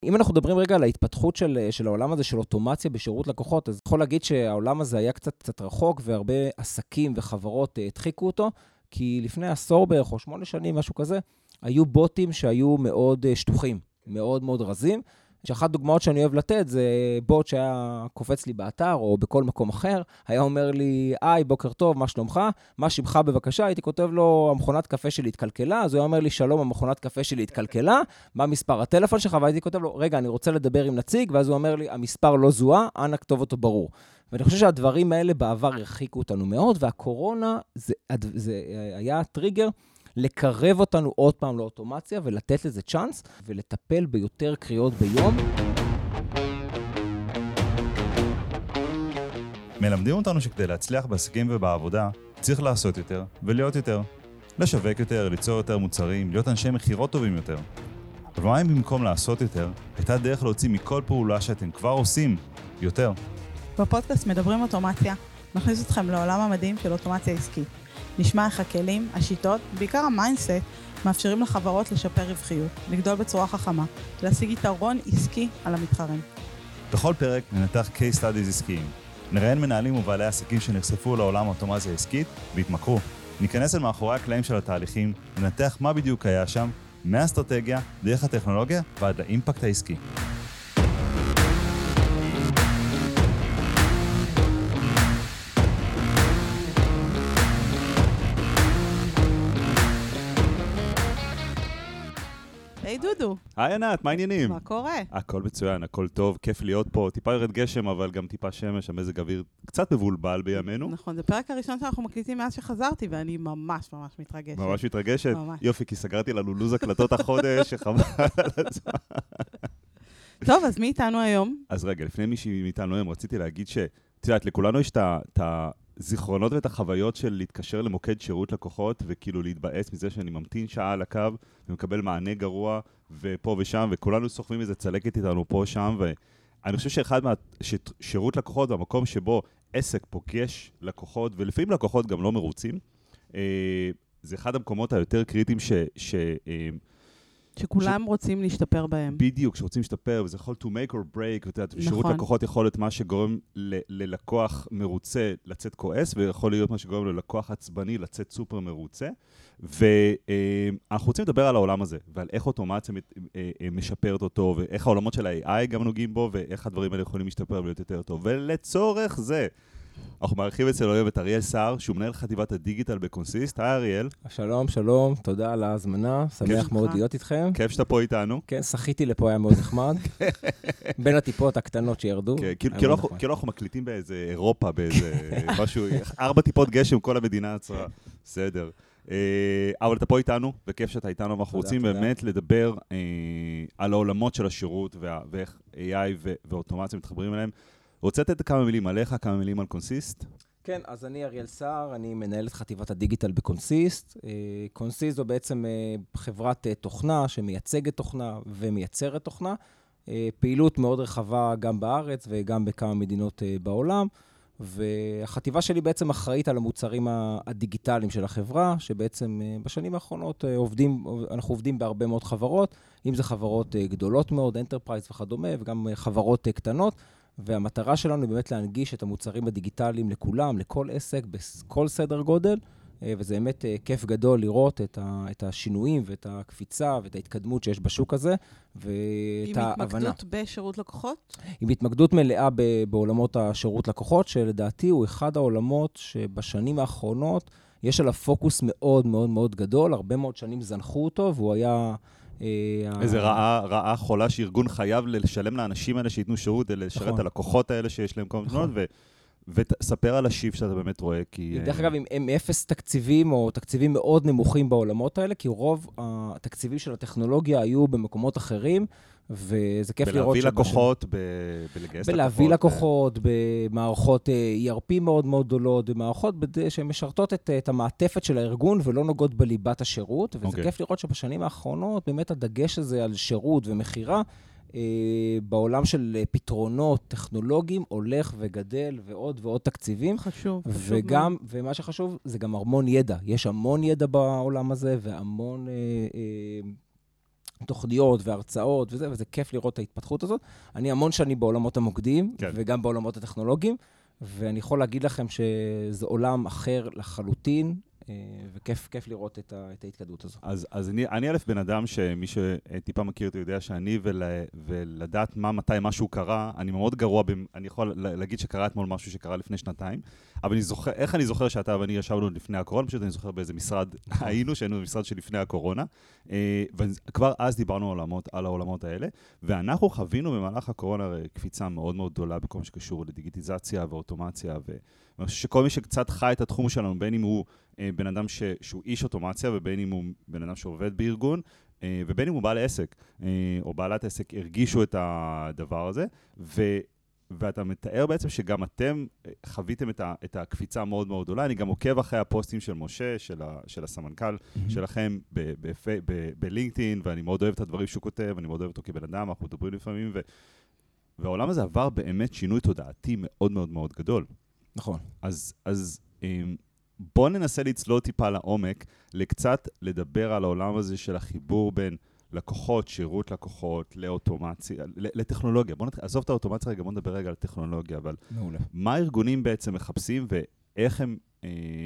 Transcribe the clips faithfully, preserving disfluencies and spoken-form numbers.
אם אנחנו מדברים רגע על ההתפתחות של, של העולם הזה של אוטומציה בשירות לקוחות, אז יכול להגיד שהעולם הזה היה קצת, קצת רחוק, והרבה עסקים וחברות הדחיקו אותו, כי לפני עשור בערך או שמונה שנים, משהו כזה, היו בוטים שהיו מאוד שטוחים, מאוד מאוד רזים, שאחת דוגמאות שאני אוהב לתת, זה בוט שהיה קופץ לי באתר, או בכל מקום אחר, היה אומר לי, היי, בוקר טוב, מה שלומך? מה שמך בבקשה? הייתי כותב לו, המכונת קפה שלי התקלקלה, אז הוא היה אומר לי, שלום, המכונת קפה שלי התקלקלה, מה מספר הטלפון שלך? והייתי כותב לו, רגע, אני רוצה לדבר עם נציג, ואז הוא אומר לי, המספר לא זוהה, אנא כתוב אותו ברור. ואני חושב שהדברים האלה בעבר הרחיקו אותנו מאוד, והקורונה זה, זה היה טריגר, לקרב אותנו עוד פעם לאוטומציה ולתת לזה צ'אנס ולטפל ביותר קריאות ביום. מלמדים אותנו שכדי להצליח בעסקים ובעבודה צריך לעשות יותר ולהיות יותר. לשווק יותר, ליצור יותר מוצרים, להיות אנשי מחירות טובים יותר. אבל מה אם במקום לעשות יותר, הייתה דרך להוציא מכל פעולה שאתם כבר עושים יותר? בפודקאסט מדברים אוטומציה, נכניס אתכם לעולם המדהים של אוטומציה עסקית. נשמע איך הכלים, השיטות, בעיקר המיינדסט, מאפשרים לחברות לשפר רווחיות, לגדול בצורה חכמה, להשיג יתרון עסקי על המתחרים. בכל פרק ננתח case studies עסקיים. נראיין מנהלים ובעלי עסקים שנחשפו לעולם האוטומציה העסקית והתמכרו. ניכנס אל מאחורי הקלעים של התהליכים, ננתח מה בדיוק היה שם, מהאסטרטגיה, דרך הטכנולוגיה ועד לאימפקט העסקי. היי דודו. היי ענת, מה העניינים? מה קורה? הכל מצוין, הכל טוב, כיף להיות פה. טיפה ירד גשם, אבל גם טיפה שמש, המזג אוויר קצת מבולבל בימינו. נכון, זה פרק הראשון שאנחנו מקליטים מאז שחזרתי, ואני ממש ממש מתרגשת. ממש מתרגשת? ממש. יופי, כי סגרתי לנו לוז הקלטות החודש, שחבל על הזמן. טוב, אז מי איתנו היום? אז רגע, לפני מי מאיתנו היום, רציתי להגיד ש... תדעת, לכולנו יש את הזיכרונות ואת החוויות של להתקשר למוקד שירות לקוחות, וכאילו להתבאס מזה שאני ממתין שעה על הקו, ומקבל מענה גרוע, ופה ושם, וכולנו סוחבים איזה צלקת איתנו פה שם, ואני חושב שאחד מה... שירות לקוחות, במקום שבו עסק פוגש לקוחות, ולפעמים לקוחות גם לא מרוצים, זה אחד המקומות היותר קריטיים ש... ש... שכולם ש... רוצים להשתפר בהם. בדיוק, שרוצים להשתפר, וזה יכול to make or break, ותדעת, נכון. שירות לקוחות יכול להיות מה שגורם ל- ללקוח מרוצה לצאת כועס, ויכול להיות מה שגורם ללקוח עצבני לצאת סופר מרוצה, ואנחנו רוצים לדבר על העולם הזה, ועל איך אוטומציה משפרת אותו, ואיך העולמות של ה-איי איי גם נוגעים בו, ואיך הדברים האלה יכולים להשתפר ולהיות יותר טוב. ולצורך זה, אנחנו מערכים אצלנו היום את אריאל סער, שהוא מנהל חטיבת הדיגיטל בקונסיסט. היי אריאל. שלום, שלום, תודה על ההזמנה, שמח מאוד להיות איתכם. כיף שאתה פה איתנו. כן, שחיתי לפה, היה מאוד נחמד. בין הטיפות הקטנות שירדו. כאילו אנחנו מקליטים באיזה אירופה, באיזה משהו, ארבע טיפות גשם, כל המדינה עצרה. בסדר. אבל אתה פה איתנו, וכיף שאתה איתנו, ואנחנו רוצים באמת לדבר על העולמות של השירות, ואיך איי איי ואוטומציה מתחברים אליהם. רוצה לתת כמה מילים עליך, כמה מילים על קונסיסט? כן, אז אני אריאל סער, אני מנהל את חטיבת הדיגיטל בקונסיסט. קונסיסט זו בעצם חברת תוכנה שמייצגת תוכנה ומייצרת תוכנה. פעילות מאוד רחבה גם בארץ וגם בכמה מדינות בעולם. והחטיבה שלי בעצם אחראית על המוצרים הדיגיטליים של החברה, שבעצם בשנים האחרונות עובדים, אנחנו עובדים בהרבה מאוד חברות, אם זה חברות גדולות מאוד, אנטרפרייז וכדומה, וגם חברות קטנות. והמטרה שלנו היא באמת להנגיש את המוצרים הדיגיטליים לכולם, לכל עסק, בכל סדר גודל, וזה באמת כיף גדול לראות את, ה, את השינויים ואת הקפיצה ואת ההתקדמות שיש בשוק הזה, ואת ההבנה. עם התמקדות בשירות לקוחות? עם התמקדות מלאה ב, בעולמות השירות לקוחות, שלדעתי הוא אחד העולמות שבשנים האחרונות יש עליו פוקוס מאוד מאוד מאוד גדול, הרבה מאוד שנים זנחו אותו, והוא היה... איזה רעה, רעה חולה שארגון חייב לשלם לאנשים האלה שיתנו שירות, לשרת את הלקוחות האלה שיש להם כל מיני, וספר על השיב שאתה באמת רואה, כי... דרך אגב, עם אפס תקציבים או תקציבים מאוד נמוכים בעולמות האלה, כי רוב התקציבים של הטכנולוגיה היו במקומות אחרים, וזה כיף לראות... בלהביא לקוחות, בלגייס לקוחות. בלהביא לקוחות, במערכות אי אר פי מאוד מאוד גדולות, במערכות שמשרתות את המעטפת של הארגון ולא נוגעות בליבת השירות, וזה כיף לראות שבשנים האחרונות באמת הדגש הזה על שירות ומחירה, בעולם של פתרונות טכנולוגיים הולך וגדל ועוד ועוד תקציבים. חשוב, חשוב. וגם, ומה שחשוב זה גם המון ידע. יש המון ידע בעולם הזה והמון... תוכניות והרצאות וזה, וזה כיף לראות את ההתפתחות הזאת. אני המון שנים בעולמות המוקדים, כן. וגם בעולמות הטכנולוגיים, ואני יכול להגיד לכם שזה עולם אחר לחלוטין, וכיף כיף לראות את, ה, את ההתקדמות הזו. אז, אז אני, אני אלף בן אדם שמי שטיפה מכיר אותי יודע שאני ול, ולדעת מה, מתי משהו קרה, אני מאוד גרוע, ב, אני יכול להגיד שקרה אתמול משהו שקרה לפני שנתיים, אבל אני זוכר, איך אני זוכר שאתה ואני ישבנו לפני הקורונה, פשוט אני זוכר באיזה משרד היינו, שהיינו במשרד שלפני הקורונה, וכבר אז דיברנו העולמות, על העולמות האלה, ואנחנו חווינו במהלך הקורונה קפיצה מאוד מאוד גדולה בכל מה שקשור לדיגיטיזציה ואוטומציה, ואני חושב שכל מי שקצת חי את התחום שלנו, בין אם הוא בן אדם ש, שהוא איש אוטומציה, ובין אם הוא בן אדם שעובד בארגון, ובין אם הוא בעל עסק, או בעלת עסק, הרגישו את הדבר הזה, ו, ואתה מתאר בעצם שגם אתם חוויתם את, ה, את הקפיצה מאוד מאוד גדולה. אני גם עוקב אחרי הפוסטים של משה, של, ה, של הסמנכ"ל mm-hmm. שלכם בלינקדאין, ואני מאוד אוהב את הדברים שהוא כותב, אני מאוד אוהב אותו כבן אדם, אנחנו מדברים לפעמים, ו, והעולם הזה עבר באמת שינוי תודעתי מאוד מאוד מאוד גדול. נכון. אז, אז בואו ננסה לצלול טיפה לעומק, לקצת לדבר על העולם הזה של החיבור בין לקוחות, שירות לקוחות, לאוטומציה, לטכנולוגיה. בואו נתחיל, עזוב את האוטומציה רגע, בואו נדבר רגע על טכנולוגיה, אבל מעולה. מה הארגונים בעצם מחפשים ואיך הם, אה,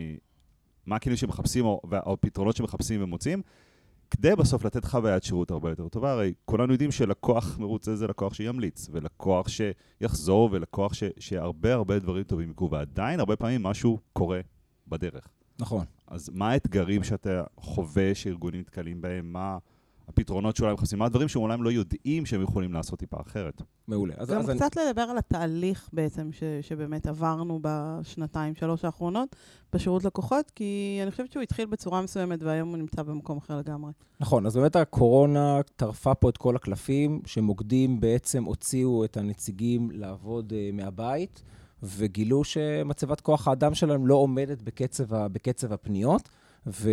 מה הכלים שמחפשים או, או פתרונות שמחפשים ומוצאים, כדי בסוף לתת חוויית שירות הרבה יותר טובה. הרי כולנו יודעים שלקוח מרוצה זה לקוח שימליץ, ולקוח שיחזור, ולקוח ש, שהרבה הרבה דברים טובים יקרו, ועדיין הרבה פעמים משהו קורה בדרך. נכון. אז מה האתגרים שאתה חווה שארגונים מתקלים בהם? מה הפתרונות שאולי הם חפשים? מה הדברים שאולי הם לא יודעים שהם יכולים לעשות טיפה אחרת? מעולה. אז, גם אז קצת אני... לדבר על התהליך בעצם ש, שבאמת עברנו בשנתיים, שלוש האחרונות בשירות לקוחות, כי אני חושבת שהוא התחיל בצורה מסוימת והיום הוא נמצא במקום אחר לגמרי. נכון, אז באמת הקורונה טרפה פה את כל הקלפים, שמוקדים בעצם הוציאו את הנציגים לעבוד uh, מהבית, וגילו שמצבת כוח האדם שלהם לא עומדת בקצב, בקצב הפניות, ו...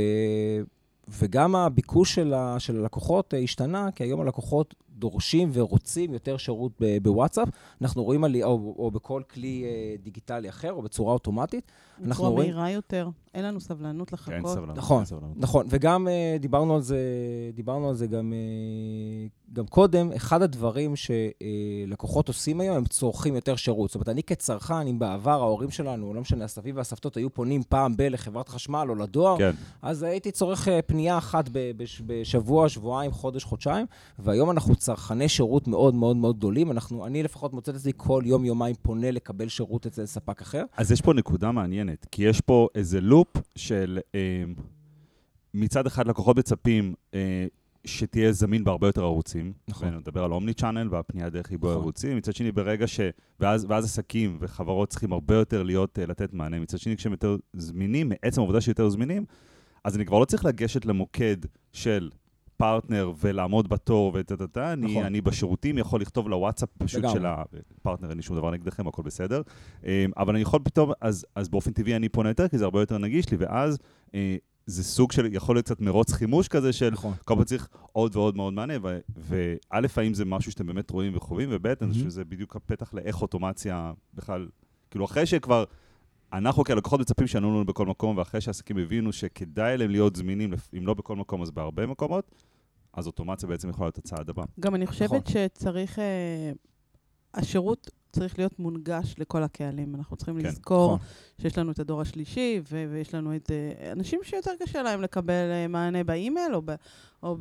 וגם הביקוש של, ה... של הלקוחות השתנה, כי היום הלקוחות דורשים ורוצים יותר שירות בוואטסאפ. אנחנו רואים על... או, או בכל כלי דיגיטלי אחר, או בצורה אוטומטית. בצורה מהירה רואים... יותר. אין לנו סבלנות לחכות. כן, סבלנות. נכון, סבלנות. נכון. וגם דיברנו על זה, דיברנו על זה גם, גם קודם. אחד הדברים שלקוחות עושים היום, הם צורכים יותר שירות. זאת אומרת, אני כצרכן, אם בעבר ההורים שלנו, לא משנה, הסבים והסבתות היו פונים פעם ב לחברת חשמל או לדואר, כן. אז הייתי צורך פנייה אחת בשבוע, שבועיים, חודש, חודשיים, והיום אנחנו צרכני שירות מאוד מאוד מאוד גדולים. אנחנו, אני לפחות מוצאת את זה כל יום, יומיים פונה לקבל שירות אצל ספק אחר. אז יש פה נקודה מעניינת, כי יש פה איזה לופ של אה, מצד אחד לקוחות מצפים אה, שתהיה זמין בהרבה יותר ערוצים. נכון. ונדבר על אומני צ'אנל והפנייה דרך חיבור נכון. ערוצים. מצד שני, ברגע ש... ואז, ואז עסקים וחברות צריכים הרבה יותר להיות, לתת מענה. מצד שני, כשהם יותר זמינים, מעצם העובדה שיותר זמינים, אז אני כבר לא צריך לגשת למוקד של פרטנר ולעמוד בתור ותתתה, אני, נכון. אני בשירותים יכול לכתוב לוואטסאפ פשוט של הפרטנר, אין לי שום דבר נגדכם, הכל בסדר. אבל אני יכול פתאום, אז, אז באופן טבעי אני פונה יותר, כי זה הרבה יותר נגיש לי, ואז זה סוג של, יכול להיות קצת מרוץ חימוש כזה של, נכון. כל פעם צריך עוד ועוד מאוד מענה, וא', האם זה משהו שאתם באמת רואים וחווים, וב', אני חושב שזה בדיוק הפתח לאיך אוטומציה בכלל, כאילו אחרי שכבר, אנחנו כלקוחות מצפים שענו לנו בכל מקום, ואחרי שהעסקים הבינו שכדאי להם להיות זמינים, אם לא בכל מקום, אז בהרבה מקומות, אז אוטומציה בעצם יכולה להיות הצעד הבא. גם אני חושבת שצריך, השירות צריך להיות מונגש לכל הקהלים. אנחנו צריכים לזכור שיש לנו את הדור השלישי, ויש לנו את אנשים שיותר קשה להם לקבל מענה באימייל, או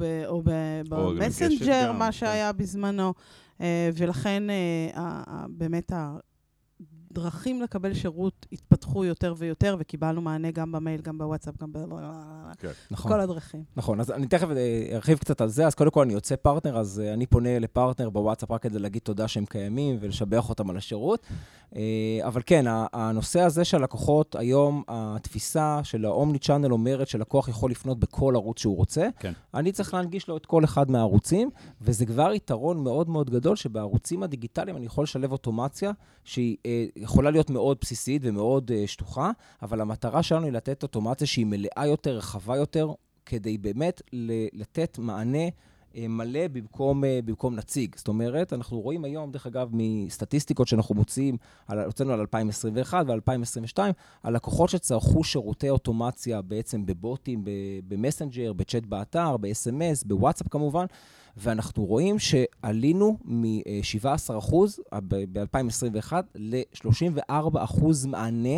במסנג'ר, מה שהיה בזמנו, ולכן באמת דרכים לקבל שירות התפתחו יותר ויותר, וקיבלנו מענה גם במייל, גם בוואטסאפ, גם בכל הדרכים. נכון, אז אני תכף ארחיב קצת על זה, אז קודם כל אני יוצא פרטנר, אז אני פונה לפרטנר בוואטסאפ רק כדי להגיד תודה שהם קיימים, ולשבח אותם על השירות. אבל כן, הנושא הזה של לקוחות, היום התפיסה של האומני צ'אנל אומרת שלקוח יכול לפנות בכל ערוץ שהוא רוצה. אני צריך להנגיש לו את כל אחד מהערוצים, וזה כבר יתרון מאוד מאוד גדול, שבערוצים הדיגיטליים אני יכול לשלב אוטומציה, שהיא יכולה להיות מאוד בסיסית ומאוד שטוחה, אבל המטרה שלנו היא לתת אוטומציה שהיא מלאה יותר, רחבה יותר, כדי באמת לתת מענה מלא במקום, במקום נציג. זאת אומרת, אנחנו רואים היום, דרך אגב, מסטטיסטיקות שאנחנו מוציאים, הוצאנו על אלפיים עשרים ואחת ו-אלפיים עשרים ושתיים, על לקוחות שצרכו שירותי אוטומציה בעצם בבוטים, במסנג'ר, בצ'אט באתר, ב-אס אם אס, בוואטסאפ כמובן, ואנחנו רואים שעלינו מ-שבעה עשר אחוז ב-אלפיים עשרים ואחת ל-שלושים וארבעה אחוז מענה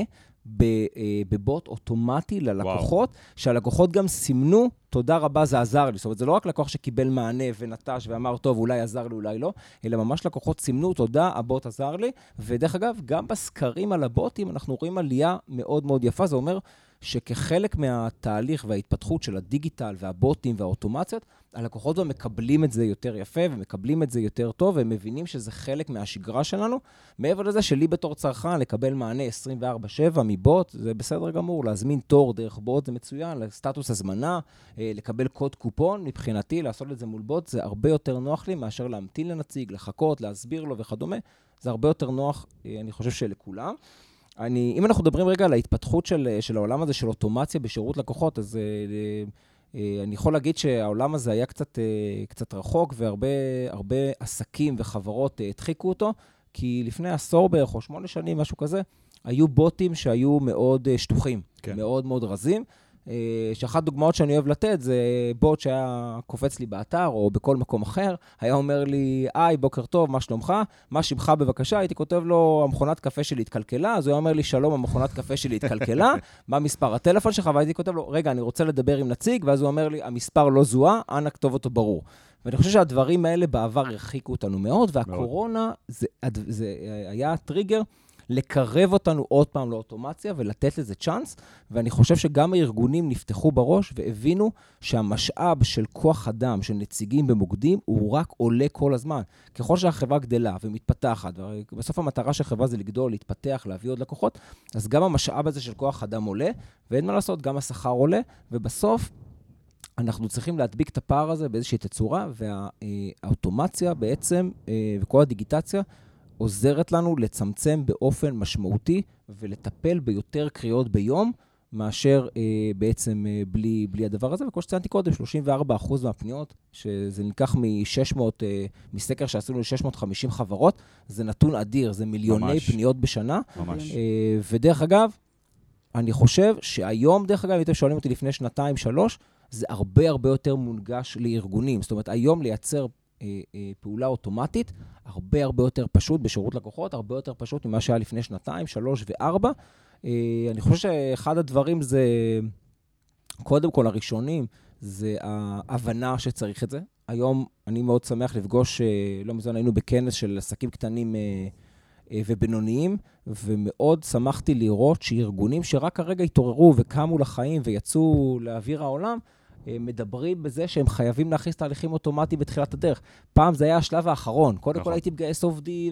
בבוט אוטומטי ללקוחות, וואו. שהלקוחות גם סימנו, תודה רבה, זה עזר לי. זאת אומרת, זה לא רק לקוח שקיבל מענה ונטש ואמר, טוב, אולי עזר לי, אולי לא, אלא ממש לקוחות סימנו, תודה, הבוט עזר לי. ודרך אגב, גם בסקרים על הבוטים, אנחנו רואים עלייה מאוד מאוד יפה. זה אומר שכחלק מהתהליך וההתפתחות של הדיגיטל והבוטים והאוטומציות, הלקוחות גם מקבלים את זה יותר יפה ומקבלים את זה יותר טוב, והם מבינים שזה חלק מהשגרה שלנו. מעבר לזה שלי בתור צרכן לקבל מענה עשרים וארבע שבע מבוט, זה בסדר גמור, להזמין תור דרך בוט זה מצוין, לסטטוס הזמנה, לקבל קוד קופון, מבחינתי לעשות את זה מול בוט, זה הרבה יותר נוח לי מאשר להמתין לנציג, לחכות, להסביר לו וכדומה, זה הרבה יותר נוח, אני חושב שלכולם. אני, אם אנחנו מדברים רגע על ההתפתחות של, של העולם הזה של אוטומציה בשירות לקוחות, אז אני יכול להגיד שהעולם הזה היה קצת, קצת רחוק, והרבה הרבה עסקים וחברות הדחיקו אותו, כי לפני עשור בערך או שמונה שנים, משהו כזה, היו בוטים שהיו מאוד שטוחים, כן. מאוד מאוד רזים, שאחת דוגמאות שאני אוהב לתת, זה בוט שהיה קופץ לי באתר, או בכל מקום אחר, היה אומר לי, היי, בוקר טוב, מה שלומך? מה שמך בבקשה? הייתי כותב לו, המכונת קפה שלי התקלקלה, אז הוא היה אומר לי, שלום, המכונת קפה שלי התקלקלה, מה מספר הטלפון שלך? והייתי כותב לו, רגע, אני רוצה לדבר עם נציג, ואז הוא אומר לי, המספר לא זוהה, אנא כתוב אותו ברור. ואני חושב שהדברים האלה בעבר הרחיקו אותנו מאוד, והקורונה, זה, זה היה טריגר, לקרב אותנו עוד פעם לאוטומציה ולתת לזה צ'אנס, ואני חושב שגם הארגונים נפתחו בראש והבינו שהמשאב של כוח אדם, של נציגים במוקדים, הוא רק עולה כל הזמן. ככל שהחברה גדלה ומתפתחת, ובסוף המטרה של חברה זה לגדול, להתפתח, להביא עוד לקוחות, אז גם המשאב הזה של כוח אדם עולה, ואין מה לעשות, גם השכר עולה, ובסוף אנחנו צריכים להדביק את הפער הזה באיזושהי תצורה, והאוטומציה בעצם, וכל הדיגיטציה, עוזרת לנו לצמצם באופן משמעותי ולטפל ביותר קריאות ביום, מאשר אה, בעצם אה, בלי, בלי הדבר הזה. וכמו שציינתי קודם, שלושים וארבעה אחוז מהפניות, שזה ניקח מ-שש מאות, אה, מסקר שעשינו ל-שש מאות וחמישים חברות, זה נתון אדיר, זה מיליוני ממש. פניות בשנה. ממש. אה, ודרך אגב, אני חושב שהיום, דרך אגב, אתם שואלים אותי לפני שנתיים, שלוש, זה הרבה הרבה יותר מונגש לארגונים. זאת אומרת, היום לייצר פעולה אוטומטית, הרבה הרבה יותר פשוט בשירות לקוחות, הרבה יותר פשוט ממה שהיה לפני שנתיים, שלוש וארבע. אני חושב שאחד הדברים זה, קודם כל הראשונים, זה ההבנה שצריך את זה. היום אני מאוד שמח לפגוש, לא מזמן היינו בכנס של עסקים קטנים ובינוניים, ומאוד שמחתי לראות שארגונים שרק הרגע התעוררו וקמו לחיים ויצאו לאוויר העולם, מדברים בזה שהם חייבים להכניס תהליכים אוטומטיים בתחילת הדרך. פעם זה היה השלב האחרון. קודם כל הייתי מגייס עובדי,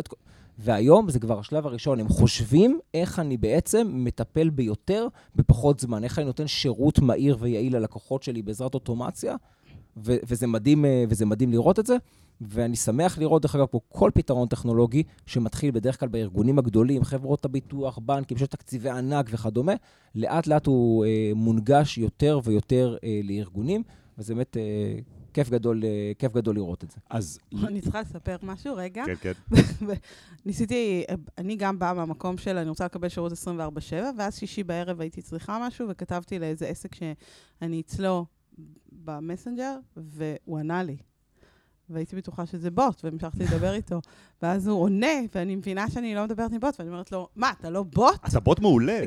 והיום זה כבר השלב הראשון. הם חושבים איך אני בעצם מטפל ביותר בפחות זמן. איך אני נותן שירות מהיר ויעיל ללקוחות שלי בעזרת אוטומציה, וזה מדהים, וזה מדהים לראות את זה. ואני שמח לראות, דרך אגב, פה כל פתרון טכנולוגי שמתחיל בדרך כלל בארגונים הגדולים, חברות הביטוח, בנקים, שיש תקציבי ענק וכדומה, לאט לאט הוא אה, מונגש יותר ויותר אה, לארגונים, וזה באמת אה, כיף גדול, אה, כיף גדול לראות את זה. אז... אני צריכה לספר משהו רגע. כן, כן. ניסיתי, אני גם באה מהמקום של, אני רוצה לקבל שירות עשרים וארבע שבע, ואז שישי בערב הייתי צריכה משהו, וכתבתי לאיזה עסק שאני אצלו במסנג'ר, והוא ענה לי. והייתי בטוחה שזה בוט, והמשכתי לדבר איתו. ואז הוא עונה, ואני מבינה שאני לא מדברת עם בוט, ואני אומרת לו, מה, אתה לא בוט? אתה בוט מעולה.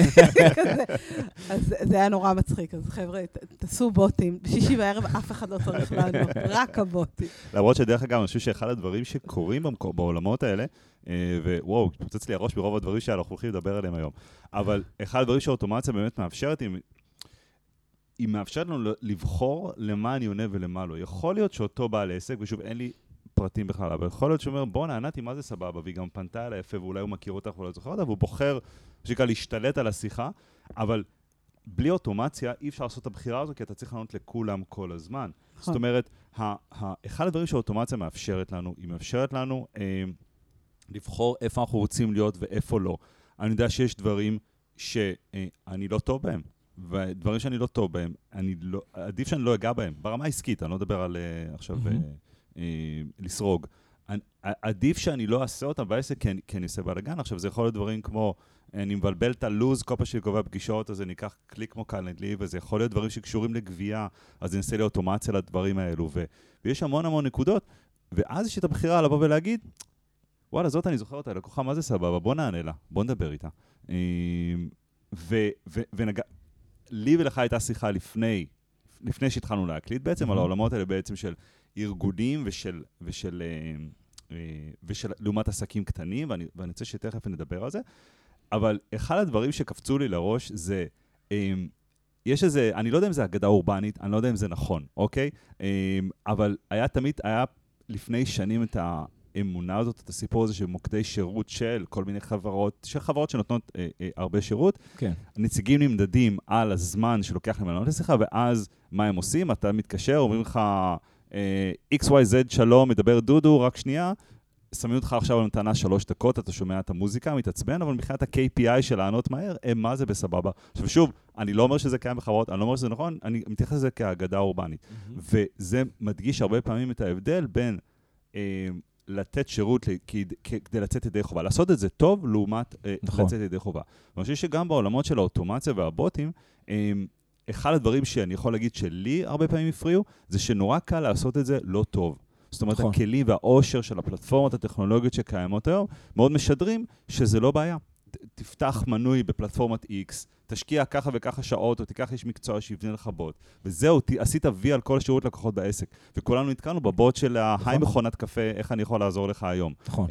אז זה היה נורא מצחיק. אז חבר'ה, תעשו בוטים. בשישי בערב אף אחד לא צריך לענות, רק הבוטים. למרות שדרך אגב, אני חושב שאחד הדברים שקורים בעולמות האלה, ווואו, פוצץ לי הראש ברוב הדברים שאנחנו הולכים לדבר עליהם היום. אבל אחד הדברים שהאוטומציה באמת מאפשרת, היא מאפשרת לנו לבחור למה אני עונה ולמה לא. יכול להיות שאותו בעל עסק, ושוב, אין לי פרטים בכלל, אבל יכול להיות שאומר, בוא נענתי, מה זה סבבה? והיא גם פנתה אליי יפה, ואולי הוא מכיר אותך ואולי זוכר אותה, והוא בוחר, שכאלה, להשתלט על השיחה, אבל בלי אוטומציה, אי אפשר לעשות את הבחירה הזו, כי אתה צריך לענות לכולם כל הזמן. זאת אומרת, אחד הדברים שהאוטומציה מאפשרת לנו, היא מאפשרת לנו לבחור איפה אנחנו רוצים להיות ואיפה לא. אני יודע שיש דברים שאני לא טוב בהם. ודברים שאני לא טוב בהם, אני לא, עדיף שאני לא אגע בהם, ברמה העסקית, אני לא מדבר על uh, עכשיו mm-hmm. uh, uh, לסרוג. אני, עדיף שאני לא אעשה אותם בעסק, כי אני, כי אני עושה בלגן. עכשיו, זה יכול להיות דברים כמו, אני מבלבל את הלוז, כל פעם שאני קובע פגישות, אז אני אקח קליק כמו קלנדלי, וזה יכול להיות דברים שקשורים לגבייה, אז אני אנסה לי אוטומציה לדברים האלו, ו, ויש המון המון נקודות, ואז יש את הבחירה לבוא ולהגיד, וואלה, זאת אני זוכר אותה, לקוחה, מה זה סבבה? בוא נענה לה, בוא נדבר איתה. ו, ו, ונגע... לי ולך הייתה שיחה לפני, לפני שהתחלנו להקליט בעצם, על העולמות האלה בעצם של ארגונים ושל, ושל, ושל לעומת עסקים קטנים, ואני, ואני רוצה שתכף נדבר על זה, אבל אחד הדברים שקפצו לי לראש זה, יש איזה, אני לא יודע אם זה אגדה אורבנית, אני לא יודע אם זה נכון, אוקיי? אבל היה תמיד, היה לפני שנים את ה... אמונה הזאת, את הסיפור הזה של מוקדי שירות של כל מיני חברות, של חברות שנותנות אה, אה, הרבה שירות. כן. הנציגים נמדדים על הזמן שלוקח להם לענות לשיחה, ואז מה הם עושים? אתה מתקשר, אומרים לך, אה, אקס וואי זד שלום, מדבר דודו, רק שנייה, שמים אותך עכשיו על נתנה שלוש דקות, אתה שומע את המוזיקה, מתעצבן, אבל מבחינת ה-קיי פי איי של לענות מהר, אה, מה זה בסבבה? עכשיו שוב, אני לא אומר שזה קיים בחברות, אני לא אומר שזה נכון, אני מתייחס לזה כאגדה אורבנית. Mm-hmm. וזה מדגיש הרבה פעמים את ההבדל בין... אה, לתת שירות כדי לצאת ידי חובה. לעשות את זה טוב לעומת נכון. לצאת ידי חובה. ואני חושב שגם בעולמות של האוטומציה והבוטים, אחד הדברים שאני יכול להגיד שלי הרבה פעמים הפריעו, זה שנורא קל לעשות את זה לא טוב. זאת אומרת, נכון. הכלים והאושר של הפלטפורמות הטכנולוגיות שקיימות היום, מאוד משדרים שזה לא בעיה. תפתח מנוי בפלטפורמת X, תשקיע ככה וככה שעות, או תיקח איש מקצוע שיבנה לך בוט. וזהו, עשית וי על כל השירות לקוחות בעסק. וכולנו נתקענו בבוט של היי מכונת קפה, איך אני יכול לעזור לך היום. נכון.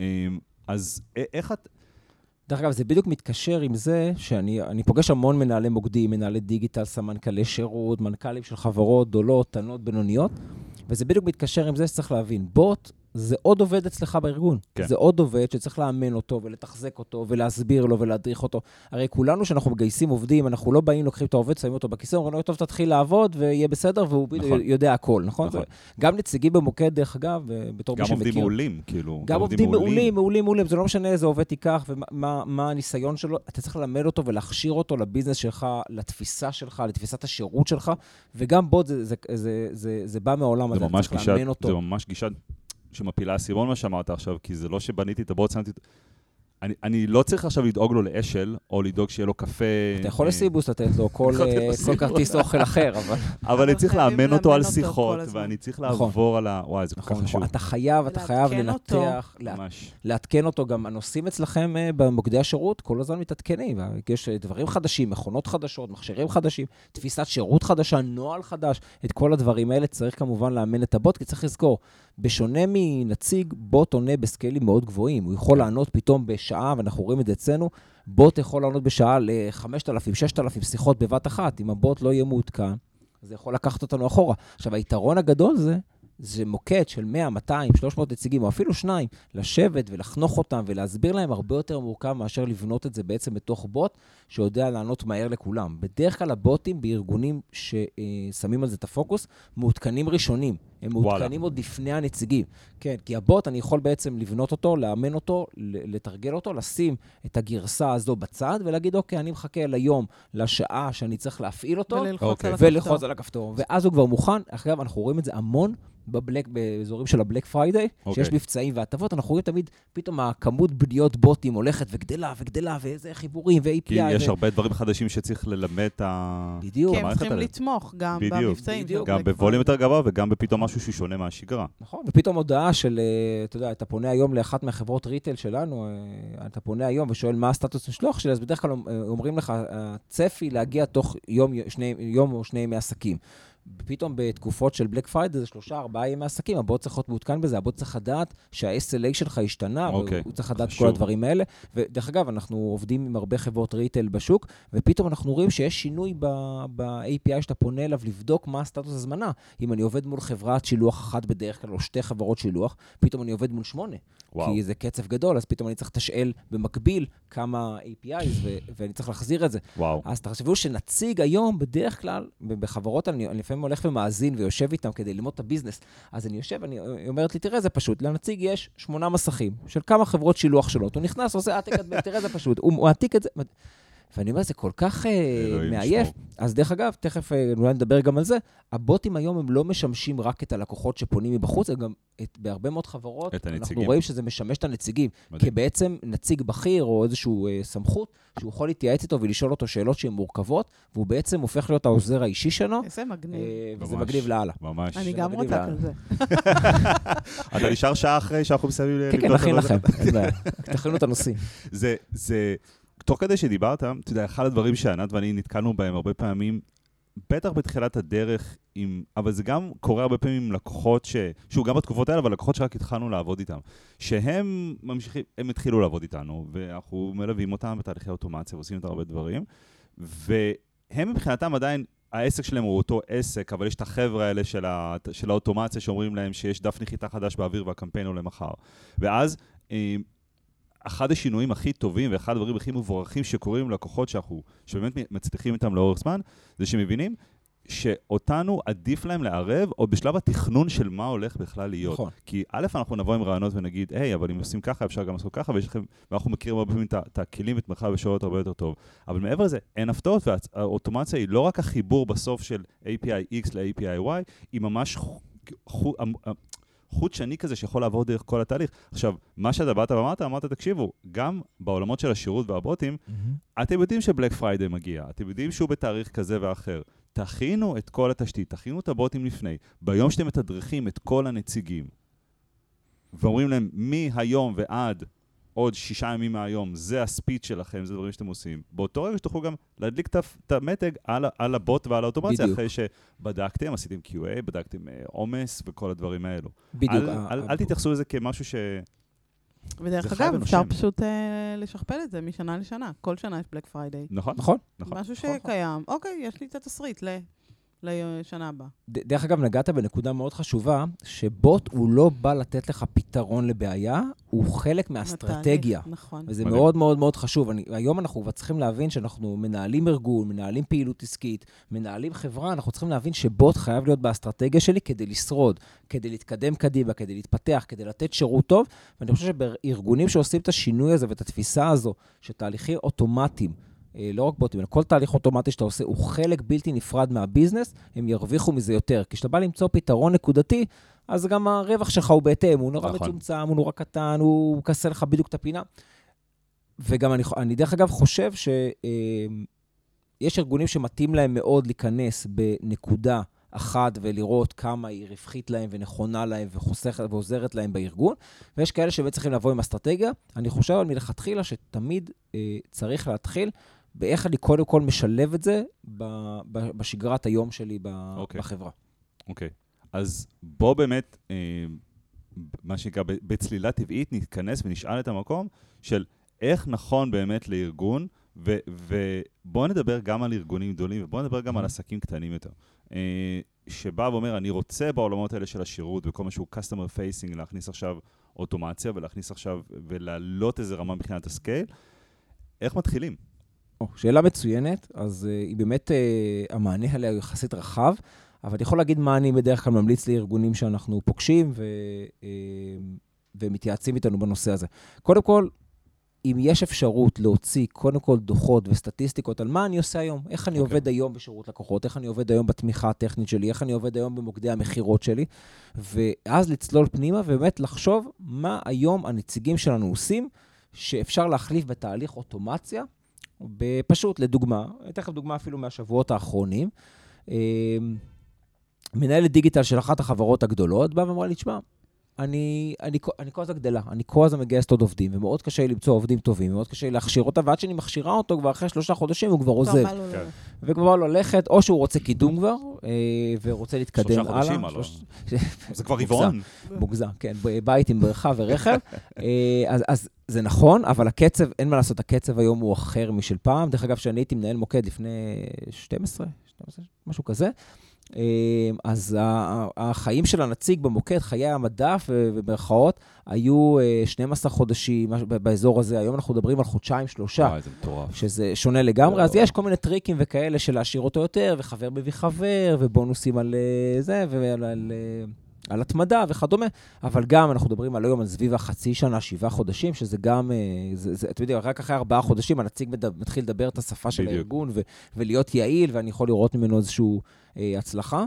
אז איך את... דרך אגב, זה בדיוק מתקשר עם זה שאני אני פוגש המון מנהלי מוקדים, מנהלי דיגיטל, סמנכ"לי שירות, מנכ"לים של חברות, גדולות, קטנות, בינוניות, וזה בדיוק מתקשר עם זה שצריך להבין. בוט זה עוד עובד אצלך בארגון. כן. זה עוד עובד שצריך לאמן אותו ולתחזק אותו ולהסביר לו ולהדריך אותו. הרי כולנו שאנחנו מגייסים עובדים, אנחנו לא באים, לוקחים את העובד, שמים אותו בכיסא, אומרים, טוב, תתחיל לעבוד ויהיה בסדר, והוא נכון. יודע הכל, נכון? נכון. גם נציגים במוקד, דרך אגב, בתור מי שמכיר. גם עובדים מעולים, כאילו. גם עובדים מעולים, מעולים, מעולים. זה לא משנה איזה עובד תיקח ומה מה הניסיון שלו. אתה צריך ללמד אותו ולהכשיר אותו לביזנס שלך, לתפיסה שלך, לתפיסת השירות שלך, וגם בוט זה, זה, זה, זה, זה בא מהעולם הזה, צריך גישת, לאמן אותו. זה ממש גישת שמפילה הסירון מה שאמרת עכשיו, כי זה לא שבניתי את הבוט, שמתי... אני, אני לא צריך עכשיו לדאוג לו לאשל, או לדאוג שיהיה לו קפה... אתה יכול לסיבוס לתת לו כל כרטיס אוכל אחר, אבל... אבל אני צריך לאמן אותו על שיחות, ואני צריך לעבור על ה... וואי, זה כל כך חשוב. אתה חייב, אתה חייב לנתח, להתקן אותו. גם הנושאים אצלכם במוקדי השירות, כל הזמן מתעדכנים. יש דברים חדשים, מכונות חדשות, מכשירים חדשים, תפיסת שירות חדשה, נוהל חדש. את כל הדברים האלה צריך כמובן לאמן את הבוט, כי צריך לזכור, בשונה מנציג, בוט עונה בסקיילים מאוד גבוהים. הוא יכול לענות פתאום בשעה, ואנחנו רואים את זה אצלנו, בוט יכול לענות בשעה ל-חמשת אלפים, ששת אלפים שיחות בבת אחת. אם הבוט לא יהיה מעודכן, זה יכול לקחת אותנו אחורה. עכשיו, היתרון הגדול זה, זה מוקד של מאה, מאתיים, שלוש מאות נציגים, או אפילו שניים, לשבת ולחנוך אותם ולהסביר להם הרבה יותר מורכב מאשר לבנות את זה בעצם בתוך בוט, שיודע לענות מהר לכולם. בדרך כלל הבוטים בארגונים ששמים על זה את הפוקוס, מעודכנים ראשונים. הם מעודכנים עוד לפני הנציגים. כן, כי הבוט, אני יכול בעצם לבנות אותו, לאמן אותו, לתרגל אותו, לשים את הגרסה הזו בצד, ולהגיד, אוקיי, אני מחכה ליום, לשעה שאני צריך להפעיל אותו, וללחוץ על הכפתור. ואז הוא כבר מוכן. אגב, אנחנו רואים את זה המון בבלק, באזורים של הבלק פריידיי, שיש מבצעים והטבות, אנחנו רואים תמיד, פתאום הכמות בניות בוטים הולכת וגדלה וגדלה, ואיזה חיבורים ו-איי פי איי. כי יש הרבה דברים חדשים שצריך ללמד את ה... בדיוק. כי הם צריכים לתמוך גם במבצעים. גם בווליום יותר גבוה וגם בפתאום משהו ששונה מהשגרה. נכון, ופתאום הודעה של, אתה יודע, אתה פונה היום לאחת מהחברות ריטל שלנו, אתה פונה היום ושואל מה הסטטוס משלוח שלי, אז בדרך כלל אומרים לך, הצפי להגיע תוך יום, שני, יום או שני ימי עסקים. פתאום בתקופות של בלק פריידיי, זה שלושה, ארבעה ימי עסקים, הבוט צריך להיות מעודכן בזה, הבוט צריך לדעת שה-אס אל איי שלך השתנה, okay. והוא צריך לדעת כל הדברים האלה. ודרך אגב, אנחנו עובדים עם הרבה חברות ריטל בשוק, ופתאום אנחנו רואים שיש שינוי ב-איי פי איי שאתה פונה אליו לבדוק מה הסטטוס הזמנה. אם אני עובד מול חברת שילוח אחת בדרך כלל, או שתי חברות שילוח, פתאום אני עובד מול שמונה. Wow. כי זה קצב גדול, אז פתאום אני צריך תשאל במקביל כמה איי פי איי, ו- ואני צריך להחזיר את זה. Wow. אז תחשבו שנציג היום בדרך כלל, בחברות, אני לפעמים הולך ומאזין ויושב איתם כדי ללמוד את הביזנס. אז אני יושב, אני אומרת לי, תראה, זה פשוט. לנציג יש שמונה מסכים של כמה חברות שילוח שלו. הוא נכנס, עושה עתיק, תראה, זה פשוט. הוא עתיק את זה. ואני אומר, זה כל כך מעייף. אז דרך אגב, תכף אולי נדבר גם על זה, הבוטים היום הם לא משמשים רק את הלקוחות שפונים מבחוץ, אלא גם בהרבה מאוד חברות, אנחנו רואים שזה משמש את הנציגים, כי בעצם נציג בכיר או איזשהו סמכות, שהוא יכול להתייעץ איתו ולשאול אותו שאלות שהן מורכבות, והוא בעצם הופך להיות העוזר האישי שלו. איזה מגניב. וזה מגניב לאללה. ממש. אני גם רוצה כזה. אתה נשאר שעה אחרי שאנחנו מסיימים... כן, כן, נכין לכם. תכינו את הנושאים. זה... תוך כדי שדיברת, אתה יודע, אחד הדברים שענת ואני נתקלנו בהם הרבה פעמים, בטח בתחילת הדרך, עם, אבל זה גם קורה הרבה פעמים עם לקוחות, ש, שהוא גם בתקופות האלה, אבל לקוחות שרק התחלנו לעבוד איתם, שהם ממשיכים, הם התחילו לעבוד איתנו, ואנחנו מלווים אותם בתהליכי אוטומציה, ועושים את הרבה דברים, והם מבחינתם עדיין, העסק שלהם הוא אותו עסק, אבל יש את החבר'ה האלה של, ה, של האוטומציה, שאומרים להם שיש דף נחיתה חדש באוויר, והקמפיין עולה מחר. ואז, אחד השינויים הכי טובים ואחד הדברים הכי מבורכים שקורים ללקוחות שאנחנו, שבאמת מצליחים איתם לאורך זמן, זה שמבינים שאותנו עדיף להם לערב, או בשלב התכנון של מה הולך בכלל להיות. נכון. כי א', אנחנו נבוא עם רעיונות ונגיד, היי, אבל אם עושים ככה, אפשר גם לעשות ככה, ואנחנו מכירים הרבה פעמים את הכלים ואת מרחב בשעות הרבה יותר טוב. אבל מעבר לזה, אין הפתעות, והאוטומציה היא לא רק החיבור בסוף של איי פי איי X ל-איי פי איי Y, היא ממש חוט שני כזה שיכול לעבור דרך כל התהליך. עכשיו, מה שאתה באת ואמרת, אמרת, תקשיבו, גם בעולמות של השירות והבוטים, mm-hmm. אתם יודעים שבלק פריידי מגיע, אתם יודעים שהוא בתאריך כזה ואחר. תכינו את כל התשתית, תכינו את הבוטים לפני. ביום שאתם מתדרכים את כל הנציגים, ואומרים להם, מהיום ועד עוד שישה ימים מהיום, זה הספיץ שלכם, זה דברים שאתם עושים. באותו רגע שתוכלו גם להדליק את המתג על, על הבוט ועל האוטומציה, בדיוק. אחרי שבדקתם, עשיתם קיו איי, בדקתם עומס וכל הדברים האלו. בדיוק. אל, ה- אל, ה- אל תתייחסו לזה כמשהו ש... ודרך אגב, אפשר פשוט uh, לשכפל את זה משנה לשנה. כל שנה יש בלק פריידיי. נכון, נכון. משהו שקיים. אוקיי, יש לי את התסריט ל... לשנה הבאה. דרך אגב, נגעת בנקודה מאוד חשובה, שבוט הוא לא בא לתת לך פתרון לבעיה, הוא חלק מהאסטרטגיה. נכון. וזה מאוד מאוד מאוד חשוב. אני, היום אנחנו צריכים להבין שאנחנו מנהלים ארגון, מנהלים פעילות עסקית, מנהלים חברה, אנחנו צריכים להבין שבוט חייב להיות באסטרטגיה שלי כדי לשרוד, כדי להתקדם קדימה, כדי להתפתח, כדי לתת שירות טוב, ואני חושב שבארגונים שעושים את השינוי הזה ואת התפיסה הזו, שתהליכים אוטומטיים, לא רק בוטים, אלא כל תהליך אוטומטי שאתה עושה, הוא חלק בלתי נפרד מהביזנס, הם ירוויחו מזה יותר. כי כשאתה בא למצוא פתרון נקודתי, אז גם הרווח שלך הוא בהתאם, הוא נורא מצומצם, הוא נורא קטן, הוא מכסה לך בדיוק את הפינה. וגם אני, אני דרך אגב חושב שיש ארגונים שמתאים להם מאוד להיכנס בנקודה אחת ולראות כמה היא רווחית להם ונכונה להם וחוסכת ועוזרת להם בארגון, ויש כאלה שבאמת צריכים לבוא עם אסטרטגיה. אני חושב על מלכתחילה שתמיד אה, צריך להתחיל באיך אני קודם כל משלב את זה בשגרת היום שלי בחברה. אוקיי. אז בוא באמת, מה שנקרא, בצלילה טבעית נתכנס ונשאל את המקום של איך נכון באמת לארגון, ובוא נדבר גם על ארגונים גדולים, ובוא נדבר גם על עסקים קטנים יותר. שבא ואומר, אני רוצה בעולמות האלה של השירות, וכל משהו customer facing, להכניס עכשיו אוטומציה, ולהכניס עכשיו, ולהעלות איזה רמה מבחינת הסקייל. איך מתחילים? שאלה מצוינת, אז uh, היא באמת, uh, המענה עליה הוא יחסית רחב, אבל אני יכול להגיד מה אני בדרך כלל ממליץ לארגונים שאנחנו פוגשים ו, uh, ומתייעצים איתנו בנושא הזה. קודם כל, אם יש אפשרות להוציא קודם כל דוחות וסטטיסטיקות על מה אני עושה היום, איך אני okay. עובד היום בשירות לקוחות, איך אני עובד היום בתמיכה הטכנית שלי, איך אני עובד היום במוקדי המחירות שלי, ואז לצלול פנימה ובאמת לחשוב מה היום הנציגים שלנו עושים, שאפשר להחליף בתהליך אוטומציה, פשוט לדוגמה, תכף דוגמה אפילו מהשבועות האחרונים, מנהלת דיגיטל של אחת החברות הגדולות, באה ואמרה לי, תשמע, אני, אני, אני כל הזמן גדלה, אני כל הזמן מגייסת עוד עובדים, ומאוד קשה לי למצוא עובדים טובים, ומאוד קשה לי להכשיר אותה, ועד שאני מכשירה אותו כבר אחרי שלושה חודשים, הוא כבר עוזב. וכבר לא הולכת, או שהוא רוצה קידום כבר, ורוצה להתקדם הלאה. שלושה חודשים, זה כבר רבעון. מוגזם, כן, בית עם בריכה ורכב. אז, אז זה נכון, אבל הקצב, אין מה לעשות, הקצב היום הוא אחר משל פעם. דרך אגב, שאני הייתי מנהל מוקד לפני שתים עשרה, משהו כזה, אז החיים של הנציג במוקד, חיי המדף ובמרכאות, היו שנים עשר חודשים באזור הזה. היום אנחנו מדברים על חודשיים, שלושה, שזה שונה לגמרי. אז יש כל מיני טריקים וכאלה של להשאיר אותו יותר, וחבר מביא חבר, ובונוסים על זה, ועל על התמדה וכדומה, אבל גם אנחנו מדברים על היום על סביב החצי שנה, שבעה חודשים, שזה גם, זה, זה, אתם יודעים, רק אחרי ארבעה חודשים, הנציג מתחיל לדבר את השפה של הארגון, ו, ולהיות יעיל, ואני יכול לראות ממנו איזשהו אה, הצלחה.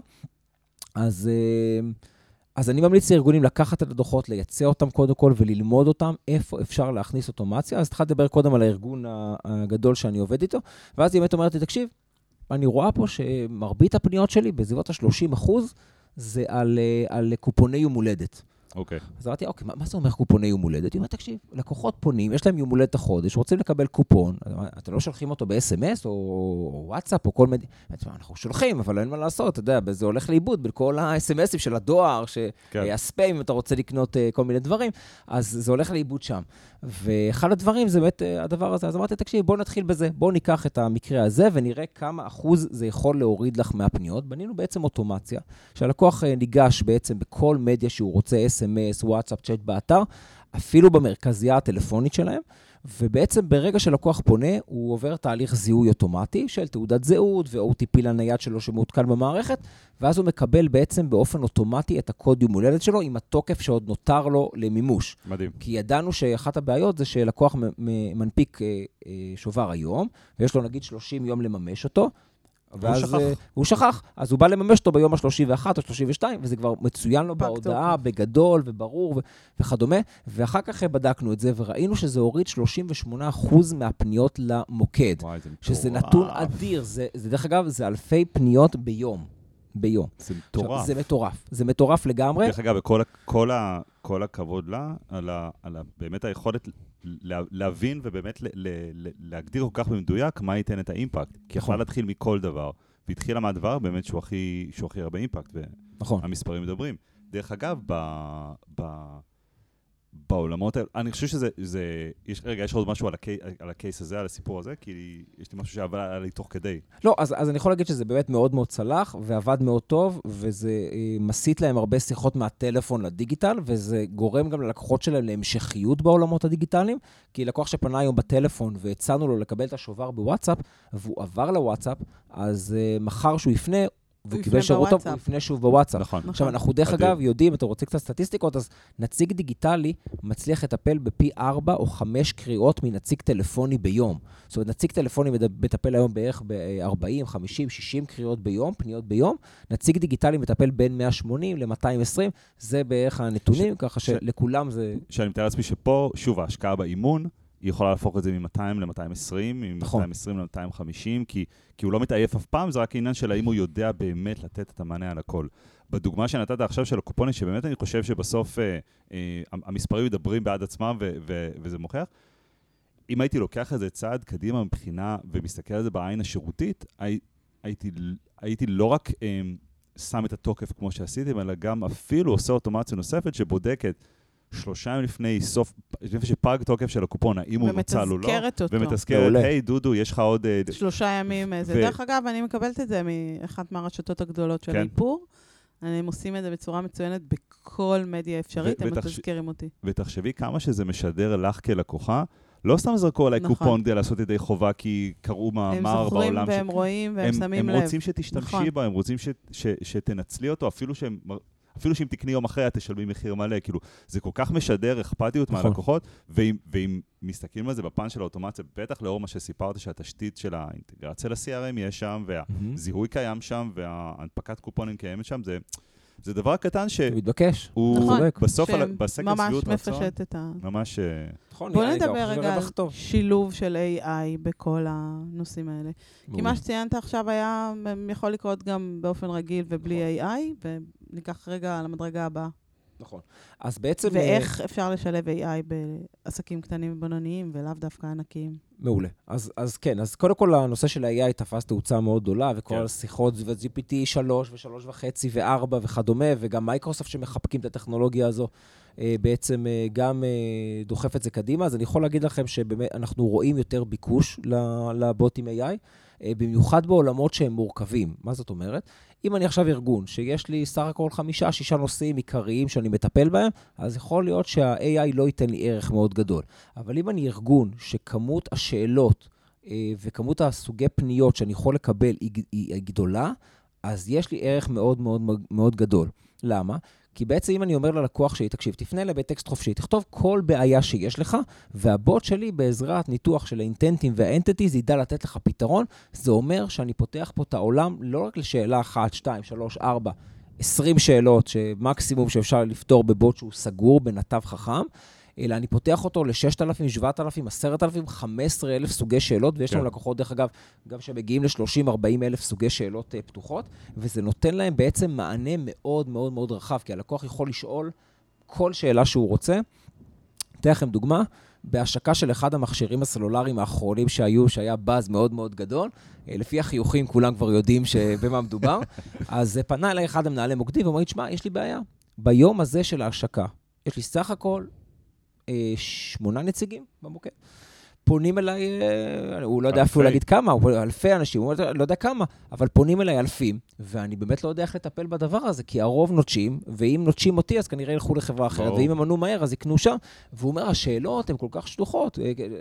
אז, אה, אז אני ממליץ לארגונים לקחת את הדוחות, לייצא אותם קודם כל, וללמוד אותם, איפה אפשר להכניס אוטומציה. אז התחלתי לדבר קודם על הארגון הגדול שאני עובד איתו, ואז היא באמת אומרת לי, תקשיב, אני רואה פה שמרבית הפניות שלי, בסביבות ה-שלושים אחוז, זה על, על קופוני יום הולדת. אוקיי. אז אמרתי, אוקיי, מה, מה זה אומר קופוני יום הולדת? היא אומרת, תקשיב, לקוחות פונים, יש להם יום הולדת החודש, רוצים לקבל קופון, אתם לא שולחים אותו ב-אס אם אס או וואטסאפ או כל מיני... אנחנו שולחים, אבל אין מה לעשות, אתה יודע, זה הולך לאיבוד בכל ה-אס אם אסים של הדואר, שהספיים, אם אתה רוצה לקנות כל מיני דברים, אז זה הולך לאיבוד שם. ואחד הדברים זה באמת הדבר הזה. אז אמרתי, תקשיב, בואו נתחיל בזה, בואו ניקח את המקרה הזה ונראה כמה אחוז זה יכול להוריד לך מהפניות. בנינו בעצם אוטומציה, שהלקוח ניגש בעצם בכל מדיה שהוא רוצה, אס אם אס, וואטסאפ, צ'אט באתר, אפילו במרכזייה הטלפונית שלהם, ובעצם ברגע שלקוח פונה, הוא עובר תהליך זיהוי אוטומטי של תעודת זהות ו-או טי פי לנייד שלו שמעודכן במערכת, ואז הוא מקבל בעצם באופן אוטומטי את הקוד יום הולדת שלו עם התוקף שעוד נותר לו למימוש. מדהים. כי ידענו שאחת הבעיות זה שלקוח מנפיק שובר היום, ויש לו נגיד שלושים יום לממש אותו, והוא שכח. הוא שכח, אז הוא בא לממש אותו ביום ה-שלושים ואחת או שלושים ושתיים, וזה כבר מצוין לו בהודעה, בגדול וברור וכדומה, ואחר כך בדקנו את זה, וראינו שזה הוריד שלושים ושמונה אחוז מהפניות למוקד, שזה נתון אדיר, זה, זה דרך אגב, זה אלפי פניות ביום, ביום. זה מטורף. זה מטורף, זה מטורף לגמרי. דרך אגב, כל, כל, כל הכבוד לה, על, ה, על ה, באמת היכולת לה, להבין ובאמת ל, ל, ל, להגדיר כל כך במדויק מה ייתן את האימפקט. כי יכולה להתחיל מכל דבר. והתחילה מהדבר באמת שהוא הכי, שהוא הכי הרבה אימפקט. נכון. והמספרים מדברים. דרך אגב, ב, ב, בעולמות האלה, אני חושב שזה, זה, יש, רגע, יש עוד משהו על, הקי, על הקייס הזה, על הסיפור הזה, כי יש לי משהו שעבד לי תוך כדי. לא, אז, אז אני יכול להגיד שזה באמת מאוד מאוד צלח, ועבד מאוד טוב, וזה אה, מסית להם הרבה שיחות מהטלפון לדיגיטל, וזה גורם גם ללקוחות שלהם להמשכיות בעולמות הדיגיטליים, כי לקוח שפנה היום בטלפון, והצענו לו לקבל את השובר בוואטסאפ, והוא עבר לוואטסאפ, אז אה, מחר שהוא יפנה, והוא קיבל שירות טוב, הוא יפנה שוב בוואטסאפ. נכון. עכשיו, אנחנו דרך אגב יודעים, אתה רוצה קצת סטטיסטיקות, אז נציג דיגיטלי מצליח לטפל בפי ארבע או חמש קריאות מנציג טלפוני ביום. זאת אומרת, נציג טלפוני מטפל היום בערך ב-ארבעים, חמישים, שישים קריאות ביום, פניות ביום. נציג דיגיטלי מטפל בין מאה ושמונים ל-מאתיים ועשרים, זה בערך הנתונים, ככה שלכולם זה... שאני מתאר לעצמי שפה, שוב, ההשקעה באימון, היא יכולה להפוך את זה מ-מאתיים ל-מאתיים ועשרים, מ-מאתיים ועשרים ל-מאתיים וחמישים, כי, כי הוא לא מתעייף אף פעם, זה רק עניין של האם הוא יודע באמת לתת את המענה על הכל. בדוגמה שנתת עכשיו של הקופונים, שבאמת אני חושב שבסוף אה, אה, המספרים מדברים בעד עצמם ו- ו- וזה מוכיח, אם הייתי לוקח את זה צעד קדימה מבחינה ומסתכל על זה בעין השירותית, הי, הייתי, הייתי לא רק אה, שם את התוקף כמו שעשיתם, אלא גם אפילו עושה אוטומציה נוספת שבודקת שלושה ימים לפני סוף, לפני שפג תוקף של הקופון, האם הוא נוצל או לא. ומתזכרת אותו. ומתזכרת, היי דודו, יש לך עוד... שלושה ימים. זה דרך אגב, אני מקבלת את זה מאחת מהרשתות הגדולות של האיפור. הם עושים את זה בצורה מצוינת בכל מדיה אפשרית, הם מתזכרים אותי. ותחשבי כמה שזה משדר לך כלקוחה, לא סתם זרקו עליי קופון כדי לעשות ידי חובה, כי קראו מאמר בעולם. הם זוכרים והם רואים והם שמים לב. הם רוצים שתשתמשי בה, הם רוצים שתנצלי אותו, אפילו שהם... אפילו שאם תקני יום אחרי, את תשלמי מחיר מלא, כאילו, זה כל כך משדר אכפתיות מהלקוחות, ואם, ואם מסתכלים על זה בפן של האוטומציה, בטח לאור מה שסיפרת, שהתשתית של האינטגרציה ל-סי אר אם יש שם, והזיהוי קיים שם, וההנפקת קופונים קיימת שם, זה, זה דבר קטן ש... זה מתבקש. הוא בסוף, בסקר ממש סביעות רצון, מפשט את ה... ממש... בוא נדבר רגע על שילוב של איי איי בכל הנושאים האלה. כי מה שציינת עכשיו היה, יכול לקרות גם באופן רגיל ובלי איי איי, וניקח רגע על המדרגה הבאה. נכון. אז בעצם... ואיך אפשר לשלב איי איי בעסקים קטנים ובינוניים, ולאו דווקא ענקיים? מעולה. אז, אז כן, אז קודם כל הנושא של ה-איי איי תפס תאוצה מאוד גדולה, וכל כן. השיחות ו-ג'י פי טי שלוש ו-שלוש וחצי ו-ארבע וכדומה, וגם מייקרוסופט שמחבקים את הטכנולוגיה הזו, בעצם גם דוחף את זה קדימה. אז אני יכול להגיד לכם שבאמת אנחנו רואים יותר ביקוש לבוטים איי איי, במיוחד בעולמות שהם מורכבים. מה זאת אומרת? אם אני עכשיו ארגון שיש לי סך הכל חמישה, שישה נושאים עיקריים שאני מטפל בהם, אז יכול להיות שה-איי איי לא ייתן לי ערך מאוד גדול. אבל אם אני ארגון שכמות השאלות וכמות הסוגי פניות שאני יכול לקבל היא גדולה, אז יש לי ערך מאוד מאוד מאוד גדול. למה? כי בעצם אם אני אומר ללקוח שלי, תקשיב, תפנה אליי בטקסט חופשי, תכתוב כל בעיה שיש לך, והבוט שלי בעזרת ניתוח של האינטנטים והאנטיטיז ידע לתת לך פתרון. זה אומר שאני פותח פה את העולם לא רק לשאלה אחת, שתיים, שלוש, ארבע, עשרים שאלות שמקסימום שאפשר לפתור בבוט שהוא סגור בנתב חכם, אלא אני פותח אותו ל-ששת אלפים, שבעת אלפים, עשרת אלפים, חמישה עשר אלף סוגי שאלות, ויש לנו לקוחות, דרך אגב, גם שמגיעים ל-שלושים ארבעים אלף סוגי שאלות פתוחות, וזה נותן להם בעצם מענה מאוד מאוד מאוד רחב, כי הלקוח יכול לשאול כל שאלה שהוא רוצה. אתן לכם דוגמה, בהשקה של אחד המכשירים הסלולריים האחרונים שהיו, שהיה באז מאוד מאוד גדול, לפי החיוכים כולם כבר יודעים שבמה מדובר, אז פנה אליי אחד המנהלי מוקדים, ואומר לי, תשמע, יש לי בעיה. ביום הזה של ההשקה, יש לי סך הכל שמונה נציגים במוקד. פונים אליי, הוא לא יודע אפילו להגיד כמה, אלפי אנשים, הוא לא יודע כמה, אבל פונים אליי אלפים, ואני באמת לא יודע איך לטפל בדבר הזה, כי הרוב נוטשים, ואם נוטשים אותי, אז כנראה ילכו לחברה אחרת, ואם הם ענו מהר, אז יקנו שם, והוא אומר, השאלות הן כל כך שטוחות,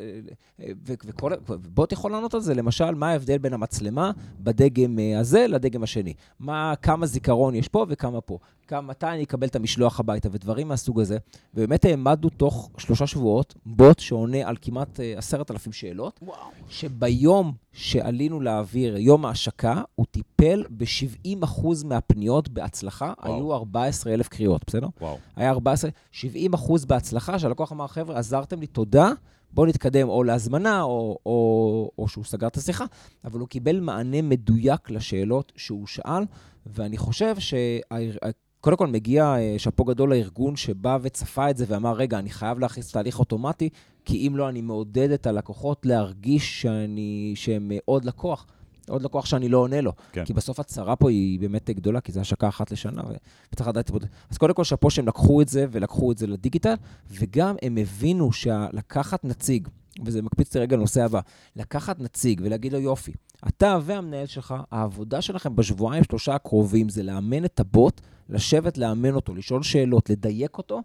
ובוא יכול לענות על זה, למשל, מה ההבדל בין המצלמה בדגם הזה לדגם השני? כמה זיכרון יש פה וכמה פה? מתי אני אקבל את המשלוח הביתה, ודברים מהסוג הזה, ובאמת העמדנו תוך שלושה שבועות, בוט שעונה על כמעט עשרת אלפים שאלות, וואו. שביום שעלינו להעביר, יום ההשקה, הוא טיפל ב-שבעים אחוז מהפניות בהצלחה, וואו. היו ארבעה עשר אלף קריאות, בסדר? וואו. היה ארבעה עשר, שבעים אחוז בהצלחה, שהלקוח אמר, חבר'ה, עזרתם לי, תודה, בואו נתקדם או להזמנה, או, או, או שהוא סגר את השיחה, אבל הוא קיבל מענה מדויק לשאלות שהוא שאל, ואני חושב שה... קודם כל מגיע שפו גדול לארגון שבא וצפה את זה ואמר, רגע, אני חייב להכניס תהליך אוטומטי, כי אם לא, אני מעודד את הלקוחות להרגיש שאני, שהם עוד לקוח, עוד לקוח שאני לא עונה לו. כן. כי בסוף הצרה פה היא באמת גדולה, כי זה השקה אחת לשנה, וצריך לדעת... אז קודם כל שפו שהם לקחו את זה, ולקחו את זה לדיגיטל, וגם הם הבינו שלקחת נציג, וזה מקפיץ לי רגע לנושא הבא, לקחת נציג ולהגיד לו יופי, אתה והמנהל שלך, העבודה שלכם בשבועיים שלושה הקרובים, זה לאמן את הבוט, לשבת, לאמן אותו, לשאול שאלות, לדייק אותו,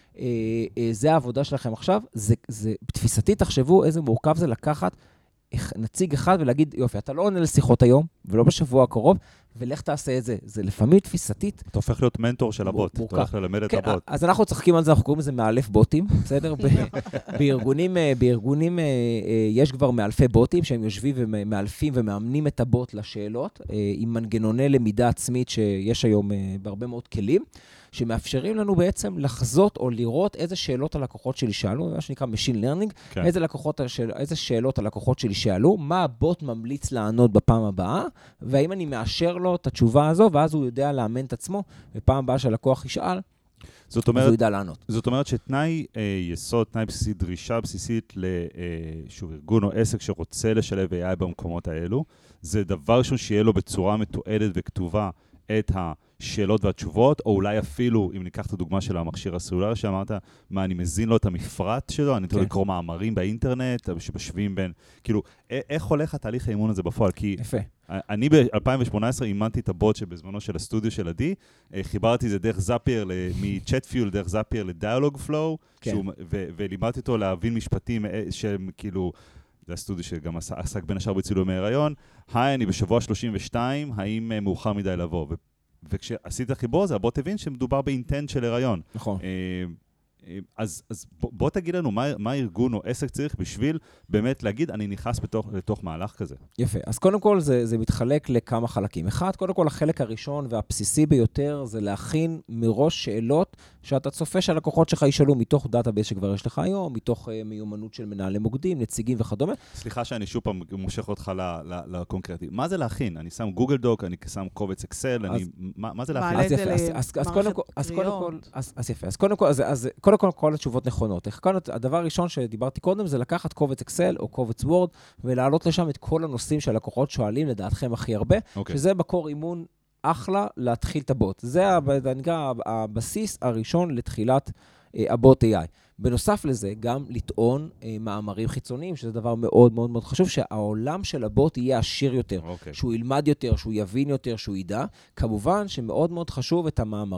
זה העבודה שלכם עכשיו, זה, זה, בתפיסתי תחשבו איזה מורכב זה לקחת נציג אחד ולהגיד, יופי, אתה לא עונה לשיחות היום, ולא בשבוע הקרוב, ולך תעשה את זה. זה לפעמים תפיסתית. אתה הופך להיות מנטור של הבוט, אתה הולך ללמד את הבוט. אז אנחנו צחקים על זה, אנחנו קוראים לזה מאלף בוטים, בסדר? בארגונים, בארגונים יש כבר מאלפי בוטים, שהם יושבים ומאלפים ומאמנים את הבוט לשאלות, עם מנגנוני למידה עצמית שיש היום בהרבה מאוד כלים, שמאפשרים לנו בעצם לחזות או לראות איזה שאלות הלקוחות שלי שאלו, מה שנקרא Machine Learning, כן. איזה, לקוחות, איזה שאלות הלקוחות שלי שאלו, מה הבוט ממליץ לענות בפעם הבאה, והאם אני מאשר לו את התשובה הזו, ואז הוא יודע לאמן את עצמו, בפעם הבאה שהלקוח ישאל, זאת אומרת, אז הוא ידע לענות. זאת אומרת שתנאי אה, יסוד, תנאי בסיסי, דרישה בסיסית לשוב ארגון או עסק שרוצה לשלב איי איי במקומות האלו, זה דבר ראשון שיהיה לו בצורה מתועדת וכתובה את השאלות והתשובות, או אולי אפילו, אם ניקח את הדוגמה של המכשיר הסלולרי שאמרת, מה, אני מזין לו את המפרט שלו, אני תוכל לקרוא מאמרים באינטרנט, שמשווים בין, כאילו, איך הולך התהליך האימון הזה בפועל? כי יפה. אני ב-אלפיים ושמונה עשרה אימנתי את הבוט שבזמנו של הסטודיו של עדי, חיברתי זה דרך זאפייר, מ-Chatfuel דרך זאפייר לדיאלוג פלואו, ולימדתי אותו להבין משפטים שהם כאילו, זה הסטודיו שגם עסק בין השאר בצילומי הריון, היי, אני בשבוע שלושים ושתיים, האם מאוחר מדי לבוא? וכשעשית החיבור הזה, הבוט הבין שמדובר באינטנט של הריון. נכון. אז, אז בוא, בוא תגיד לנו מה, מה ארגון או עסק צריך בשביל באמת להגיד, אני נכנס בתוך, לתוך מהלך כזה. יפה. אז קודם כל זה, זה מתחלק לכמה חלקים. אחד, קודם כל החלק הראשון והבסיסי ביותר זה להכין מראש שאלות שאתה צופה שהלקוחות שלך ישאלו מתוך דאטאבייס שכבר יש לך היום, מתוך uh, מיומנות של מנהלי מוקדים, נציגים וכדומה. סליחה שאני שוב פעם מושך אותך לקונקרטי. מה זה להכין? אני שם גוגל דוק, אני שם קובץ אקסל, אני, מה, מה זה להכין? אז יפה. אז, אז, אז קודם כל, אז קודם כל, אז, אז יפה. אז קודם כל, אז, אז קודם כל, כל התשובות נכונות. הדבר הראשון שדיברתי קודם זה לקחת קובץ אקסל או קובץ וורד ולהעלות לשם את כל הנושאים שהלקוחות שואלים לדעתכם הכי הרבה, okay. שזה בקור אימון אחלה להתחיל את הבוט. זה נקרא הבסיס הראשון לתחילת הבוט איי איי. בנוסף לזה, גם לטעון אה, מאמרים חיצוניים, שזה דבר מאוד מאוד מאוד חשוב, שהעולם של הבוט יהיה עשיר יותר, okay. שהוא ילמד יותר, שהוא יבין יותר, שהוא ידע. כמובן שמאוד מאוד חשוב את המאמרים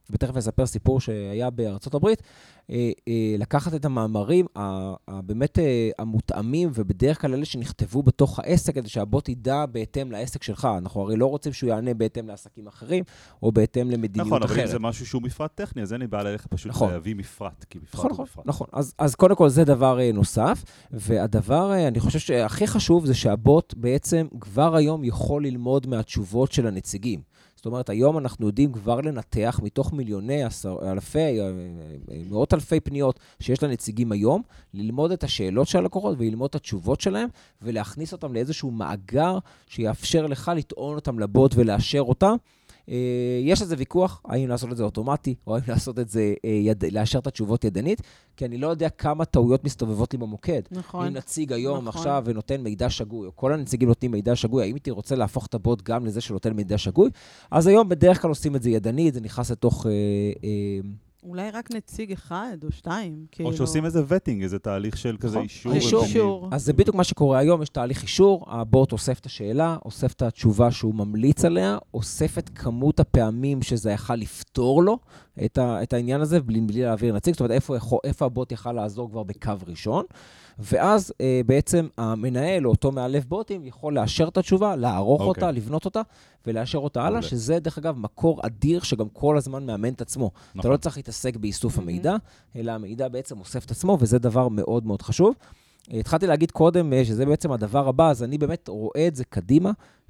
ותכף אספר סיפור שהיה בארצות הברית, לקחת את המאמרים הבאמת המותאמים, ובדרך כלל אלה שנכתבו בתוך העסק, כדי שהבוט ידע בהתאם לעסק שלך. אנחנו הרי לא רוצים שהוא יענה בהתאם לעסקים אחרים, או בהתאם למדיניות אחרת. נכון, אבל אם זה משהו שהוא מפרט טכני, אז אין לי בעיה ללכת פשוט להביא מפרט, כי מפרט הוא מפרט. נכון, אז קודם כל זה דבר נוסף, והדבר, אני חושב שהכי חשוב זה שהבוט בעצם כבר היום יכול ללמוד מהתשובות של הנציגים. זאת אומרת, היום אנחנו יודעים כבר לנתח מתוך מיליוני, אלפי, מאות אלפי פניות שיש לנציגים היום, ללמוד את השאלות של הלקוחות וללמוד את התשובות שלהם, ולהכניס אותם לאיזשהו מאגר שיאפשר לך לטעון אותם לבוט ולאשר אותם. יש איזה ויכוח, האם לעשות את זה אוטומטי, או האם לעשות את זה, לאשר את התשובות ידנית, כי אני לא יודע כמה טעויות מסתובבות לי במוקד. נכון. אם נציג היום עכשיו ונותן מידע שגוי, או כל הנציגים נותנים מידע שגוי, האם הייתי רוצה להפוך את הבוט גם לזה שנותן מידע שגוי? אז היום בדרך כלל עושים את זה ידנית, זה נכנס לתוך... אולי רק נציג אחד או שתיים. או שעושים איזה וטינג, איזה תהליך של כזה אישור. אישור. אז זה בדיוק מה שקורה היום, יש תהליך אישור, הבוט אוסף את השאלה, אוסף את התשובה שהוא ממליץ עליה, אוסף את כמות הפעמים שזה יכל לפתור לו את, ה, את העניין הזה, בלי, בלי להעביר נציג, זאת אומרת, איפה, איפה הבוט יכל לעזור כבר בקו ראשון, ואז אה, בעצם המנהל או אותו מאלף בוטים יכול לאשר את התשובה, לערוך okay. אותה, לבנות אותה, ולאשר אותה הלאה, שזה דרך אגב מקור אדיר שגם כל הזמן מאמן את עצמו. נכון. אתה לא צריך להתעסק באיסוף mm-hmm. המידע, אלא המידע בעצם אוסף את עצמו, וזה דבר מאוד מאוד חשוב. התחלתי להגיד קודם שזה בעצם הדבר הבא, אז אני באמת רואה את זה קדימה,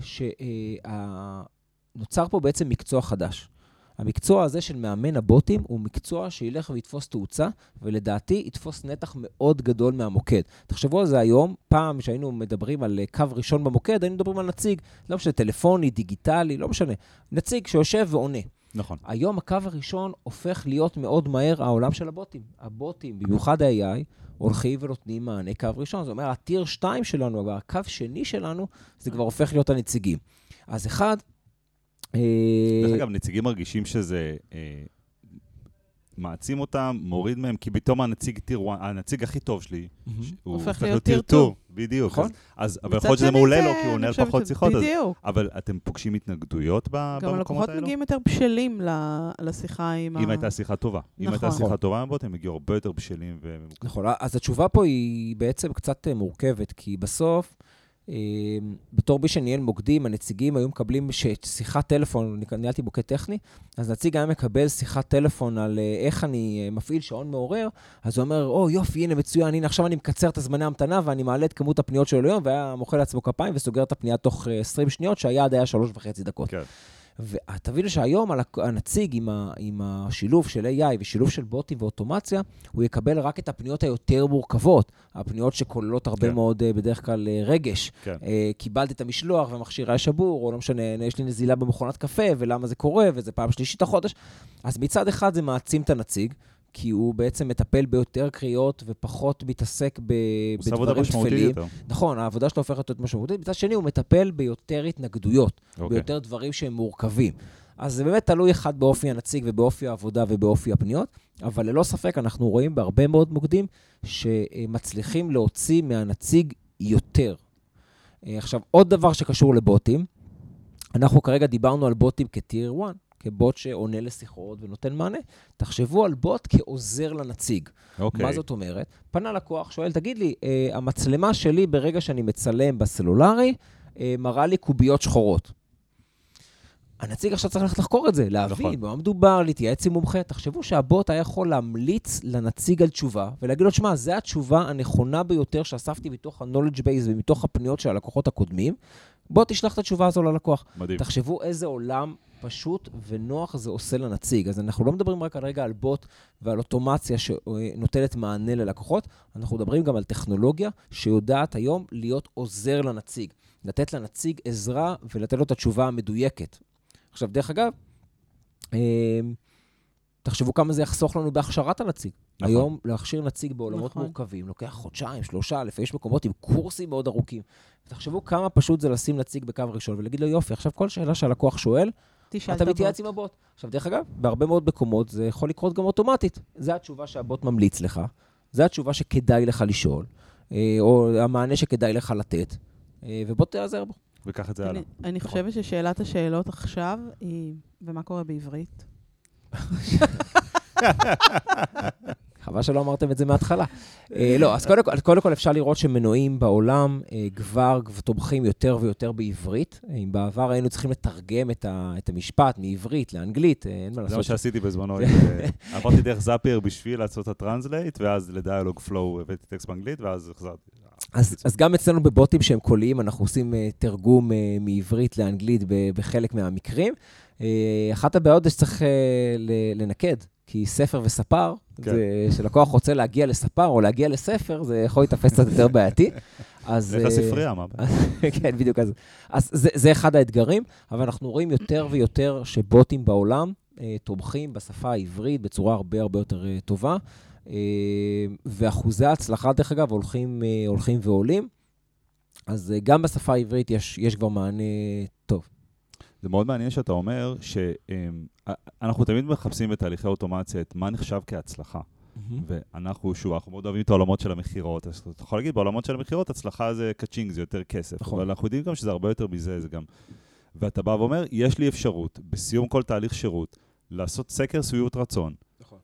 שנוצר פה בעצם מקצוע חדש. המקצוע הזה של מאמן הבוטים הוא מקצוע שילך ויתפוס תאוצה, ולדעתי יתפוס נתח מאוד גדול מהמוקד. תחשבו על זה היום, פעם שהיינו מדברים על קו ראשון במוקד, היינו מדברים על נציג, לא משנה, טלפוני, דיגיטלי, לא משנה. נציג שיושב ועונה. נכון. היום הקו הראשון הופך להיות מאוד מהר העולם של הבוטים. הבוטים, במיוחד ה-איי איי, הולכים ונותנים מענה קו ראשון. זאת אומרת, הטיר שתיים שלנו, הקו שני שלנו, זה כבר הופך להיות הנציגים. אז אחד, דרך אגב, נציגים מרגישים שזה מעצים אותם, מוריד מהם, כי פתאום הנציג הנציג הכי טוב שלי, הוא הופך להיות טיר טו. בדיוק. אבל יכול להיות שזה מעולה לו, כי הוא עונה על פחות שיחות. אבל אתם פוגשים התנגדויות במקומות האלו? גם הלקוחות מגיעים יותר בשלים לשיחה עם ה... אם הייתה שיחה טובה. אם הייתה שיחה טובה, הם הגיעו הרבה יותר בשלים. נכון, אז התשובה פה היא בעצם קצת מורכבת, כי בסוף, בתור בי שניהל מוקדים, הנציגים היו מקבלים שיחת טלפון, ניהלתי מוקד טכני, אז נציג היה מקבל שיחת טלפון על איך אני מפעיל שעון מעורר, אז הוא אומר, או יופי, הנה מצוין, הנה עכשיו אני מקצר את הזמני המתנה, ואני מעלה את כמות הפניות שלו ליום, והיה מוחא לעצמו כפיים וסוגר את הפנייה תוך עשרים שניות, שהיעד היה שלוש וחצי דקות. כן. ותבינו שהיום הנציג עם, ה, עם השילוב של איי איי ושילוב של בוטים ואוטומציה, הוא יקבל רק את הפניות היותר מורכבות, הפניות שכוללות הרבה כן. מאוד בדרך כלל רגש. כן. קיבלתי את המשלוח ומכשיר היה שבור, או לא משנה, יש לי נזילה במכונת קפה, ולמה זה קורה, וזה פעם שלישית החודש. אז מצד אחד זה מעצים את הנציג, כי הוא בעצם מטפל ביותר קריאות ופחות מתעסק בדברים תפלים. נכון, העבודה שלו הופכת להיות משמעותית. מצד שני, הוא מטפל ביותר התנגדויות, okay. ביותר דברים שהם מורכבים. אז זה באמת תלוי אחד באופי הנציג ובאופי העבודה ובאופי הפניות, אבל ללא ספק אנחנו רואים בהרבה מאוד מוקדים שמצליחים להוציא מהנציג יותר. עכשיו, עוד דבר שקשור לבוטים, אנחנו כרגע דיברנו על בוטים כטיר אחת, כבוט שעונה לשיחות ונותן מענה. תחשבו על בוט כעוזר לנציג. Okay. מה זאת אומרת? פנה לקוח, שואל, תגיד לי, אה, המצלמה שלי ברגע שאני מצלם בסלולרי, אה, מראה לי קוביות שחורות. הנציג עכשיו צריך ללכת לחקור את זה, להבין, נכון. במה מדובר, להתייעץ עם מומחה. תחשבו שהבוט היה יכול להמליץ לנציג על תשובה, ולהגיד לו, שמה, זו התשובה הנכונה ביותר שאספתי מתוך ה-knowledge base ומתוך הפניות של הלקוחות הקודמים. בוא תשלח את התשובה הזו ללקוח. מדהים. תחשבו איזה עולם פשוט ונוח זה עושה לנציג. אז אנחנו לא מדברים רק על רגע על בוט ועל אוטומציה שנותנת מענה ללקוחות, אנחנו מדברים גם על טכנולוגיה שיודעת היום להיות עוזר לנציג. לתת לנציג עזרה ולתת לו את התשובה המדויקת. עכשיו, דרך אגב, תחשבו כמה זה יחסוך לנו בהכשרת הנציג. נכון. היום להכשיר נציג בעולמות נכון. מורכבים, לוקח חודשיים, שלושה, לפעמים יש מקומות עם קורסים מאוד ארוכים. תחשבו כמה פשוט זה לשים נציג בקו ראשון ולהגיד לו, יופי, עכשיו כל שאלה שהלקוח שואל, אתה מתייעץ עם הבוט. עכשיו, דרך אגב, בהרבה מאוד מקומות זה יכול לקרות גם אוטומטית. זו התשובה שהבוט ממליץ לך, זו התשובה שכדאי לך לשאול, או המענה שכדאי לך לתת, ובוט תעזר בו. וכך את זה הלאה. אני חושבת ששאלת השאלות עכשיו היא, ומה קורה בעברית? חבל שלא אמרתם את זה מההתחלה. לא, אז קודם כל אפשר לראות שמנועים בעולם כבר תומכים יותר ויותר בעברית. אם בעבר היינו צריכים לתרגם את המשפט מעברית לאנגלית, אין מה לעשות. זה מה שעשיתי בזמנו. עברתי דרך זאפייר בשביל לעשות את הטרנסלייט, ואז לדיאלוג פלואו הבאתי טקסט באנגלית, ואז החזרתי. אז גם אצלנו בבוטים שהם קוליים, אנחנו עושים תרגום מעברית לאנגלית בחלק מהמקרים. אחת הבעיות זה שצריך לנקד. כי ספר וספר, שלקוח רוצה להגיע לספר או להגיע לספר, זה יכול להתאפס קצת יותר בעייתי. איך הספרייה, מה? כן, בדיוק אז. אז זה אחד האתגרים, אבל אנחנו רואים יותר ויותר שבוטים בעולם תומכים בשפה העברית בצורה הרבה הרבה יותר טובה, ואחוזי ההצלחה, דרך אגב, הולכים ועולים. אז גם בשפה העברית יש כבר מענה טוב. זה מאוד מעניין שאתה אומר שאנחנו תמיד מחפשים בתהליכי אוטומציה את מה נחשב כהצלחה. ואנחנו, שוב, אנחנו מאוד אוהבים את העולמות של המחירות. אז אתה יכול להגיד, בעולמות של המחירות, הצלחה זה קצ'ינג, זה יותר כסף. אבל אנחנו יודעים גם שזה הרבה יותר מזה, זה גם... ואתה בא ואומר, יש לי אפשרות, בסיום כל תהליך שירות, לעשות סקר סביבות רצון.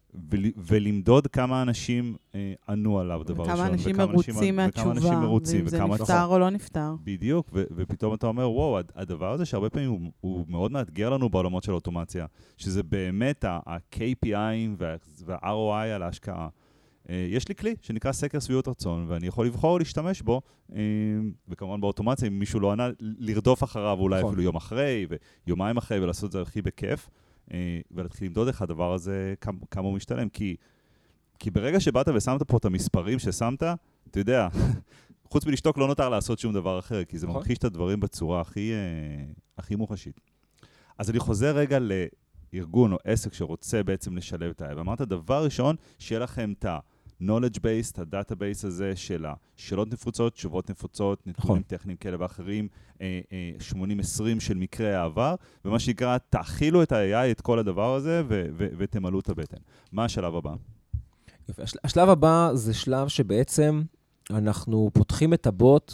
ולמדוד כמה אנשים ענו עליו דבר ראשון. וכמה אנשים מרוצים מהתשובה, ואם זה נפטר או לא נפטר. בדיוק, ופתאום אתה אומר, וואו, הדבר הזה שהרבה פעמים הוא מאוד מאתגר לנו בעולמות של אוטומציה, שזה באמת ה-קיי פי איי וה-אר או איי על ההשקעה. יש לי כלי שנקרא סקר סביבות רצון, ואני יכול לבחור להשתמש בו, וכמובן באוטומציה, אם מישהו לא ענה, לרדוף אחריו אולי אפילו יום אחרי, ויומיים אחרי, ולעשות את זה הכי בכיף. ולהתחיל למדוד איך הדבר הזה, כמה הוא משתלם, כי, כי ברגע שבאת ושמת פה את המספרים ששמת, אתה יודע, חוץ מלשתוק לא נותר לעשות שום דבר אחר, כי זה ממחיש את הדברים בצורה הכי, הכי מוחשית. אז אני חוזר רגע לארגון או עסק שרוצה בעצם לשלב את ה... ואמרת, דבר ראשון, שיהיה לכם את ה-knowledge base, את ה-database הזה של השאלות נפוצות, תשובות נפוצות, נתונים טכניים כאלה ואחרים, שמונים עשרים של מקרי העבר, ומה שיקרא, תאכילו את ה-איי איי, את כל הדבר הזה, ותמלאו את הבטן. מה השלב הבא? יופי. השלב הבא זה שלב שבעצם אנחנו פותחים את הבוט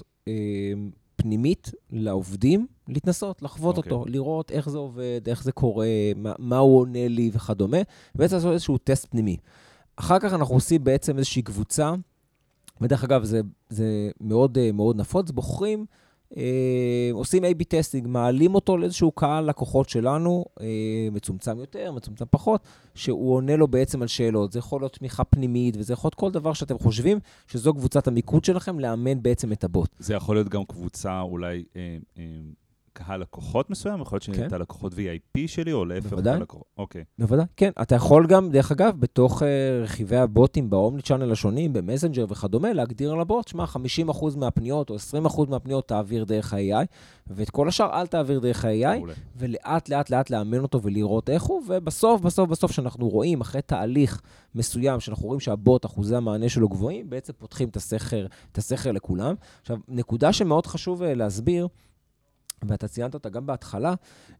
פנימית לעובדים, להתנסות, לחוות אותו, לראות איך זה עובד, איך זה קורה, מה הוא עונה לי וכדומה, ובעצם לעשות איזשהו טסט פנימי. אחר כך אנחנו עושים בעצם איזושהי קבוצה, ודרך אגב, זה, זה מאוד, מאוד נפוץ, בוחרים, אה, עושים איי בי טסטינג, מעלים אותו לאיזשהו קהל לקוחות שלנו, אה, מצומצם יותר, מצומצם פחות, שהוא עונה לו בעצם על שאלות. זה יכול להיות תמיכה פנימית, וזה יכול להיות כל דבר שאתם חושבים, שזו קבוצת המיקוד שלכם, לאמן בעצם את הבוט. זה יכול להיות גם קבוצה אולי... אה, אה... קהל לקוחות מסוים? יכול להיות שנהיית לקוחות וי איי פי שלי, או להפך? בוודאי. אוקיי. בוודאי, כן. אתה יכול גם, דרך אגב, בתוך רכיבי הבוטים באומני צ'אנל השונים, במסנג'ר וכדומה, להגדיר על הבוט, שמה, חמישים אחוז מהפניות או עשרים אחוז מהפניות תעביר דרך ה-איי איי, ואת כל השאר אל תעביר דרך ה-איי איי, ולאט לאט לאט לאמן אותו ולראות איך הוא, ובסוף, בסוף, בסוף שאנחנו רואים, אחרי תהליך מסוים, שאנחנו רואים שהבוט, אחוזי המענה שלו גבוהים, בעצם פותחים את הסכר, את הסכר לכולם. עכשיו, נקודה שמאוד חשוב להסביר, ואתה ציינת אותה גם בהתחלה,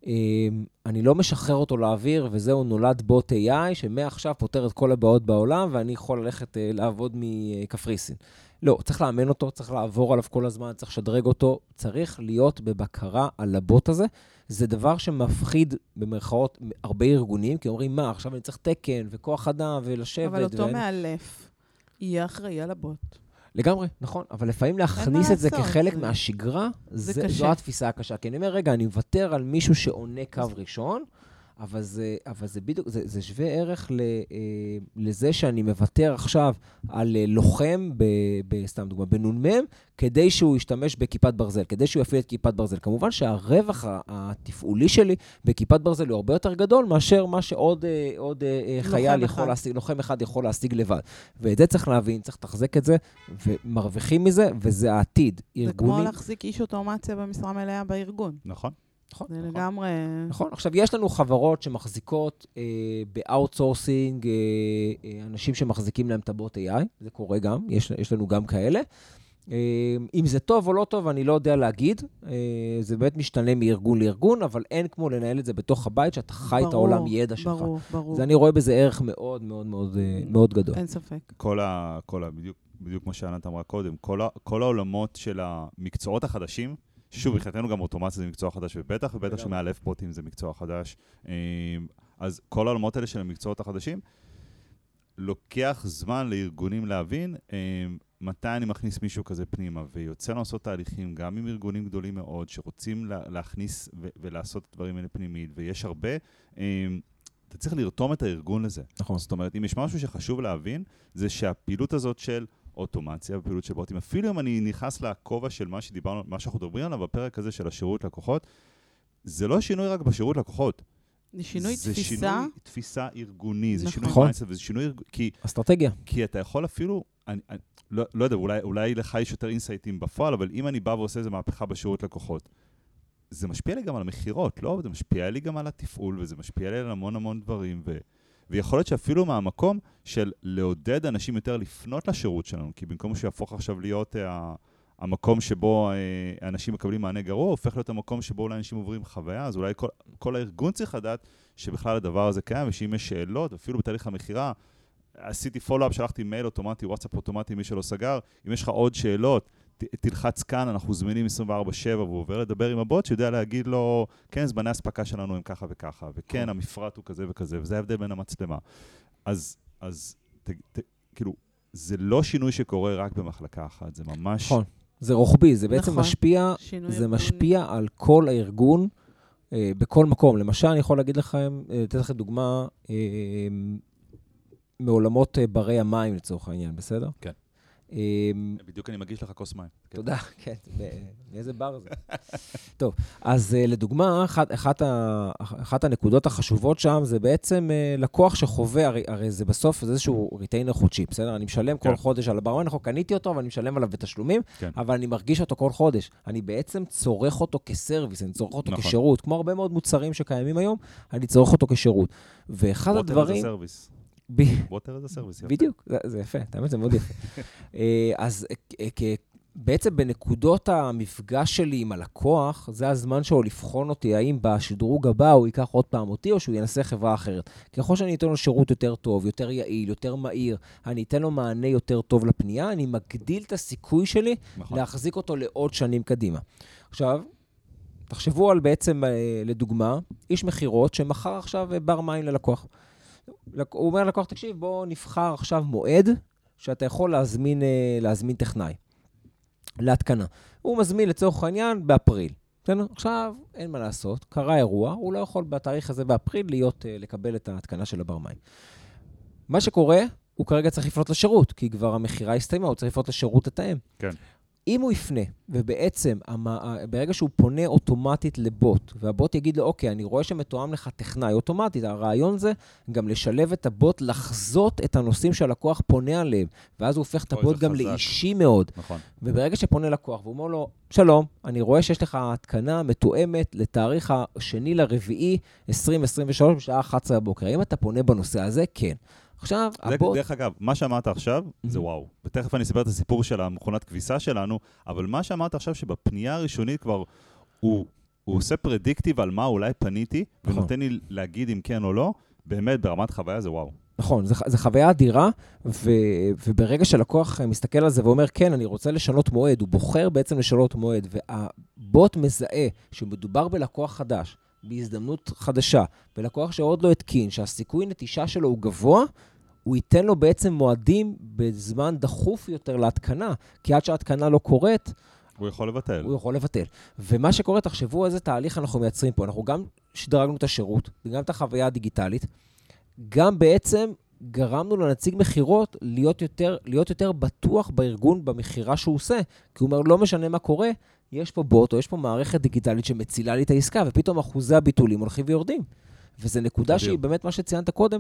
אני לא משחרר אותו לאוויר, וזהו נולד בוט איי איי, שמעכשיו פותר את כל הבעיות בעולם, ואני יכול ללכת לעבוד מקפריסין. לא, צריך לאמן אותו, צריך לעבור עליו כל הזמן, צריך לשדרג אותו, צריך להיות בבקרה על הבוט הזה. זה דבר שמפחיד במרכאות הרבה ארגונים, כי אומרים, מה, עכשיו אני צריך תקן וכוח אדם ולשבת. אבל אותו מאלף יהיה אחראי על הבוט. לגמרי, נכון, אבל לפעמים להכניס את זה כחלק מהשגרה, זו התפיסה הקשה. כי אני אומר, רגע, אני מוותר על מישהו שעונה קו ראשון, אבל זה, אבל זה בדיוק, זה, זה שווה ערך ל, לזה שאני מוותר עכשיו על לוחם, ב, ב, סתם דוגמה, בנונמם, כדי שהוא ישתמש בכיפת ברזל, כדי שהוא יפעיל את כיפת ברזל. כמובן שהרווח התפעולי שלי בכיפת ברזל הוא הרבה יותר גדול, מאשר מה שעוד עוד חייל יכול להשיג, לוחם אחד יכול להשיג לבד. ואת זה צריך להבין, צריך לתחזק את זה, ומרוויחים מזה, וזה העתיד. זה כמו להחזיק איש אוטומציה במשרה מלאה בארגון. נכון. נכון, זה נכון. לגמרי... נכון, עכשיו יש לנו חברות שמחזיקות אה, באוטסורסינג, אה, אה, אנשים שמחזיקים להם את הבוט איי איי, זה קורה גם, יש, יש לנו גם כאלה. אה, אם זה טוב או לא טוב, אני לא יודע להגיד, אה, זה באמת משתנה מארגון לארגון, אבל אין כמו לנהל את זה בתוך הבית, שאתה חי ברור, את העולם ידע שלך. ברור, ברור. זה אני רואה בזה ערך מאוד מאוד מאוד, מאוד גדול. אין ספק. כל ה... כל ה בדיוק, בדיוק כמו שענת אמרה קודם, כל, ה, כל העולמות של המקצועות החדשים, שוב, מבחינתנו גם אוטומציה זה מקצוע חדש, ובטח, ובטח שמאלף בוטים זה מקצוע חדש. אז כל העולמות האלה של המקצועות החדשים, לוקח זמן לארגונים להבין מתי אני מכניס מישהו כזה פנימה, ויוצא לעשות תהליכים גם עם ארגונים גדולים מאוד, שרוצים להכניס ולעשות את הדברים האלה פנימית, ויש הרבה, אתה צריך לרתום את הארגון לזה. נכון. זאת אומרת, אם יש משהו שחשוב להבין, זה שהפעילות הזאת של אוטומציה, הפעילות של בוטים, אפילו אם אני נכנס לכובע של מה שדיברנו, מה שאנחנו מדברים עליו, בפרק הזה של השירות לקוחות, זה לא שינוי רק בשירות לקוחות. זה שינוי זה תפיסה. זה שינוי תפיסה ארגוני, זה שינוי נכון. מיינסט, וזה שינוי ארגוני. כי, אסטרטגיה. כי אתה יכול אפילו, אני, אני, לא, לא יודע, אולי, אולי לך יש יותר אינסייטים בפועל, אבל אם אני בא ועושה איזה מהפכה בשירות לקוחות, זה משפיע לי גם על המחירות, לא? זה משפיע לי גם על התפעול, וזה משפיע לי על המון המון דברים, ו... ויכול להיות שאפילו מהמקום של לעודד אנשים יותר לפנות לשירות שלנו, כי במקום שיהפוך עכשיו להיות ה... המקום שבו אה, אנשים מקבלים מענה גרוע, הופך להיות המקום שבו אולי אנשים עוברים חוויה, אז אולי כל, כל הארגון צריך לדעת שבכלל הדבר הזה קיים, ושאם יש שאלות, אפילו בתהליך המחירה, עשיתי פולו-אפ, שלחתי מייל אוטומטי, וואטסאפ אוטומטי, מי שלא סגר, אם יש לך עוד שאלות, ת, תלחץ כאן, אנחנו זמינים עשרים וארבע שבע, והוא עובר לדבר עם הבוט, שיודע להגיד לו, כן, זמני הספקה שלנו הם ככה וככה, וכן, המפרט הוא כזה וכזה, וזה ההבדל בין המצלמה. אז, אז, ת, ת, כאילו, זה לא שינוי שקורה רק במחלקה אחת, זה ממש... נכון. זה רוחבי, זה בעצם נכון. משפיע, זה משפיע על כל הארגון, אה, בכל מקום. למשל, אני יכול להגיד לכם, לתת לכם דוגמה, אה, מעולמות אה, ברי המים לצורך העניין, בסדר? כן. אה, בדיוק אני מגיש לך כוס מים. תודה, כן. מאיזה בר זה? טוב, אז אה, לדוגמה, אחת, אחת, ה, אחת הנקודות החשובות שם, זה בעצם אה, לקוח שחווה, הרי, הרי זה בסוף, זה איזשהו ריטיינר חודשי, בסדר? אני משלם כל כן. חודש על הברמן, נכון, קניתי אותו, אבל אני משלם עליו בתשלומים, כן. אבל אני מרגיש אותו כל חודש. אני בעצם צורך אותו כסרוויס, אני צורך אותו נכון. כשירות. כמו הרבה מאוד מוצרים שקיימים היום, אני צורך אותו כשירות. ואחד הדברים... Water as a service. ב... Water as a service. בדיוק, זה, זה יפה, האמת זה מאוד יפה. אה, אז אה, כ... בעצם בנקודות המפגש שלי עם הלקוח, זה הזמן שלו לבחון אותי, האם בשדרוג הבא הוא ייקח עוד פעם אותי, או שהוא ינסה חברה אחרת. ככל שאני אתן לו שירות יותר טוב, יותר יעיל, יותר מהיר, אני אתן לו מענה יותר טוב לפנייה, אני מגדיל את הסיכוי שלי נכון. להחזיק אותו לעוד שנים קדימה. עכשיו, תחשבו על בעצם, לדוגמה, איש מחירות שמחר עכשיו בר מים ללקוח. הוא אומר ללקוח, תקשיב, בוא נבחר עכשיו מועד שאתה יכול להזמין, להזמין טכנאי. להתקנה. הוא מזמין לצורך העניין באפריל. עכשיו, אין מה לעשות, קרה אירוע, הוא לא יכול בתאריך הזה באפריל להיות, לקבל את ההתקנה של הבר מים. מה שקורה, הוא כרגע צריך לפנות לשירות, כי כבר המחירה הסתיימה, הוא צריך לפנות לשירות התאם. כן. אם הוא יפנה, ובעצם, ברגע שהוא פונה אוטומטית לבוט, והבוט יגיד לו, אוקיי, אני רואה שמתואם לך טכנאי אוטומטית, הרעיון זה גם לשלב את הבוט, לחזות את הנושאים שהלקוח פונה עליהם, ואז הוא הופך את הבוט גם לאישי מאוד. נכון. וברגע שפונה לקוח, והוא אומר לו, שלום, אני רואה שיש לך התקנה מתואמת לתאריך השני לרביעי עשרים עשרים ושלוש בשעה אחת עשרה בבוקר. האם אתה פונה בנושא הזה? כן. עכשיו, הבוט... דרך אגב, מה שאמרת עכשיו, זה וואו. ותכף אני אספר את הסיפור של המכונת כביסה שלנו, אבל מה שאמרת עכשיו, שבפנייה הראשונית כבר הוא, הוא עושה פרדיקטיב על מה אולי פניתי, נכון. ונותן לי להגיד אם כן או לא, באמת ברמת חוויה זה וואו. נכון, זו, זו חוויה אדירה, ו, וברגע שלקוח מסתכל על זה ואומר, כן, אני רוצה לשנות מועד, הוא בוחר בעצם לשנות מועד, והבוט מזהה שמדובר בלקוח חדש, בהזדמנות חדשה, ולקוח שעוד לא התקין, שהסיכוי נטישה שלו הוא גבוה, הוא ייתן לו בעצם מועדים בזמן דחוף יותר להתקנה, כי עד שההתקנה לא קורית, הוא יכול לבטל. הוא יכול לבטל. ומה שקורה, תחשבו איזה תהליך אנחנו מייצרים פה. אנחנו גם שדרגנו את השירות, וגם את החוויה הדיגיטלית, גם בעצם גרמנו לנציג מחירות להיות יותר, להיות יותר בטוח בארגון במחירה שהוא עושה, כי הוא אומר, לא משנה מה קורה, יש פה בוט או יש פה מערכת דיגיטלית שמצילה לי את העסקה, ופתאום אחוזי הביטולים הולכים ויורדים. וזו נקודה שהיא באמת מה שציינת קודם,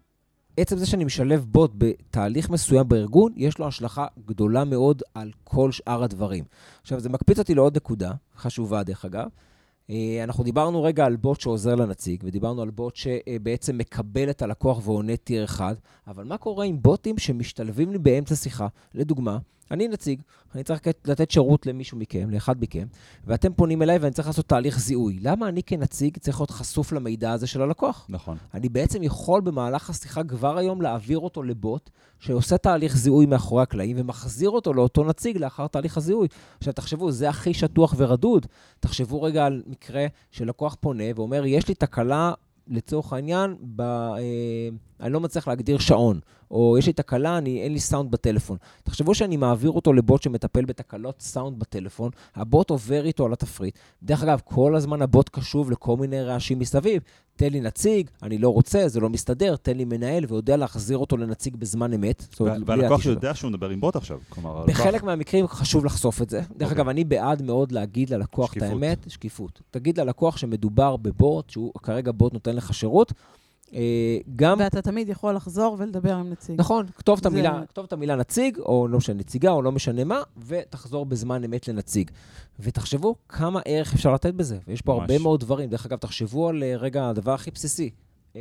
עצם זה שאני משלב בוט בתהליך מסוים בארגון, יש לו השלכה גדולה מאוד על כל שאר הדברים. עכשיו, זה מקפיץ אותי לעוד נקודה, חשובה דרך אגב. אנחנו דיברנו רגע על בוט שעוזר לנציג, ודיברנו על בוט שבעצם מקבל את הלקוח ועונה טיר אחד, אבל מה קורה עם בוטים שמשתלבים לי באמצע שיחה? לדוגמה, אני נציג, אני צריך לתת שירות למישהו מכם, לאחד מכם, ואתם פונים אליי ואני צריך לעשות תהליך זיהוי. למה אני כנציג צריך להיות חשוף למידע הזה של הלקוח? נכון. אני בעצם יכול במהלך השיחה כבר היום להעביר אותו לבוט, שעושה תהליך זיהוי מאחורי הקלעים, ומחזיר אותו לאותו נציג לאחר תהליך הזיהוי. עכשיו תחשבו, זה הכי שטוח ורדוד. תחשבו רגע על מקרה שלקוח פונה ואומר, יש לי תקלה לצורך העניין, ב, אה, אני לא מצליח להגדיר שעון, או יש לי תקלה, אני, אין לי סאונד בטלפון. תחשבו שאני מעביר אותו לבוט שמטפל בתקלות סאונד בטלפון, הבוט עובר איתו על התפריט. דרך אגב, כל הזמן הבוט קשוב לכל מיני רעשים מסביב. תן לי נציג, אני לא רוצה, זה לא מסתדר, תן לי מנהל, ויודע להחזיר אותו לנציג בזמן אמת. והלקוח שיודע שהוא מדבר עם בוט עכשיו. בחלק מהמקרים חשוב לחשוף את זה. דרך אגב, אני בעד מאוד להגיד ללקוח את האמת, שקיפות. תגיד ללקוח שמדובר בבוט, שהוא כרגע בוט נותן לך שירות, גם... ואתה תמיד יכול לחזור ולדבר עם נציג. נכון, כתוב את המילה, כתוב את המילה נציג, או לא משנה נציגה, או לא משנה מה, ותחזור בזמן אמת לנציג. ותחשבו כמה ערך אפשר לתת בזה. ויש פה הרבה מאוד דברים. דרך אגב, תחשבו על רגע הדבר הכי בסיסי.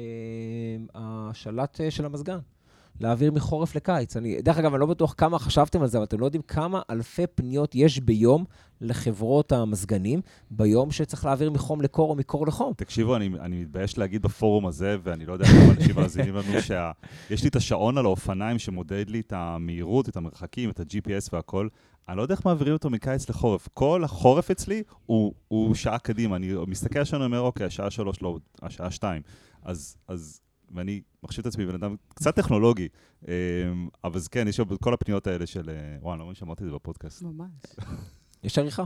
השלט של המזגן. להעביר מחורף לקיץ. אני, דרך אגב, אני לא בטוח כמה חשבתם על זה, אבל אתם לא יודעים כמה אלפי פניות יש ביום לחברות המזגנים, ביום שצריך להעביר מחום לקור או מקור לחום. תקשיבו, אני, אני מתבייש להגיד בפורום הזה, ואני לא יודע כמה אנשים מאזינים לנו, שיש לי את השעון על האופניים שמודד לי את המהירות, את המרחקים, את ה-ג'י פי אס והכל. אני לא יודע איך מעבירים אותו מקיץ לחורף. כל החורף אצלי הוא, הוא שעה קדימה. אני מסתכל שאני אומר, אוקיי, השעה שלוש, לא, השעה שתיים. אז, אז, ואני מחשיב את עצמי בן אדם קצת טכנולוגי, אבל זה כן, יש כל הפניות האלה של, וואו, אני לא מבין שאמרתי את זה בפודקאסט. ממש. יש עריכה.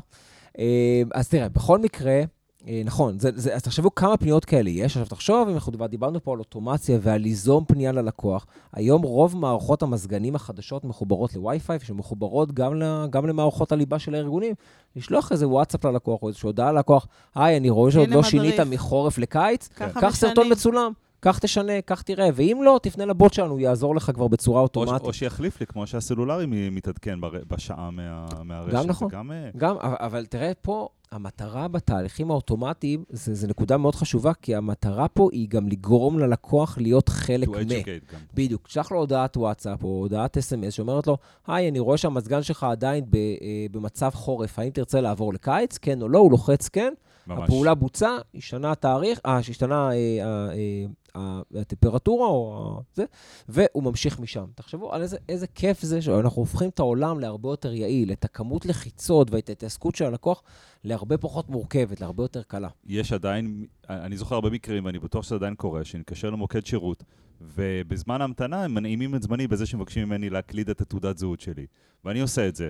אז תראה, בכל מקרה, נכון, זה, זה, אז תחשבו כמה פניות כאלה יש. עכשיו תחשוב, אם אנחנו דיברנו פה על אוטומציה ועל ליזום פנייה ללקוח, היום רוב מערכות המזגנים החדשות מחוברות לווי-פיי, שמחוברות גם, ל, גם למערכות הליבה של הארגונים. לשלוח איזה וואטסאפ ללקוח, או איזושהי הודעה ללקוח, היי, אני רואה שעוד לא שינית מחורף לקיץ, קח סרטון מצולם. כך תשנה, כך תראה, ואם לא, תפנה לבוט שלנו, הוא יעזור לך כבר בצורה אוטומטית. או, או שיחליף לי, כמו שהסלולרי מתעדכן בשעה מה, מהרשת. גם נכון, גם, גם, אבל תראה פה, המטרה בתהליכים האוטומטיים, זה, זה נקודה מאוד חשובה, כי המטרה פה היא גם לגרום ללקוח להיות חלק מ... בדיוק, תשלח לו הודעת וואטסאפ או הודעת אס אם אס, שאומרת לו, היי, אני רואה שהמזגן שלך עדיין במצב חורף, האם תרצה לעבור לקיץ? כן או לא, הוא לוחץ כן. ממש. הפעולה בוצע, השתנה התאריך, אה, השתנה אה, אה, אה, הטמפרטורה או זה, והוא ממשיך משם. תחשבו על איזה, איזה כיף זה שאנחנו הופכים את העולם להרבה יותר יעיל, את הכמות לחיצות ואת ההתעסקות של הלקוח להרבה פחות מורכבת, להרבה יותר קלה. יש עדיין, אני זוכר הרבה מקרים, ואני בטוח שזה עדיין קורה, שנקשר למוקד שירות, ובזמן ההמתנה הם מנעימים את זמני בזה שמבקשים ממני להקליד את התעודת זהות שלי. ואני עושה את זה.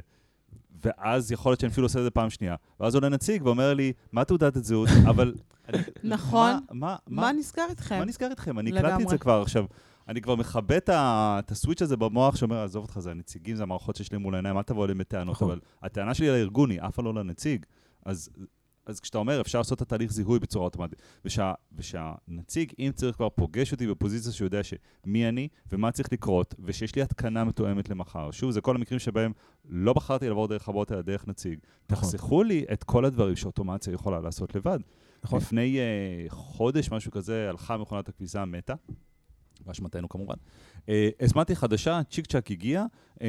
ואז יכול להיות שאני אפילו עושה את זה פעם שנייה. ואז עולה נציג ואומר לי, מה תעודת את זהות? אבל... נכון. מה נסגר איתכם? מה נסגר איתכם? אני הקלטתי את זה כבר עכשיו. אני כבר מכבה את הסוויץ' הזה במוח שאומר, עזוב אותך, זה הנציגים, זה המערכות שיש לי מול העיניים, אל תבוא אליהם בטענות. אבל הטענה שלי לארגון היא, אף לא לנציג. אז... אז כשאתה אומר, אפשר לעשות את התהליך זיהוי בצורה אוטומטית, ושה, ושהנציג, אם צריך כבר פוגש אותי בפוזיציה שהוא יודע שמי אני ומה צריך לקרות, ושיש לי התקנה מתואמת למחר. שוב, זה כל המקרים שבהם לא בחרתי לעבור דרך הבוט אלא דרך נציג. נכון. תחסכו לי את כל הדברים שאוטומציה יכולה לעשות לבד. נכון. לפני uh, חודש, משהו כזה, הלכה מכונת הכביסה מתה, באשמתנו כמובן. Uh, הזמנתי חדשה, צ'יק צ'ק הגיע, uh,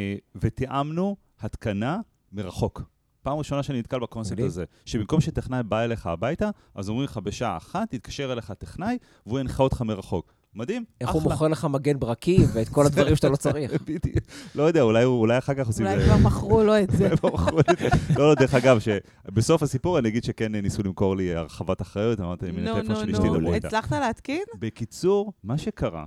ותיאמנו התקנה מרחוק. פעם ראשונה שאני נתקל בקונספט הזה, שבמקום שטכנאי בא אליך הביתה, אז אומרים לך בשעה אחת, תתקשר אליך טכנאי, והוא ינחה אותך מרחוק. מדהים? איך הוא מוכר לך מגן ברקים ואת כל הדברים שאתה לא צריך? לא יודע, אולי אחר כך עושים... אולי כבר מכרו לו את זה. לא, לא, דרך אגב, שבסוף הסיפור אני אגיד שכן ניסו למכור לי הרחבת אחריות, אמרתי, הנה טלפון שלי שתי דברו איתה. הצלחת להתקין? בקיצור, מה שקרה,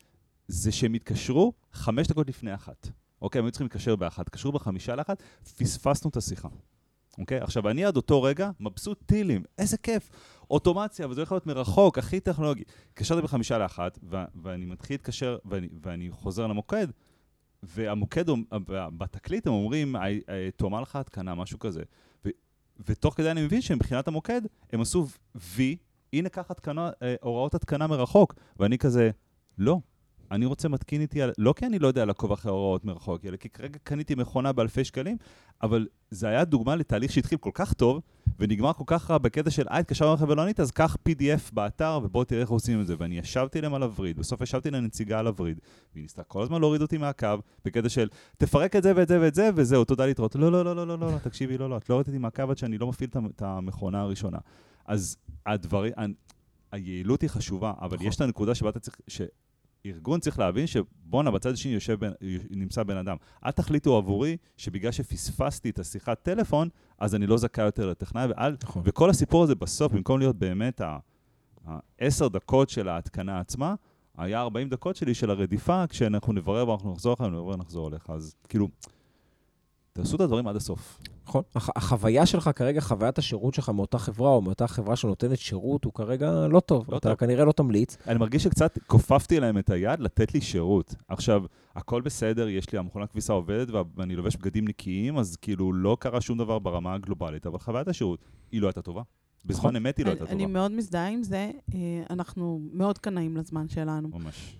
זה שהם התקשרו חמש דקות לפני אחת. אוקיי, הם צריכים להתקשר באחת, קשרו בחמישה לאחת, פספסנו את השיחה. אוקיי? עכשיו, אני עד אותו רגע מבסוט טילים, איזה כיף. אוטומציה, וזה יכול להיות מרחוק, הכי טכנולוגי. קשרתי בחמישה לאחת, ו- ואני מתחיל להתקשר, ואני, ואני חוזר למוקד, והמוקד, בתקליט הם אומרים, תאמר לך התקנה, משהו כזה. ו- ותוך כדי אני מבין שמבחינת המוקד, הם עשו וי, הנה כך התקנה, הוראות התקנה מרחוק, ואני כזה, לא. אני רוצה מתקין איתי, לא כי אני לא יודע לעקוב אחרי הוראות מרחוק, אלא כי כרגע קניתי מכונה באלפי שקלים, אבל זה היה דוגמה לתהליך שהתחיל כל כך טוב, ונגמר כל כך רע בקטע של, אה, התקשר לך ולא ענית, אז קח פי די אף באתר, ובוא תראה איך עושים את זה. ואני ישבתי להם על הווריד, בסוף ישבתי לנציגה על הווריד, והיא ניסתה כל הזמן להוריד אותי מהקו, בקטע של, תפרק את זה ואת זה ואת זה, וזהו, תודה להתראות. לא, לא, לא, לא, לא, לא, תקשיבי, לא, לא, את לא הורדת אותי מהקו עד שאני לא מפעיל את המכונה הראשונה. אז הדברים, היעילות היא חשובה, אבל יש את הנקודה שבה אתה צריך, ארגון צריך להבין שבונה בצד השני יושב בין, נמצא בן אדם. אל תחליטו עבורי שבגלל שפספסתי את השיחת טלפון, אז אני לא זכאי יותר לטכנאי, ועל, נכון. וכל הסיפור הזה בסוף, במקום להיות באמת ה, העשר דקות של ההתקנה עצמה, היה ארבעים דקות שלי של הרדיפה, כשאנחנו נברר ואנחנו נחזור לך, נברר ונחזור לך. אז כאילו, תעשו את הדברים עד הסוף. נכון. החוויה שלך כרגע, חוויית השירות שלך מאותה חברה, או מאותה חברה שנותנת שירות, הוא כרגע לא טוב. אתה כנראה לא תמליץ. אני מרגיש שקצת כופפתי להם את היד לתת לי שירות. עכשיו, הכל בסדר, יש לי המכונה כביסה עובדת, ואני לובש בגדים נקיים, אז כאילו לא קרה שום דבר ברמה הגלובלית, אבל חוויית השירות היא לא הייתה טובה. בזמן אמת היא לא הייתה טובה. אני מאוד מזדהה עם זה, אנחנו מאוד קנאים לזמן שלנו. ממש.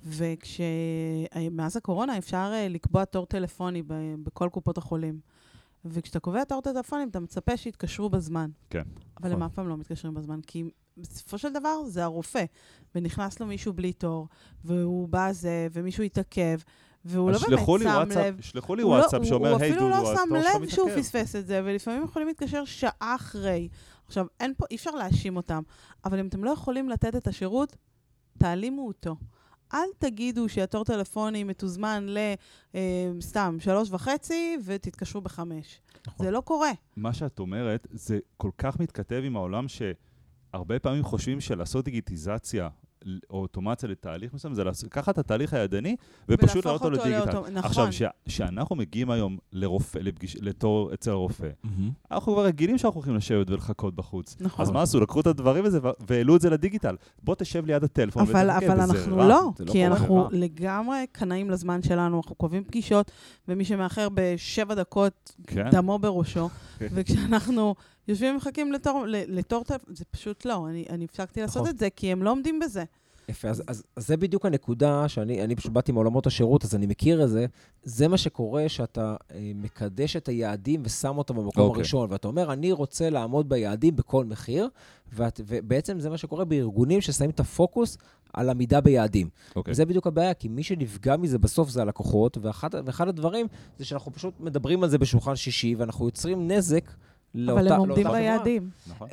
וכשמאז הקורונה אפשר לקבוע תור טלפוני בכל קופות החולים. וכשאתה קובע תור טלפונים, אתה מצפה שיתקשרו בזמן. כן. אבל הם אף פעם לא מתקשרים בזמן, כי בסופו של דבר זה הרופא, ונכנס לו מישהו בלי תור, והוא בא זה, ומישהו יתעכב, והוא לא באמת שם לב. שלחו לי וואטסאפ שאומר, היי דודו, הוא אפילו לא שם התור שלך לב שהוא מתעכב. פספס את זה, ולפעמים יכולים להתקשר שעה אחרי. עכשיו, אין פה, אי אפשר להאשים אותם, אבל אם אתם לא יכולים לתת את השירות, תעלימו אותו. אל תגידו שהתור טלפוני מתוזמן לסתם שלוש וחצי, ותתקשרו בחמש. נכון. זה לא קורה. מה שאת אומרת, זה כל כך מתכתב עם העולם שהרבה פעמים חושבים שלעשות דיגיטיזציה, או אוטומציה לתהליך מסוים, זה לקחת את התהליך הידני, ופשוט לעלות אותו לדיגיטל. לאוטו... נכון. עכשיו, שאנחנו מגיעים היום לרופא, לפגיש, לתור אצל הרופא, mm-hmm. אנחנו כבר רגילים שאנחנו הולכים לשבת ולחכות בחוץ. נכון. אז מה עשו? לקחו את הדברים הזה והעלו את זה לדיגיטל. בוא תשב ליד הטלפון אבל, ותחכה, אבל אנחנו רע. לא, כי לא אנחנו רע. לגמרי קנאים לזמן שלנו, אנחנו קובעים פגישות, ומי שמאחר בשבע דקות כן. דמו בראשו, וכשאנחנו יושבים ומחכים לתור, לתור, זה פשוט לא, אני, אני הפסקתי לעשות נכון. את זה, כי הם לא עומדים בזה. יפה, אז, אז, אז זה בדיוק הנקודה שאני אני פשוט באתי מעולמות השירות, אז אני מכיר את זה. זה מה שקורה שאתה אה, מקדש את היעדים ושם אותם במקום okay. הראשון, ואתה אומר, אני רוצה לעמוד ביעדים בכל מחיר, ואת, ובעצם זה מה שקורה בארגונים ששמים את הפוקוס על עמידה ביעדים. Okay. וזה בדיוק הבעיה, כי מי שנפגע מזה בסוף זה הלקוחות, ואחד, ואחד הדברים זה שאנחנו פשוט מדברים על זה בשולחן שישי, ואנחנו יוצרים נזק לאותה, אבל הם עומדים ביעדים. נכון.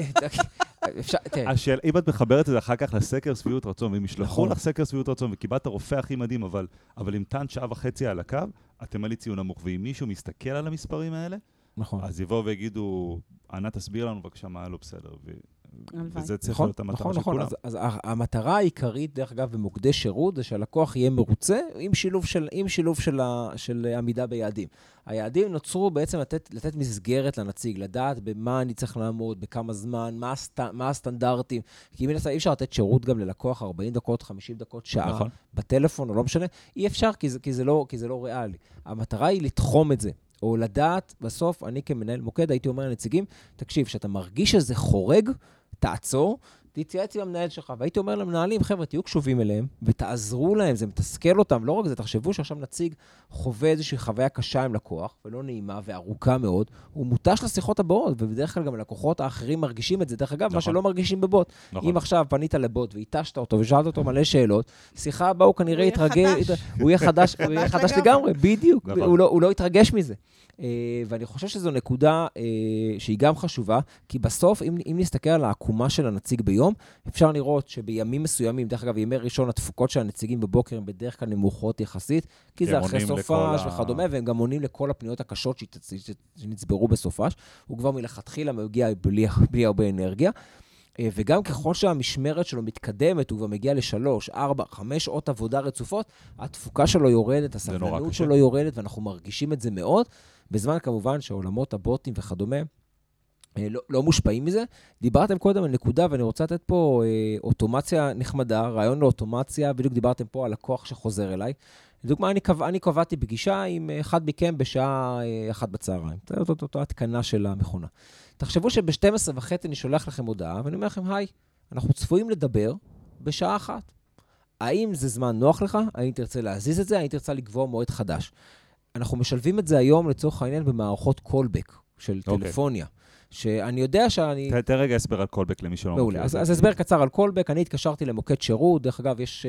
אם את מחברת את זה אחר כך לסקר סביעות רצון, ואם ישלחו לך סקר סביעות רצון, וקיבלת הרופא הכי מדהים, אבל אם תן שעה וחצי על הקו, אתם עלי ציון נמוך, ואם מישהו מסתכל על המספרים האלה, אז יבואו ויגידו, ענה תסביר לנו בבקשה מה לא בסדר, וזה צריך להיות המטרה של כולם. אז המטרה העיקרית, דרך אגב, במוקדי שירות, זה שהלקוח יהיה מרוצה עם שילוב של עמידה ביעדים. היעדים נוצרו בעצם לתת מסגרת לנציג, לדעת במה אני צריך לעמוד, בכמה זמן, מה הסטנדרטים. כי אם אי אפשר לתת שירות גם ללקוח ארבעים דקות, חמישים דקות, שעה, בטלפון, או לא משנה, אי אפשר, כי זה לא ריאלי. המטרה היא לתחום את זה. או לדעת, בסוף, אני כמנהל מוקד, הייתי אומר לנציגים, תקשיב, שאתה מרגיש שזה חורג, תעצור, תתייעץ עם המנהל שלך, והייתי אומר למנהלים, חבר'ה, תהיו קשובים אליהם, ותעזרו להם, זה מתסכל אותם, לא רק זה, תחשבו שעכשיו נציג חווה איזושהי חוויה קשה עם לקוח, ולא נעימה וארוכה מאוד, הוא מוטש לשיחות הבאות, ובדרך כלל גם הלקוחות האחרים מרגישים את זה, דרך אגב, נכון. מה שלא מרגישים בבוט. נכון. אם עכשיו פנית לבוט, והתשת אותו, ושאלת אותו מלא שאלות, שיחה הבאה הוא כנראה יתרגש, הוא יהיה חדש, הוא יהיה חדש לגמרי, בדיוק, נכון. הוא לא, הוא לא יתרגש מזה. ואני חושב שזו נקודה שהיא גם חשובה, כי בסוף, אם, אם נסתכל על העקומה של הנציג ביום, אפשר לראות שבימים מסוימים, דרך אגב, ימי ראשון, התפוקות של הנציגים בבוקר הם בדרך כלל נמוכות יחסית, כי זה אחרי סופש וכדומה, והם גם עונים לכל הפניות הקשות שנצברו בסופש, הוא כבר מלכתחילה מגיע בלי, בלי הרבה אנרגיה, וגם ככל שהמשמרת שלו מתקדמת, הוא כבר מגיע לשלוש, ארבע, חמש שעות עבודה רצופות, התפוקה שלו יורדת, הסבלנות שלו יורדת, ואנחנו מרגישים את זה מאוד, בזמן כמובן שעולמות הבוטים וכדומה, לא, לא מושפעים מזה. דיברתם קודם על נקודה, ואני רוצה לתת פה אה, אוטומציה נחמדה, רעיון לאוטומציה, בדיוק דיברתם פה על לקוח שחוזר אליי. לדוגמה, אני, קבע, אני קבעתי פגישה עם אחד מכם בשעה אה, אחת בצהריים. זאת אותה, אותה התקנה של המכונה. תחשבו שב-שתים עשרה וחצי אני שולח לכם הודעה, ואני אומר לכם, היי, אנחנו צפויים לדבר בשעה אחת. האם זה זמן נוח לך? האם תרצה להזיז את זה? האם תרצה לקבוע מועד חדש? אנחנו משלבים את זה היום לצורך העניין במערכות קולבק של טלפוניה. שאני יודע שאני... תן רגע הסבר על קולבק למי שלא מכיר. אז הסבר קצר על קולבק, אני התקשרתי למוקד שירות, דרך אגב, יש,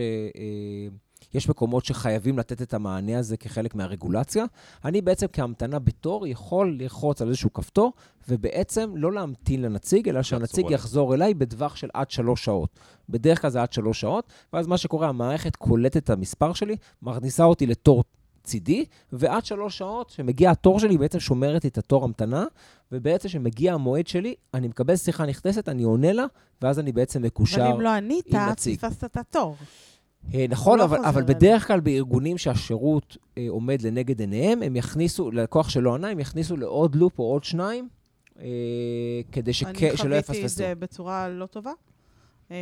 יש מקומות שחייבים לתת את המענה הזה כחלק מהרגולציה. אני בעצם כהמתנה בתור יכול ללחוץ על איזשהו כפתור, ובעצם לא להמתין לנציג, אלא שהנציג יחזור אליי בדווח של עד שלוש שעות. בדרך כלל זה עד שלוש שעות, ואז מה שקורה, המערכת קולטת את המספר שלי, מכניסה אותי לתור צידי, ועד שלוש שעות שמגיע התור שלי, בעצם שומרת את התור המתנה, ובעצם שמגיע המועד שלי, אני מקבל שיחה נכנסת, אני עונה לה, ואז אני בעצם מקושר עם נציג. אבל אם לא ענית, תפסת את התור. נכון, אבל, אבל בדרך כלל בארגונים שהשירות אה, עומד לנגד עיניהם, הם יכניסו, ללקוח שלא ענה, הם יכניסו לעוד לופ או עוד שניים, אה, כדי שכ... שלא יפספסו. אני חוויתי את זה בצורה לא טובה, אה,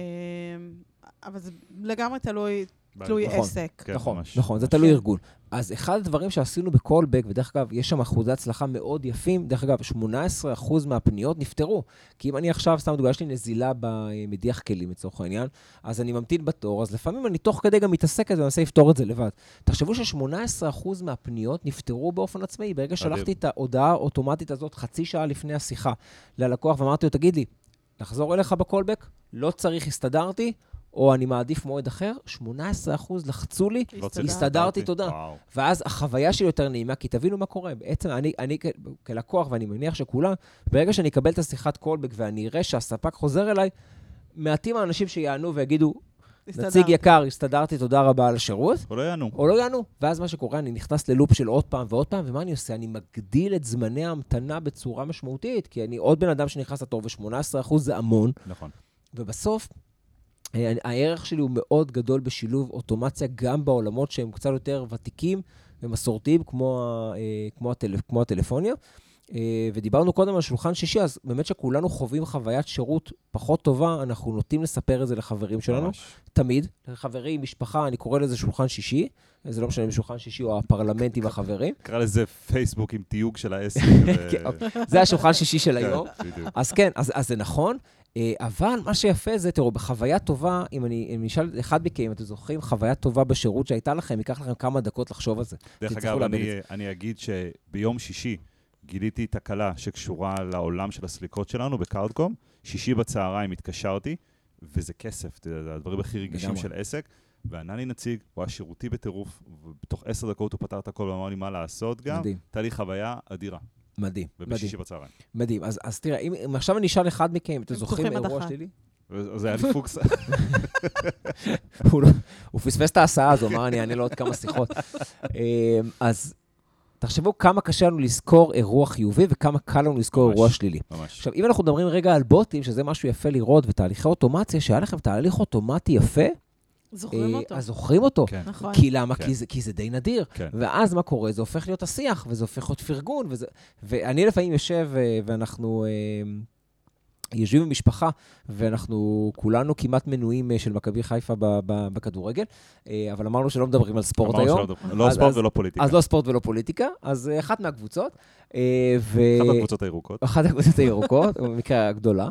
אבל זה לגמרי תלוי, תלוי נכון, עסק. כן, נכון, נכון, זה תלוי ארגון. אז אחד הדברים שעשינו בקולבק, ודרך אגב, יש שם אחוזי הצלחה מאוד יפים, דרך אגב, שמונה עשרה אחוז מהפניות נפטרו. כי אם אני עכשיו, סתם דוגמה, יש לי נזילה במדיח כלים, לצורך העניין, אז אני ממתין בתור, אז לפעמים אני תוך כדי גם מתעסק, אז אני אנסה לפתור את זה לבד. תחשבו ש-שמונה עשרה אחוז מהפניות נפטרו באופן עצמאי, ברגע שלחתי את ההודעה האוטומטית הזאת חצי שעה לפני השיחה ללקוח, ואמרתי לו, תגיד לי, לחזור אליך בקולבק? לא צריך, הסתדרתי, או אני מעדיף מועד אחר, שמונה עשרה אחוז לחצו לי, הסתדרתי, תודה. ואז החוויה שלי יותר נעימה, כי תבינו מה קורה. בעצם אני, אני כלקוח, ואני מניח שכולם, ברגע שאני אקבל את השיחת קולבק, ואני אראה שהספק חוזר אליי, מעטים האנשים שיענו ויגידו, נציג יקר, הסתדרתי, תודה רבה על השירות. או לא יענו. או לא יענו. ואז מה שקורה, אני נכנס ללופ של עוד פעם ועוד פעם, ומה אני עושה? אני מגדיל את זמני ההמתנה בצורה משמעותית, כי אני עוד בן אדם שנכנס לתור, ו-שמונה עשרה אחוז זה המון. נכון. ובסוף, הערך שלי הוא מאוד גדול בשילוב אוטומציה, גם בעולמות שהם קצת יותר ותיקים ומסורתיים, כמו, כמו, הטלפ, כמו הטלפוניה. ודיברנו קודם על שולחן שישי, אז באמת שכולנו חווים חוויית שירות פחות טובה, אנחנו נוטים לספר את זה לחברים שלנו, ממש. תמיד, לחברים, משפחה, אני קורא לזה שולחן שישי, זה לא משנה אם שולחן שישי או הפרלמנט עם החברים. קרא לזה פייסבוק עם תיוג של העסק. זה השולחן שישי של היום. אז כן, אז זה נכון, אבל מה שיפה זה, תראו, בחוויה טובה, אם אני נשאל אחד מכם, אם אתם זוכרים, חוויה טובה בשירות שהייתה לכם, ייקח לכם כמה דקות לחשוב על זה. דרך אגב, אני אגיד שביום שישי, גיליתי תקלה שקשורה לעולם של הסליקות שלנו בקארדקום. שישי בצהריים התקשרתי, וזה כסף, זה הדברים הכי רגישים של עסק, וענה לי נציג, הוא היה שירותי בטירוף, ובתוך עשר דקות הוא פתר את הכל ואמר לי מה לעשות גם. מדהים. הייתה לי חוויה אדירה. מדהים. ובשישי בצהריים. מדהים. אז, אז תראה, אם, אם עכשיו אני אשאל אחד מכם, אם אתם זוכרים אירוע שלילי? זה היה לי פוקס. הוא, הוא פספס את ההסעה, אז הוא אמר, אני אענה לו עוד כמה שיחות. אז תחשבו כמה קשה לנו לזכור אירוע חיובי, וכמה קל לנו לזכור ממש, אירוע שלילי. ממש. עכשיו, אם אנחנו מדברים רגע על בוטים, שזה משהו יפה לראות, ותהליכי אוטומציה, שהיה לכם תהליך אוטומטי יפה, זוכרים אותו. אז זוכרים אותו. כן. נכון. כי למה? כן. כי, זה, כי זה די נדיר. כן. ואז מה קורה? זה הופך להיות השיח, וזה הופך להיות פרגון, וזה... ואני לפעמים יושב, ואנחנו... יושבים במשפחה, ואנחנו כולנו כמעט מנויים של מכבי חיפה בכדורגל, אבל אמרנו שלא מדברים על ספורט היום. לא ספורט ולא פוליטיקה. אז לא ספורט ולא פוליטיקה, אז אחת מהקבוצות. אחת מהקבוצות הירוקות. אחת מהקבוצות הירוקות, במקרה הגדולה.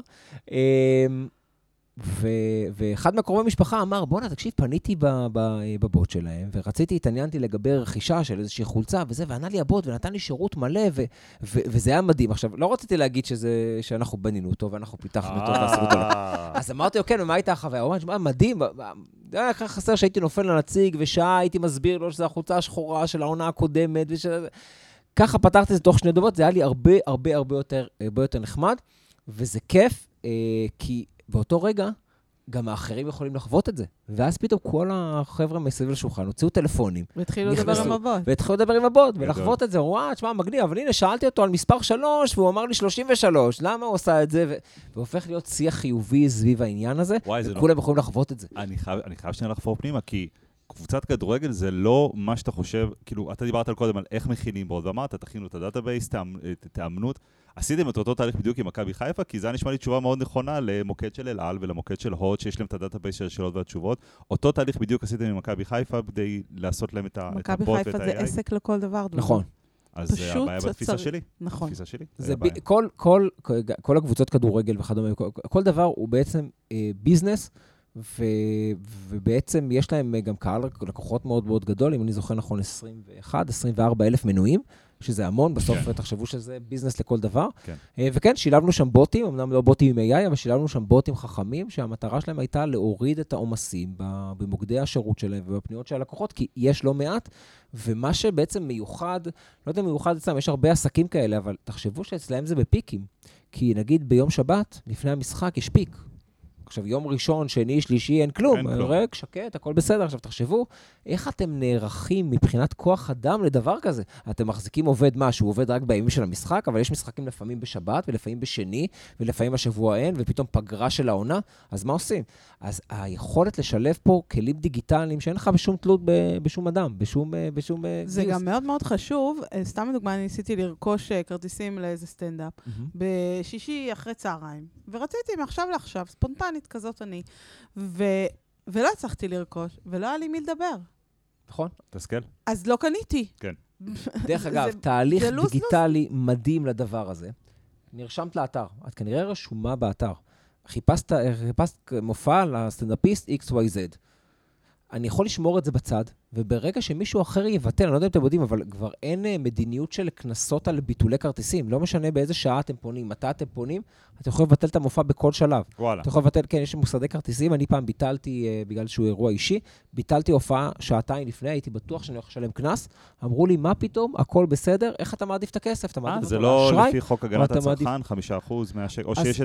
ואחד מהקרובי המשפחה אמר, בוא'נה, תקשיב, פניתי בבוט שלהם, ורציתי, התעניינתי לגבי רכישה של איזושהי חולצה וזה, וענה לי הבוט, ונתן לי שירות מלא, וזה היה מדהים. עכשיו, לא רציתי להגיד שאנחנו בנינו אותו, ואנחנו פיתחנו אותו, ועשינו אותו. אז אמרתי, אוקיי, ומה הייתה החוויה? הוא אמר, מדהים, זה היה חסר שהייתי נופל לנציג, ושעה הייתי מסביר לו שזו החולצה השחורה של העונה הקודמת, ככה פתחתי את זה תוך שני דובות, זה היה לי הרבה, הרבה, הרבה יותר, הרבה יותר נחמד, וזה כיף, כי באותו רגע, גם האחרים יכולים לחוות את זה. ואז פתאום כל החבר'ה מסביב לשולחן, הוציאו טלפונים. והתחילו לדבר עם הבוט. והתחילו לדבר עם הבוט, ולחוות את זה. וואו, תשמע, מגניב, אבל הנה, שאלתי אותו על מספר שלוש, והוא אמר לי שלושים ושלוש, למה הוא עושה את זה? והופך להיות שיח חיובי סביב העניין הזה, וכולם יכולים לחוות את זה. אני חייב שנייה לחפור פנימה, כי קבוצת כדורגל זה לא מה שאתה חושב, כאילו, אתה דיברת על קודם על איך מכינים בוט, ואמרת, תכינו את הדאטאבייס, תאמנות. עשיתם את אותו תהליך בדיוק עם מכבי חיפה, כי זה נשמע לי תשובה מאוד נכונה למוקד של אל על ולמוקד של הוט, שיש להם את הדאטאבייס של השאלות והתשובות. אותו תהליך בדיוק עשיתם עם מכבי חיפה, כדי לעשות להם את הבוט ואת ה-איי איי. מכבי חיפה זה עסק לכל דבר. נכון. אז זה הבעיה בתפיסה שלי. נכון. בתפיסה שלי. כל הקבוצות כדורגל וכדומה, כל דבר הוא בעצם ביזנס, ו, ובעצם יש להם גם קהל לקוחות מאוד מאוד גדול, אם אני זוכר נכון עשרים ואחת עשרים וארבע אלף מנויים, שזה המון, בסוף כן. תחשבו שזה ביזנס לכל דבר. כן. וכן, שילבנו שם בוטים, אמנם לא בוטים עם איי איי, אבל שילבנו שם בוטים חכמים, שהמטרה שלהם הייתה להוריד את העומסים במוקדי השירות שלהם ובפניות של הלקוחות, כי יש לא מעט, ומה שבעצם מיוחד, לא יודע מיוחד אצלם, יש הרבה עסקים כאלה, אבל תחשבו שאצלהם זה בפיקים, כי נגיד ביום שבת, לפני המשחק, יש פיק. עכשיו, יום ראשון, שני, שלישי, אין כלום. אין כלום. רק, שקט, הכל בסדר. עכשיו, תחשבו, איך אתם נערכים מבחינת כוח אדם לדבר כזה? אתם מחזיקים עובד משהו, הוא עובד רק בימים של המשחק, אבל יש משחקים לפעמים בשבת, ולפעמים בשני, ולפעמים השבוע אין, ופתאום פגרה של העונה. אז מה עושים? אז היכולת לשלב פה כלים דיגיטליים שאין לך בשום תלות בשום אדם, בשום, בשום זה גיוס. גם מאוד מאוד חשוב. סתם לדוגמה, אני ניסיתי לרכוש כרטיסים לאיזה סטנדאפ, בשישי אחרי צהריים, ורציתי מעכשיו לעכשיו, ספונטנית כזאת אני, ו... ולא הצלחתי לרכוש, ולא היה לי מי לדבר. נכון? תסכל. אז לא קניתי. כן. דרך אגב, תהליך דיגיטלי מדהים לדבר הזה. נרשמת לאתר, את כנראה רשומה באתר. חיפשת, חיפשת מופע לסטנדאפיסט אקס וואי זד. אני יכול לשמור את זה בצד, וברגע שמישהו אחר יבטל, אני לא יודע אם אתם יודעים, אבל כבר אין מדיניות של כנסות על ביטולי כרטיסים. לא משנה באיזה שעה אתם פונים, מתי אתם פונים, אתם יכולים לבטל את המופע בכל שלב. וואלה. אתם יכולים לבטל, כן, יש מוסדי כרטיסים, אני פעם ביטלתי, בגלל שהוא אירוע אישי, ביטלתי הופעה שעתיים לפני, הייתי בטוח שאני הולך לשלם קנס, אמרו לי, מה פתאום, הכל בסדר, איך אתה מעדיף את הכסף? אתה מעדיף זה אותו לא לאשראי, לפי חוק הגנת הצרכן, חמישה אחוז מהשק, או שיש את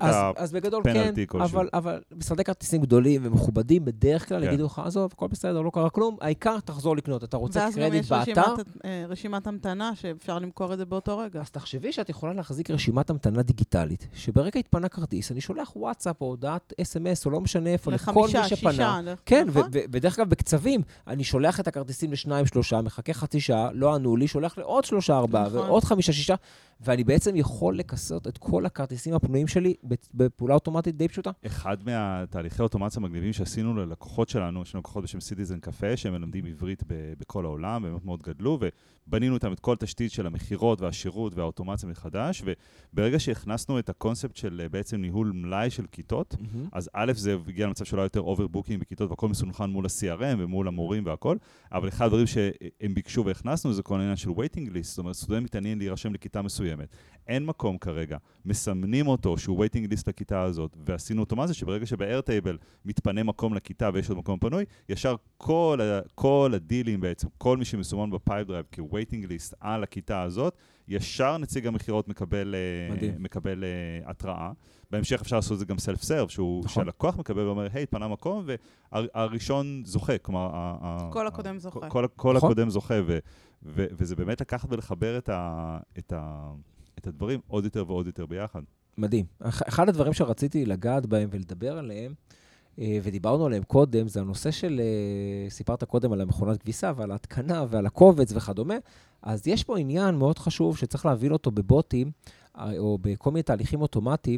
הפנלטי כלשהו. אבל, אבל משרדי כרטיסים גדולים ומכובדים, בדרך כלל יגידו לך, עזוב, הכל בסדר, לא קרה כלום, העיקר תחזור לקנות. אתה רוצה קרדיט באתר? ואז גם יש רשימת המתנה שאפשר למכור את זה באותו רגע. אז תחשבי שאת יכולה להחזיק רשימת המתנה דיגיטלית, שברגע התפנה כרטיס, אני שולח וואטסאפ או הודעת אס אם אס או לא משנה איפה, לכל מי שפנה. כן, ובדרך כלל בקצבים, אני שולח את הכרטיסים לשניים, שלושה, מחכה חצי שעה, לא ענו לי, שולח לעוד שלושה, ארבעה, ועוד חמישה, שישה, ואני בעצם יכול לקסות את כל הכרטיסים הפנויים שלי בפעולה אוטומטית די פשוטה. אחד מהתהליכי אוטומציה מגניבים שעשינו ללקוחות שלנו, יש לנו לקוחות בשם סיטיזן קפה, שהם מלמדים עברית בכל העולם, והם מאוד גדלו, ובנינו איתם את כל תשתית של המחירות והשירות והאוטומציה מחדש, וברגע שהכנסנו את הקונספט של בעצם ניהול מלאי של כיתות, אז א' זה הגיע למצב שלא יותר אוברבוקינג בכיתות, והכל מסונכן מול ה-סי אר אם ומול המורים והכל, אבל אחד הדברים שהם ביקשו והכנסנו זה כל העניין של waiting list, זאת אומרת, סטודנט מתעניין להירשם לכיתה מסוימת. אין מקום כרגע, מסמנים אותו שהוא waiting list לכיתה הזאת, ועשינו אותו מה זה שברגע שב-Airtable מתפנה מקום לכיתה ויש עוד מקום פנוי, ישר כל, כל הדילים בעצם, כל מי שמסומן בפייפ דרייב כ-waiting list על הכיתה הזאת, ישר נציג המחירות מקבל, מקבל uh, התראה. בהמשך אפשר לעשות את זה גם self-serve, שהוא, נכון. שהלקוח מקבל ואומר, היי, התפנה מקום, והראשון זוכה, כלומר, כל הקודם זוכה. כל, כל נכון. הקודם זוכה, ו, ו, וזה באמת לקחת ולחבר את ה... את ה את הדברים עוד יותר ועוד יותר ביחד. מדהים. אחד הדברים שרציתי לגעת בהם ולדבר עליהם, ודיברנו עליהם קודם, זה הנושא של, סיפרת קודם על המכונת כביסה ועל ההתקנה ועל הקובץ וכדומה, אז יש פה עניין מאוד חשוב שצריך להבין אותו בבוטים, או בכל מיני תהליכים אוטומטיים.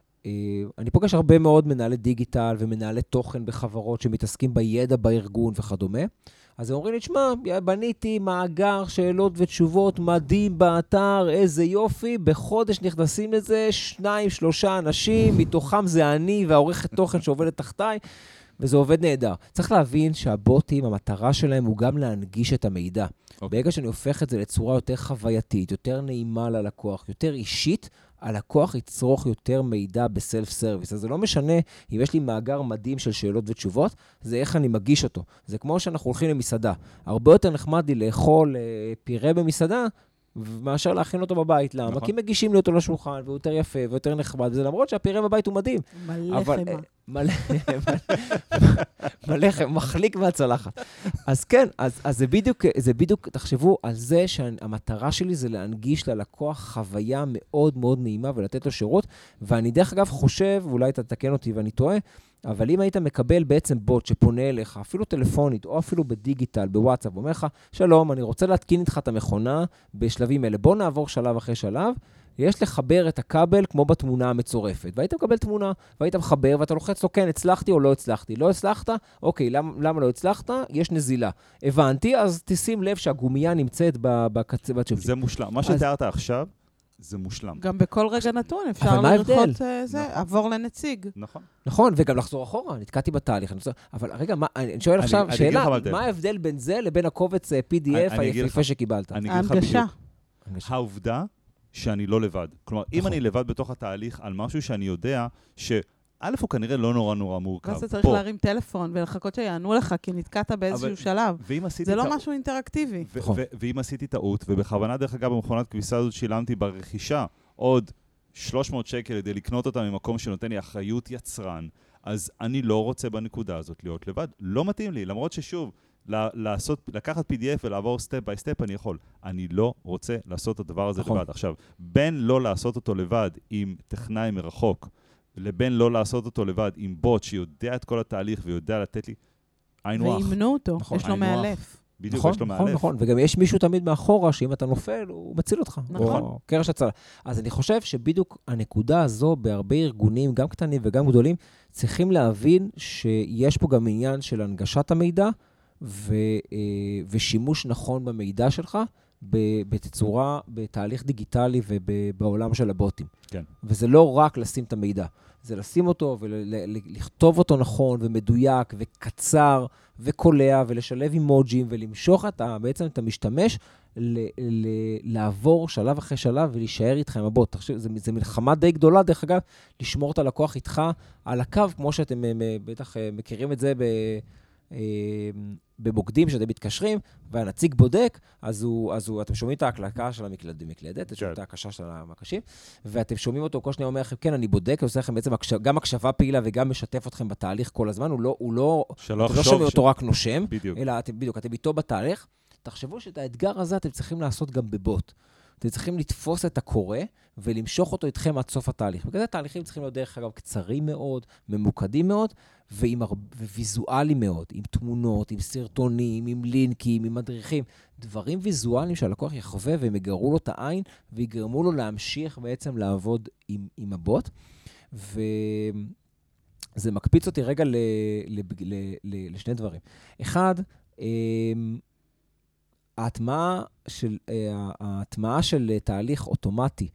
אני פוגש הרבה מאוד מנהלי דיגיטל ומנהלי תוכן בחברות שמתעסקים בידע בארגון וכדומה, אז הם אומרים לי, תשמע, בניתי מאגר שאלות ותשובות מדהים באתר, איזה יופי, בחודש נכנסים לזה שניים, שלושה אנשים, מתוכם זה אני והעורכת תוכן שעובדת תחתיי, וזה עובד נהדר. צריך להבין שהבוטים, המטרה שלהם הוא גם להנגיש את המידע. Okay. ברגע שאני הופך את זה לצורה יותר חווייתית, יותר נעימה ללקוח, יותר אישית, הלקוח יצרוך יותר מידע בסלף סרוויס. אז זה לא משנה אם יש לי מאגר מדהים של שאלות ותשובות, זה איך אני מגיש אותו. זה כמו שאנחנו הולכים למסעדה. הרבה יותר נחמד לי לאכול פירה במסעדה, מאשר להכין אותו בבית. למה? נכון. כי מגישים לי אותו לשולחן, והוא יותר יפה ויותר נחמד, וזה למרות שהפירה בבית הוא מדהים. מלא אבל, חמה. מלא, מלא חמה, מחליק מהצלחת. אז כן, אז, אז זה בדיוק, זה בדיוק, תחשבו על זה שהמטרה שלי זה להנגיש ללקוח חוויה מאוד מאוד נעימה ולתת לו שירות, ואני דרך אגב חושב, ואולי תתקן אותי ואני טועה, אבל אם היית מקבל בעצם בוט שפונה אליך, אפילו טלפונית או אפילו בדיגיטל, בוואטסאפ, אומר לך, שלום, אני רוצה להתקין איתך את המכונה בשלבים אלה. בוא נעבור שלב אחרי שלב, יש לחבר את הכבל כמו בתמונה המצורפת. והיית מקבל תמונה, והיית מחבר, ואתה לוחץ לו, כן, הצלחתי או לא הצלחתי. לא הצלחת? אוקיי, למה, למה לא הצלחת? יש נזילה. הבנתי, אז תשים לב שהגומייה נמצאת בקצה. זה מושלם. מה שתיארת עכשיו, זה מושלם. גם בכל רגע נתון אפשר ללחוץ זה, עבור לנציג. נכון. נכון, וגם לחזור אחורה, נתקעתי בתהליך. אבל רגע, אני שואל עכשיו שאלה, מה ההבדל בין זה לבין הקובץ פי די אף היפה שקיבלת? ההנגשה. העובדה שאני לא לבד. כלומר, אם אני לבד בתוך התהליך על משהו שאני יודע ש... א' הוא כנראה לא נורא נורא מורכב. אז אתה צריך להרים טלפון ולחכות שיענו לך, כי נתקעת באיזשהו שלב. זה לא משהו אינטראקטיבי. ואם עשיתי טעות, ובכוונה דרך אגב במכונת כביסה הזאת שילמתי ברכישה עוד שלוש מאות שקל כדי לקנות אותה ממקום שנותן לי אחריות יצרן, אז אני לא רוצה בנקודה הזאת להיות לבד. לא מתאים לי, למרות ששוב, לעשות, לקחת פי די אף ולעבור סטפ ביי סטפ אני יכול. אני לא רוצה לעשות את הדבר הזה נכון. לבד. עכשיו, בין לא לעשות אותו לבד עם טכנאי מרחוק, לבין לא לעשות אותו לבד עם בוט שיודע את כל התהליך ויודע לתת לי עין ווח. ואימנו אותו, נכון, יש לו עין ווח. מאלף. בדיוק, נכון, יש לו נכון, מאלף. נכון, וגם יש מישהו תמיד מאחורה, שאם אתה נופל, הוא מציל אותך. נכון. או קרש הצלה. אז אני חושב שבדיוק הנקודה הזו, בהרבה ארגונים, גם קטנים וגם גדולים, צריכים להבין שיש פה גם עניין של הנגשת המידע, ו, ושימוש נכון במידע שלך, בתצורה, בתהליך דיגיטלי ובעולם של הבוטים. כן. וזה לא רק לשים את המידע, זה לשים אותו ולכתוב אותו נכון ומדויק וקצר וקולע ולשלב אימוג'ים ולמשוך את, בעצם את המשתמש ל, ל, לעבור שלב אחרי שלב ולהישאר איתך עם הבוט. תחשב, זה, זה מלחמה די גדולה, דרך אגב, לשמור את הלקוח איתך על הקו, כמו שאתם בטח מכירים את זה ב... במוקדים שאתם מתקשרים, והנציג בודק, אז, הוא, אז הוא, אתם שומעים את ההקלקה של המקלדת, אתם שומעים את ההקשה של המקשים, ואתם שומעים אותו, כל שניה אומר לכם, כן, אני בודק, הוא עושה לכם בעצם גם הקשבה פעילה וגם משתף אתכם בתהליך כל הזמן, הוא לא, הוא לא, אתם לא שומעים אותו רק נושם, בדיוק. אלא אתם, בדיוק, אתם איתו בתהליך. תחשבו שאת האתגר הזה אתם צריכים לעשות גם בבוט. אתם צריכים לתפוס את הקורא ולמשוך אותו איתכם עד סוף התהליך. וכזה התהליכים צריכים להיות דרך אגב קצרים מאוד, ממוקדים מאוד, ועם הר... וויזואליים מאוד, עם תמונות, עם סרטונים, עם לינקים, עם מדריכים, דברים ויזואליים שהלקוח יחווה והם יגרו לו את העין ויגרמו לו להמשיך בעצם לעבוד עם, עם הבוט. וזה מקפיץ אותי רגע ל... ל... ל... ל... לשני דברים. אחד, ההטמעה של, ההטמעה של תהליך אוטומטי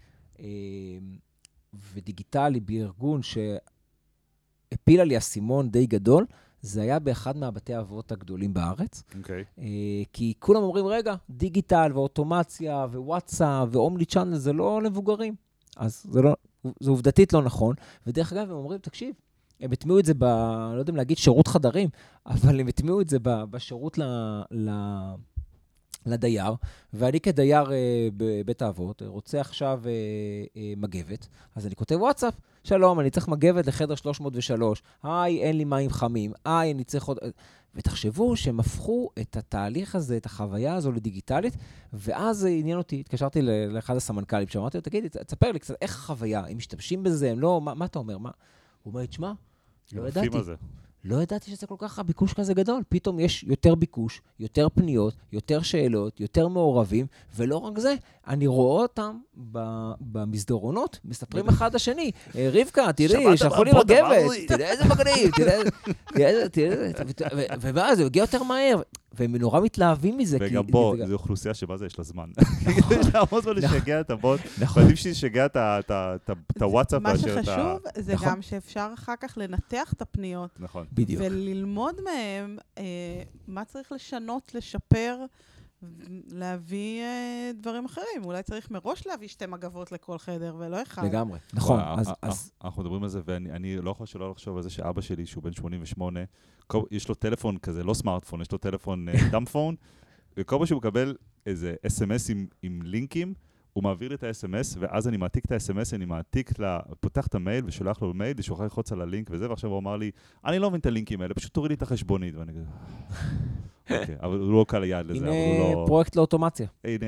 ודיגיטלי בארגון שהפילה לי הסימון די גדול, זה היה באחד מהבתי האבות הגדולים בארץ. אוקיי. Okay. כי כולם אומרים, רגע, דיגיטל ואוטומציה ווואטסאפ ואומני צ'אנל, זה לא למבוגרים. אז זה לא, זה עובדתית לא נכון. ודרך אגב, הם אומרים, תקשיב, הם התמיעו את זה ב, לא יודעים להגיד שירות חדרים, אבל הם התמיעו את זה ב, בשירות ל... ל לדייר, ואני כדייר אה, בבית האבות, רוצה עכשיו אה, אה, מגבת, אז אני כותב וואטסאפ, שלום, אני צריך מגבת לחדר שלוש מאות ושלוש, היי, אין לי מים חמים, היי, אני צריך עוד... ותחשבו שהם הפכו את התהליך הזה, את החוויה הזו לדיגיטלית, ואז עניין אותי, התקשרתי לאחד הסמנכ"לים, שאמרתי לו, תגיד, תספר לי קצת, איך החוויה, הם משתמשים בזה, הם לא, מה, מה אתה אומר? מה? הוא אומר, תשמע, לא ידעתי. לא ידעתי שזה כל כך הביקוש כזה גדול. פתאום יש יותר ביקוש, יותר פניות, יותר שאלות, יותר מעורבים, ולא רק זה, אני רואה אותם במסדרונות, מספרים אחד השני, רבקה, תראי, שלחו לי מגבת, תראה איזה מגניב, תראה איזה, ומה, זה מגיע יותר מהר, והם נורא מתלהבים מזה. וגם בוא, זו אוכלוסייה שבה זה יש לה זמן. יש לה המון זמן לשגע את הבוט, ועדיף שתשגע את הוואטסאפ. מה שחשוב זה גם שאפשר אחר כך לנתח את הפניות. נכון. בדיוק. וללמוד מהם מה צריך לשנות, לשפר, להביא דברים אחרים. אולי צריך מראש להביא שתי מגבות לכל חדר, ולא אחד. לגמרי. נכון. אנחנו מדברים על זה, ואני לא יכול שלא לחשוב על זה שאבא שלי, שהוא בן שמונים ושמונה, יש לו טלפון כזה, לא סמארטפון, יש לו טלפון דאמפון, וכל פעם שהוא מקבל איזה אס אם אס עם לינקים, הוא מעביר לי את ה-אס אם אס, ואז אני מעתיק את ה-אס אם אס, אני מעתיק, פותח את המייל ושולח לו מייל, ושולח לחוץ על הלינק וזה, ועכשיו הוא אמר לי, אני לא מבין את הלינקים האלה, פשוט תוריד לי את החשבונית, ואני כזה... אוקיי, אבל הוא לא קל ליד לזה, הנה פרויקט לאוטומציה. הנה...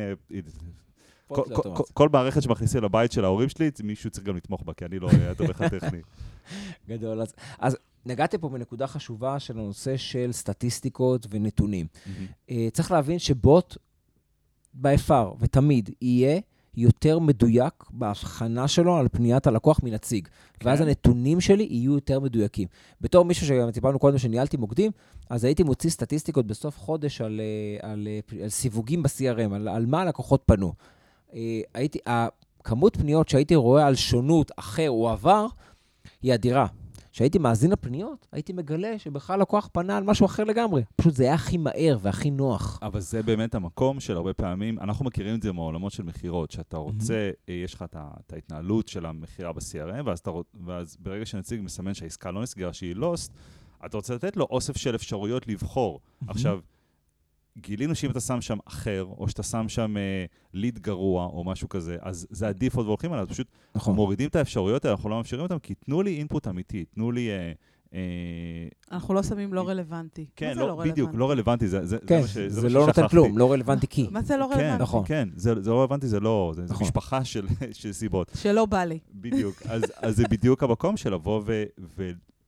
כל מערכת שמכניסי לבית של ההורים שלי, מישהו צריך גם לתמוך בה, כי אני לא אדורך הטכני. גדול. אז נגעתי פה בנקודה חשובה של הנושא של סטטיסטיקות ונתונים. צריך להבין שבוט באפר ותמיד יהיה יותר מדויק בהבחנה שלו על פניית הלקוח מנציג. ואז הנתונים שלי יהיו יותר מדויקים. בתור מישהו שגם טיפלנו קודם שניהלתי מוקדים, אז הייתי מוציא סטטיסטיקות בסוף חודש על, על, על סיווגים ב-סי אר אם, על, על מה הלקוחות פנו. הייתי, הכמות פניות שהייתי רואה על שונות אחר או עבר, היא אדירה. כשהייתי מאזין לפניות, הייתי מגלה שבכלל לקוח פנה על משהו אחר לגמרי. פשוט זה היה הכי מהר והכי נוח. אבל זה באמת המקום של הרבה פעמים, אנחנו מכירים את זה מעולמות של מחירות, שאתה רוצה, יש לך את ההתנהלות של המחירה ב-סי אר אם, ואז, ואז ברגע שנציג מסמן שהעסקה לא נסגרה, שהיא לוסט, אתה רוצה לתת לו אוסף של אפשרויות לבחור. עכשיו, גילינו שאם אתה שם שם אחר, או שאתה שם שם אה, ליד גרוע, או משהו כזה, אז זה עדיפות והולכים עליו. פשוט נכון. מורידים את האפשרויות האלה, אנחנו לא מאפשרים אותם, כי תנו לי אינפוט אמיתי, תנו לי אה, אנחנו לא שמים לא רלוונטי. כן, בדיוק, לא רלוונטי, זה כן, זה לא נותן כלום, לא רלוונטי כי. מה זה לא רלוונטי? נכון. כן, זה לא רלוונטי, זה לא, זה משפחה של סיבות. שלא בא לי. בדיוק, אז זה בדיוק המקום של לבוא ו...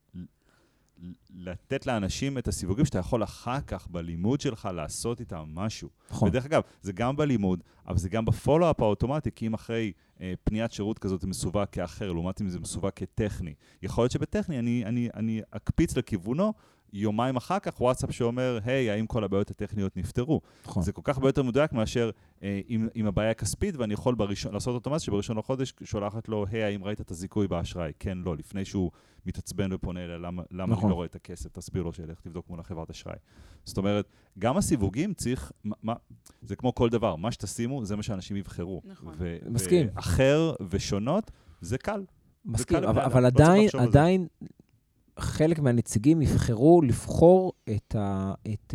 לתת לאנשים את הסיווגים שאתה יכול אחר כך בלימוד שלך לעשות איתם משהו. נכון. ודרך אגב, זה גם בלימוד, אבל זה גם בפולו-אפ האוטומטי, כי אם אחרי אה, פניית שירות כזאת זה מסווג כאחר, לעומת אם זה מסווג כטכני. יכול להיות שבטכני אני, אני, אני אקפיץ לכיוונו, יומיים אחר כך וואטסאפ שאומר, היי, האם כל הבעיות הטכניות נפתרו? נכון. זה כל כך הרבה יותר מדויק מאשר אה, עם, עם הבעיה הכספית, ואני יכול בראשון, לעשות אוטומט שבראשון לחודש שולחת לו, היי, האם ראית את הזיכוי באשראי? כן, לא, לפני שהוא מתעצבן ופונה אליי, למה, למה נכון. אני לא רואה את הכסף? תסביר לו שילך, תבדוק מול החברת אשראי. זאת אומרת, גם הסיווגים צריך, מה, זה כמו כל דבר, מה שתשימו, זה מה שאנשים יבחרו. נכון. ו- מסכים. ואחר ושונות, זה קל. מסכים, זה קל אבל, לבד, אבל לא עדיין, עדיין, חלק מהנציגים יבחרו לבחור את, ה, את,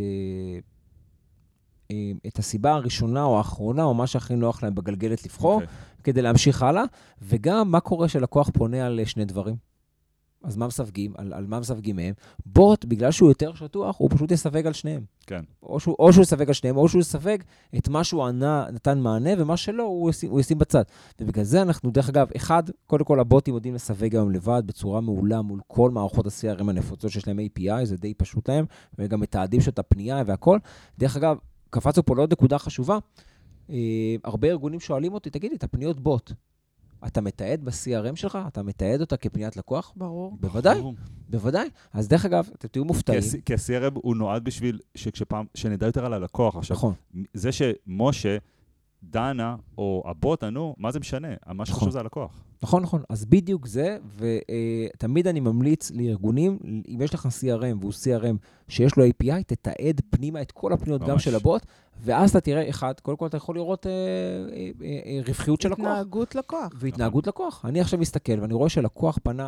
את הסיבה הראשונה או האחרונה, או מה שהכי נוח להם בגלגלת לבחור, okay. כדי להמשיך הלאה, וגם מה קורה שלקוח פונה על שני דברים. אז מה מסווגים? על, על מה מסווגים מהם? בוט, בגלל שהוא יותר שטוח, הוא פשוט יסווג על שניהם. כן. או שהוא, או שהוא יסווג על שניהם, או שהוא יסווג את מה שהוא ענה, נתן מענה, ומה שלא, הוא ישים, הוא ישים בצד. ובגלל זה אנחנו, דרך אגב, אחד, קודם כל הבוטים יודעים לסווג היום לבד, בצורה מעולה מול כל מערכות ה-סי אר אם הנפוצות שיש להם איי פי איי, זה די פשוט להם, וגם מתעדים שאת הפנייה והכל. דרך אגב, קפצנו פה לעוד נקודה חשובה, אה, הרבה ארגונים שואלים אותי, תגידי, את הפניות בוט, אתה מתעד ב-סי אר אם שלך? אתה מתעד אותה כפניית לקוח? ברור. בוודאי, בוודאי. אז דרך אגב, אתם תהיו מופתעים. כי ה-סי אר אם הוא נועד בשביל שכשפעם, שנדע יותר על הלקוח. עכשיו, זה שמשה, דנה או הבוט ענו, מה זה משנה? מה שחשוב זה הלקוח. נכון, נכון. אז בדיוק זה, ותמיד אני ממליץ לארגונים, אם יש לך סי אר אם והוא סי אר אם שיש לו איי פי איי, תתעד פנימה את כל הפניות גם של הבוט, ואז אתה תראה, אחד, קודם כל אתה יכול לראות אה, אה, אה, רווחיות של לקוח. התנהגות לקוח. והתנהגות לקוח. אני עכשיו מסתכל, ואני רואה שלקוח פנה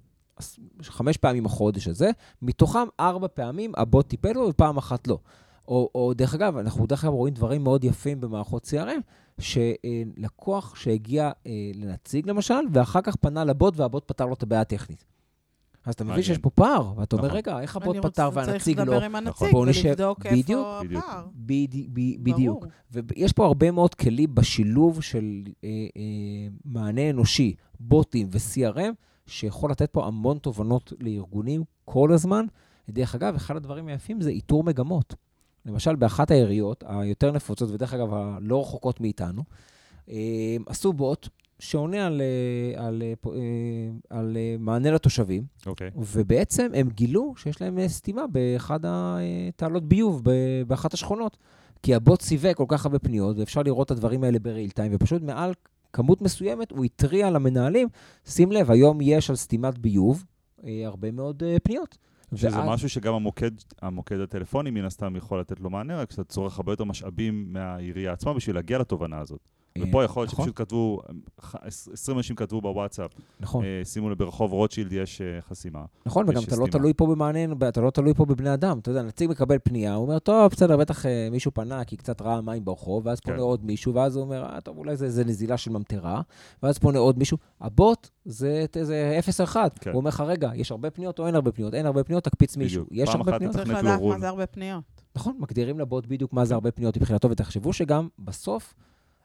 חמש פעמים החודש הזה, מתוכם ארבע פעמים הבוט טיפל לו, ופעם אחת לא. או, או דרך אגב, אנחנו דרך אגב רואים דברים מאוד יפים במערכות סי אר אם, שלקוח שהגיע אה, לנציג למשל, ואחר כך פנה לבוט, והבוט פתר לו את הבעיה הטכנית. אז אתה מבין שיש פה פער, ואתה אומר, רגע, איך הבוט פתר והנציג לא? אני צריך לדבר עם הנציג ולבדוק איפה הפער. בדיוק. ויש פה הרבה מאוד כלים בשילוב של מענה אנושי, בוטים ו-סי אר אם, שיכול לתת פה המון תובנות לארגונים כל הזמן. דרך אגב, אחד הדברים היפים זה איתור מגמות. למשל, באחת העיריות, היותר נפוצות, ודרך אגב, הלא רחוקות מאיתנו, עשו בוט, שעונה על, על, על מענה לתושבים, okay. ובעצם הם גילו שיש להם סתימה באחד התעלות ביוב, באחת השכונות, כי הבוט סיווה כל כך הרבה פניות, ואפשר לראות את הדברים האלה בריל טיים, ופשוט מעל כמות מסוימת הוא התריע למנהלים, שים לב, היום יש על סתימת ביוב הרבה מאוד פניות. שזה ואז... משהו שגם המוקד, המוקד הטלפוני מן הסתם יכול לתת לו מענה, רק שאתה צורך הרבה יותר משאבים מהעירייה עצמה בשביל להגיע לתובנה הזאת. ופה יכול להיות שפשוט כתבו, עשרים אנשים כתבו בוואטסאפ, נכון. שימו לב, ברחוב רוטשילד יש חסימה. נכון, וגם אתה לא תלוי פה במענה, אתה לא תלוי פה בבני אדם. אתה יודע, נציג מקבל פנייה, הוא אומר, טוב, בסדר, בטח מישהו פנה, כי קצת ראה מים ברחוב, ואז פונה עוד מישהו, ואז הוא אומר, טוב, אולי זה נזילה של ממטרה, ואז פונה עוד מישהו. הבוט זה אפס אחד. הוא אומר לך, רגע, יש הרבה פניות או אין הרבה פניות? אין הרבה פניות, תקפיץ מישהו. יש הרבה פניות. צריך לדעת מה זה הרבה פניות. נכון, מגדירים לבוט בדיוק מה זה הרבה פניות מבחינתו, ותחשבו שגם בסוף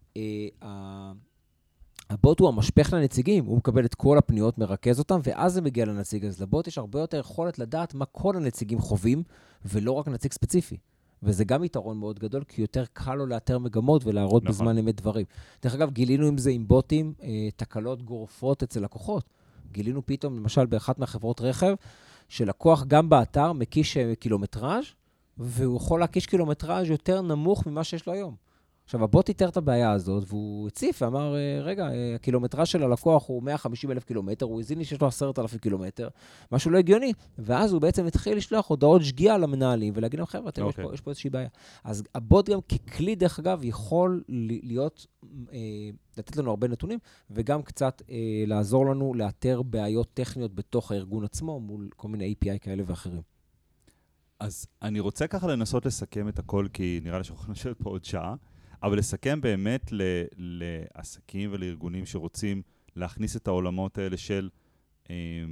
הבוט הוא המשפך לנציגים, הוא מקבל את כל הפניות, מרכז אותם, ואז זה מגיע לנציג. אז לבוט יש הרבה יותר יכולת לדעת מה כל הנציגים חווים, ולא רק נציג ספציפי. וזה גם יתרון מאוד גדול, כי יותר קל לו לאתר מגמות ולהראות נכון. בזמן אמת דברים. דרך אגב, גילינו עם זה עם בוטים, תקלות גורפות אצל לקוחות. גילינו פתאום, למשל, באחת מהחברות רכב, שלקוח גם באתר מקיש קילומטראז', והוא יכול להקיש קילומטראז' יותר נמוך ממה שיש לו היום. עכשיו, הבוט איתר את הבעיה הזאת, והוא הציף ואמר, רגע, הקילומטרה של הלקוח הוא מאה וחמישים אלף קילומטר, הוא הזין לי שיש לו עשרת אלפים קילומטר, משהו לא הגיוני, ואז הוא בעצם התחיל לשלוח הודעות שגיאה למנהלים, ולהגיד להם, חבר'ה, okay. יש, פה, יש פה איזושהי בעיה. אז הבוט גם ככלי, דרך אגב, יכול להיות, לתת לנו הרבה נתונים, וגם קצת לעזור לנו לאתר בעיות טכניות בתוך הארגון עצמו, מול כל מיני איי פי איי כאלה ואחרים. אז אני רוצה ככה לנסות לסכם את הכל, כי נראה לי שאנחנו נשארת פה עוד שעה, אבל לסכם באמת ל- לעסקים ולארגונים שרוצים להכניס את העולמות האלה של אה,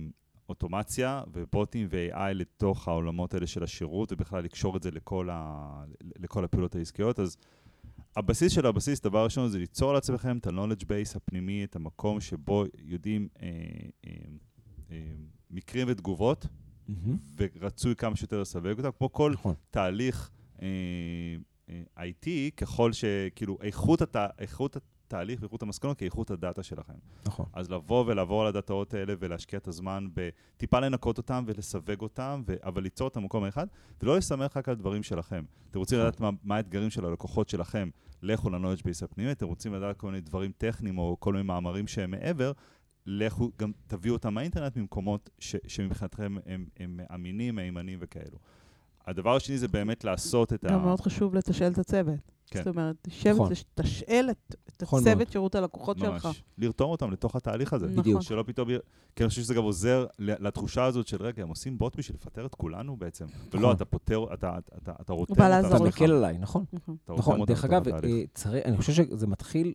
אוטומציה ובוטים ו-איי איי לתוך העולמות האלה של השירות, ובכלל לקשור את זה לכל, ה... לכל הפעולות העסקיות. אז הבסיס של הבסיס, דבר ראשון, זה ליצור לעצמכם את ה-knowledge base הפנימי, את המקום שבו יודעים אה, אה, אה, מקרים ותגובות, mm-hmm. ורצוי כמה שיותר לסווג אותם, כמו כל נכון. תהליך אה, אה, איי טי, ככל שכאילו איכות, הת... איכות התהליך ואיכות המסקנות כאיכות הדאטה שלכם. נכון. אז לבוא ולעבור על הדאטאות האלה ולהשקיע את הזמן בטיפה לנקות אותם ולסווג אותם, ו... אבל ליצור אותם במקום אחד, ולא לסמך רק על דברים שלכם. אתם רוצים לדעת מה, מה האתגרים של הלקוחות שלכם, לכו ל-knowledge base הפנימי, אתם רוצים לדעת כל מיני דברים טכניים או כל מיני מאמרים שהם מעבר, לכו גם תביאו אותם מהאינטרנט ממקומות ש... שמבחינתכם הם, הם אמינים, מהימנים וכאלו. הדבר השני זה באמת לעשות את ה... גם מאוד חשוב לתשאל את הצוות. כן. זאת אומרת, תשבת, תשאל את הצוות שירות הלקוחות שלך. ממש. לרתום אותם לתוך התהליך הזה. בדיוק. שלא פתאום... כי אני חושב שזה גם עוזר לתחושה הזאת של רגע, הם עושים בוט בשביל לפטר את כולנו בעצם. ולא, אתה פותר, אתה רותם... אתה מקל עליי, נכון. נכון, דרך אגב, אני חושב שזה מתחיל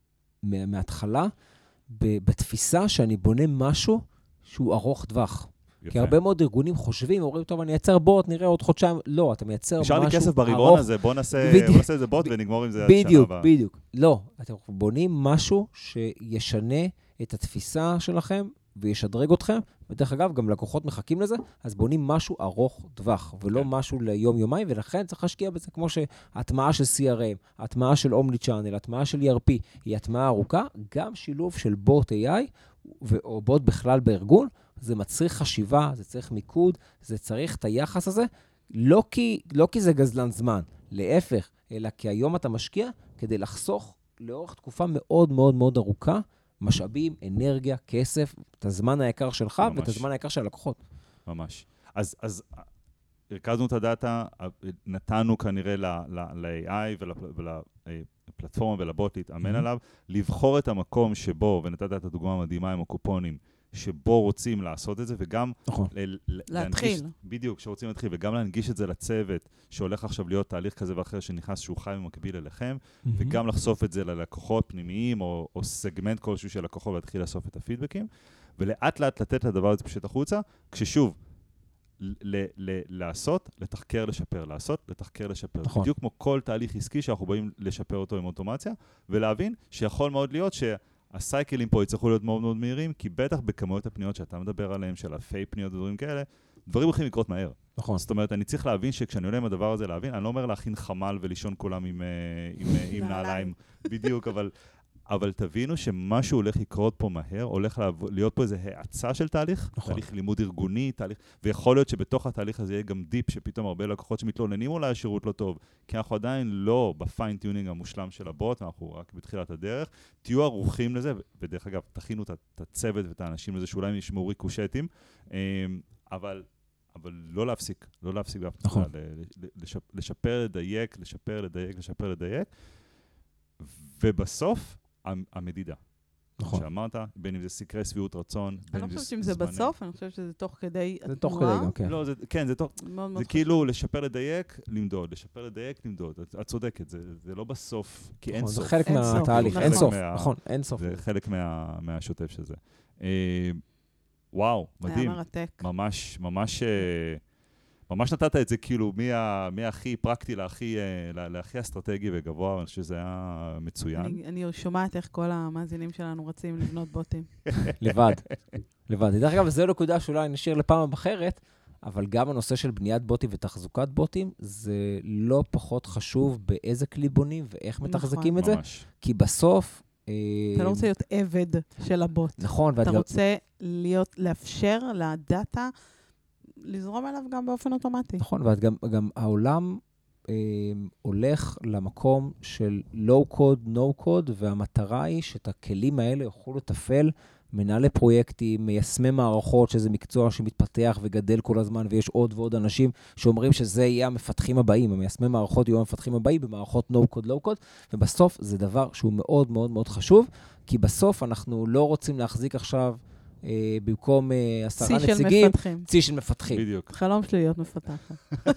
מההתחלה בתפיסה שאני בונה משהו שהוא ארוך טווח. כי הרבה מאוד ארגונים חושבים, אומרים, טוב, אני אייצר בוט, נראה עוד חודשיים. לא, אתה מייצר משהו ארוך. נשאר לי כסף ברבעון הזה, בוא נעשה איזה בוט ונגמור עם זה עד שנה הבאה. בדיוק, בדיוק. לא, אתם בונים משהו שישנה את התפיסה שלכם וישדרג אתכם, ודרך אגב, גם לקוחות מחכים לזה, אז בונים משהו ארוך טווח, ולא משהו ליום-יומיים, ולכן צריך להשקיע בזה, כמו שהטמעה של סי אר אם, הטמעה של אומני צ'אנל, הטמעה של אי אר פי, היא הטמעה ארוכה, גם שילוב של בוט איי איי, או בוט בכלל בארגון, זה מצריך חשיבה, זה צריך מיקוד, זה צריך את היחס הזה, לא כי, לא כי זה גזלן זמן, להפך, אלא כי היום אתה משקיע כדי לחסוך לאורך תקופה מאוד מאוד מאוד ארוכה, משאבים, אנרגיה, כסף, את הזמן היקר שלך ממש. ואת הזמן היקר של הלקוחות. ממש. אז, אז הרכזנו את הדאטה, נתנו כנראה ל-איי איי ולפלטפורמה ולבוט להתאמן mm-hmm. עליו, לבחור את המקום שבו, ונתת את הדוגמה המדהימה עם הקופונים, שבו רוצים לעשות את זה, וגם נכון. ל- להתחיל. להנגיש, בדיוק, שרוצים להתחיל, וגם להנגיש את זה לצוות, שהולך עכשיו להיות תהליך כזה ואחר, שנכנס שהוא חי ומקביל אליכם, mm-hmm. וגם לחשוף את זה ללקוחות פנימיים, או, או סגמנט כלשהו של לקוחות, ולהתחיל לאסוף את הפידבקים, ולאט לאט לתת לדבר הזה פשוט החוצה, כששוב, ל- ל- לעשות, לתחקר, לשפר, לעשות, לתחקר, לשפר. נכון. בדיוק כמו כל תהליך עסקי שאנחנו באים לשפר אותו עם אוטומציה, ולהבין שיכול מאוד להיות ש... הסייקלים פה יצטרכו להיות מאוד מאוד מהירים, כי בטח בכמויות הפניות שאתה מדבר עליהן, של אלפי פניות ודברים כאלה, דברים הולכים לקרות מהר. נכון. זאת אומרת, אני צריך להבין שכשאני עולה עם הדבר הזה להבין, אני לא אומר להכין חמל ולישון כולם עם, עם, עם נעליים, בדיוק, אבל, אבל תבינו שמשהו הולך לקרות פה מהר, הולך להיות פה איזו האצה של תהליך, נכון. תהליך לימוד ארגוני, תהליך, ויכול להיות שבתוך התהליך הזה יהיה גם דיפ, שפתאום הרבה לקוחות שמתלוננים אולי השירות לא טוב, כי אנחנו עדיין לא בפיין-טיונינג המושלם של הבוט, אנחנו רק בתחילת הדרך, תהיו ערוכים לזה, ודרך אגב, תכינו את הצוות ואת האנשים לזה, שאולי הם ישמעו ריקושטים, אבל, אבל לא להפסיק, לא להפסיק באף נכון. לשפר, לדייק, לשפר, לדייק, לשפר, לדייק, ובסוף, המדידה. נכון. שאמרת, בין אם זה סקרי סביעות רצון, אני לא חושבת שאם זה בסוף, אני חושבת שזה תוך כדי התנועה. זה תוך כדי גם, כן. לא, כן, זה תוך, זה כאילו לשפר לדייק, למדוד, לשפר לדייק, למדוד. את צודקת, זה לא בסוף, כי אין סוף. זה חלק מהתהליך, אין סוף, נכון, אין סוף. זה חלק מהשוטף של זה. וואו, מדהים. היה מרתק. ממש, ממש... ממש נתת את זה כאילו מהכי פרקטי להכי, להכי אסטרטגי וגבוה, אני חושב שזה היה מצוין. אני, אני שומעת איך כל המאזינים שלנו רצים לבנות בוטים. לבד, לבד. דרך אגב, זו נקודה שאולי נשאיר לפעם אחרת, אבל גם הנושא של בניית בוטים ותחזוקת בוטים, זה לא פחות חשוב באיזה כלי בונים ואיך מתחזקים את זה, כי בסוף... אתה לא רוצה להיות עבד של הבוט. נכון. אתה רוצה להיות, לאפשר לדאטה, לזרום אליו גם באופן אוטומטי. נכון, וגם גם העולם אה, הולך למקום של low-code, no-code, והמטרה היא שאת הכלים האלה יוכלו לתפעל מנהלי פרויקטים, מיישמי מערכות, שזה מקצוע שמתפתח וגדל כל הזמן, ויש עוד ועוד אנשים שאומרים שזה יהיה המפתחים הבאים, המיישמי מערכות יהיו המפתחים הבאים במערכות no-code, low-code, ובסוף זה דבר שהוא מאוד מאוד מאוד חשוב, כי בסוף אנחנו לא רוצים להחזיק עכשיו במקום עשרה נציגים, צי של מפתחים. בדיוק. חלום שלי להיות מפתחת.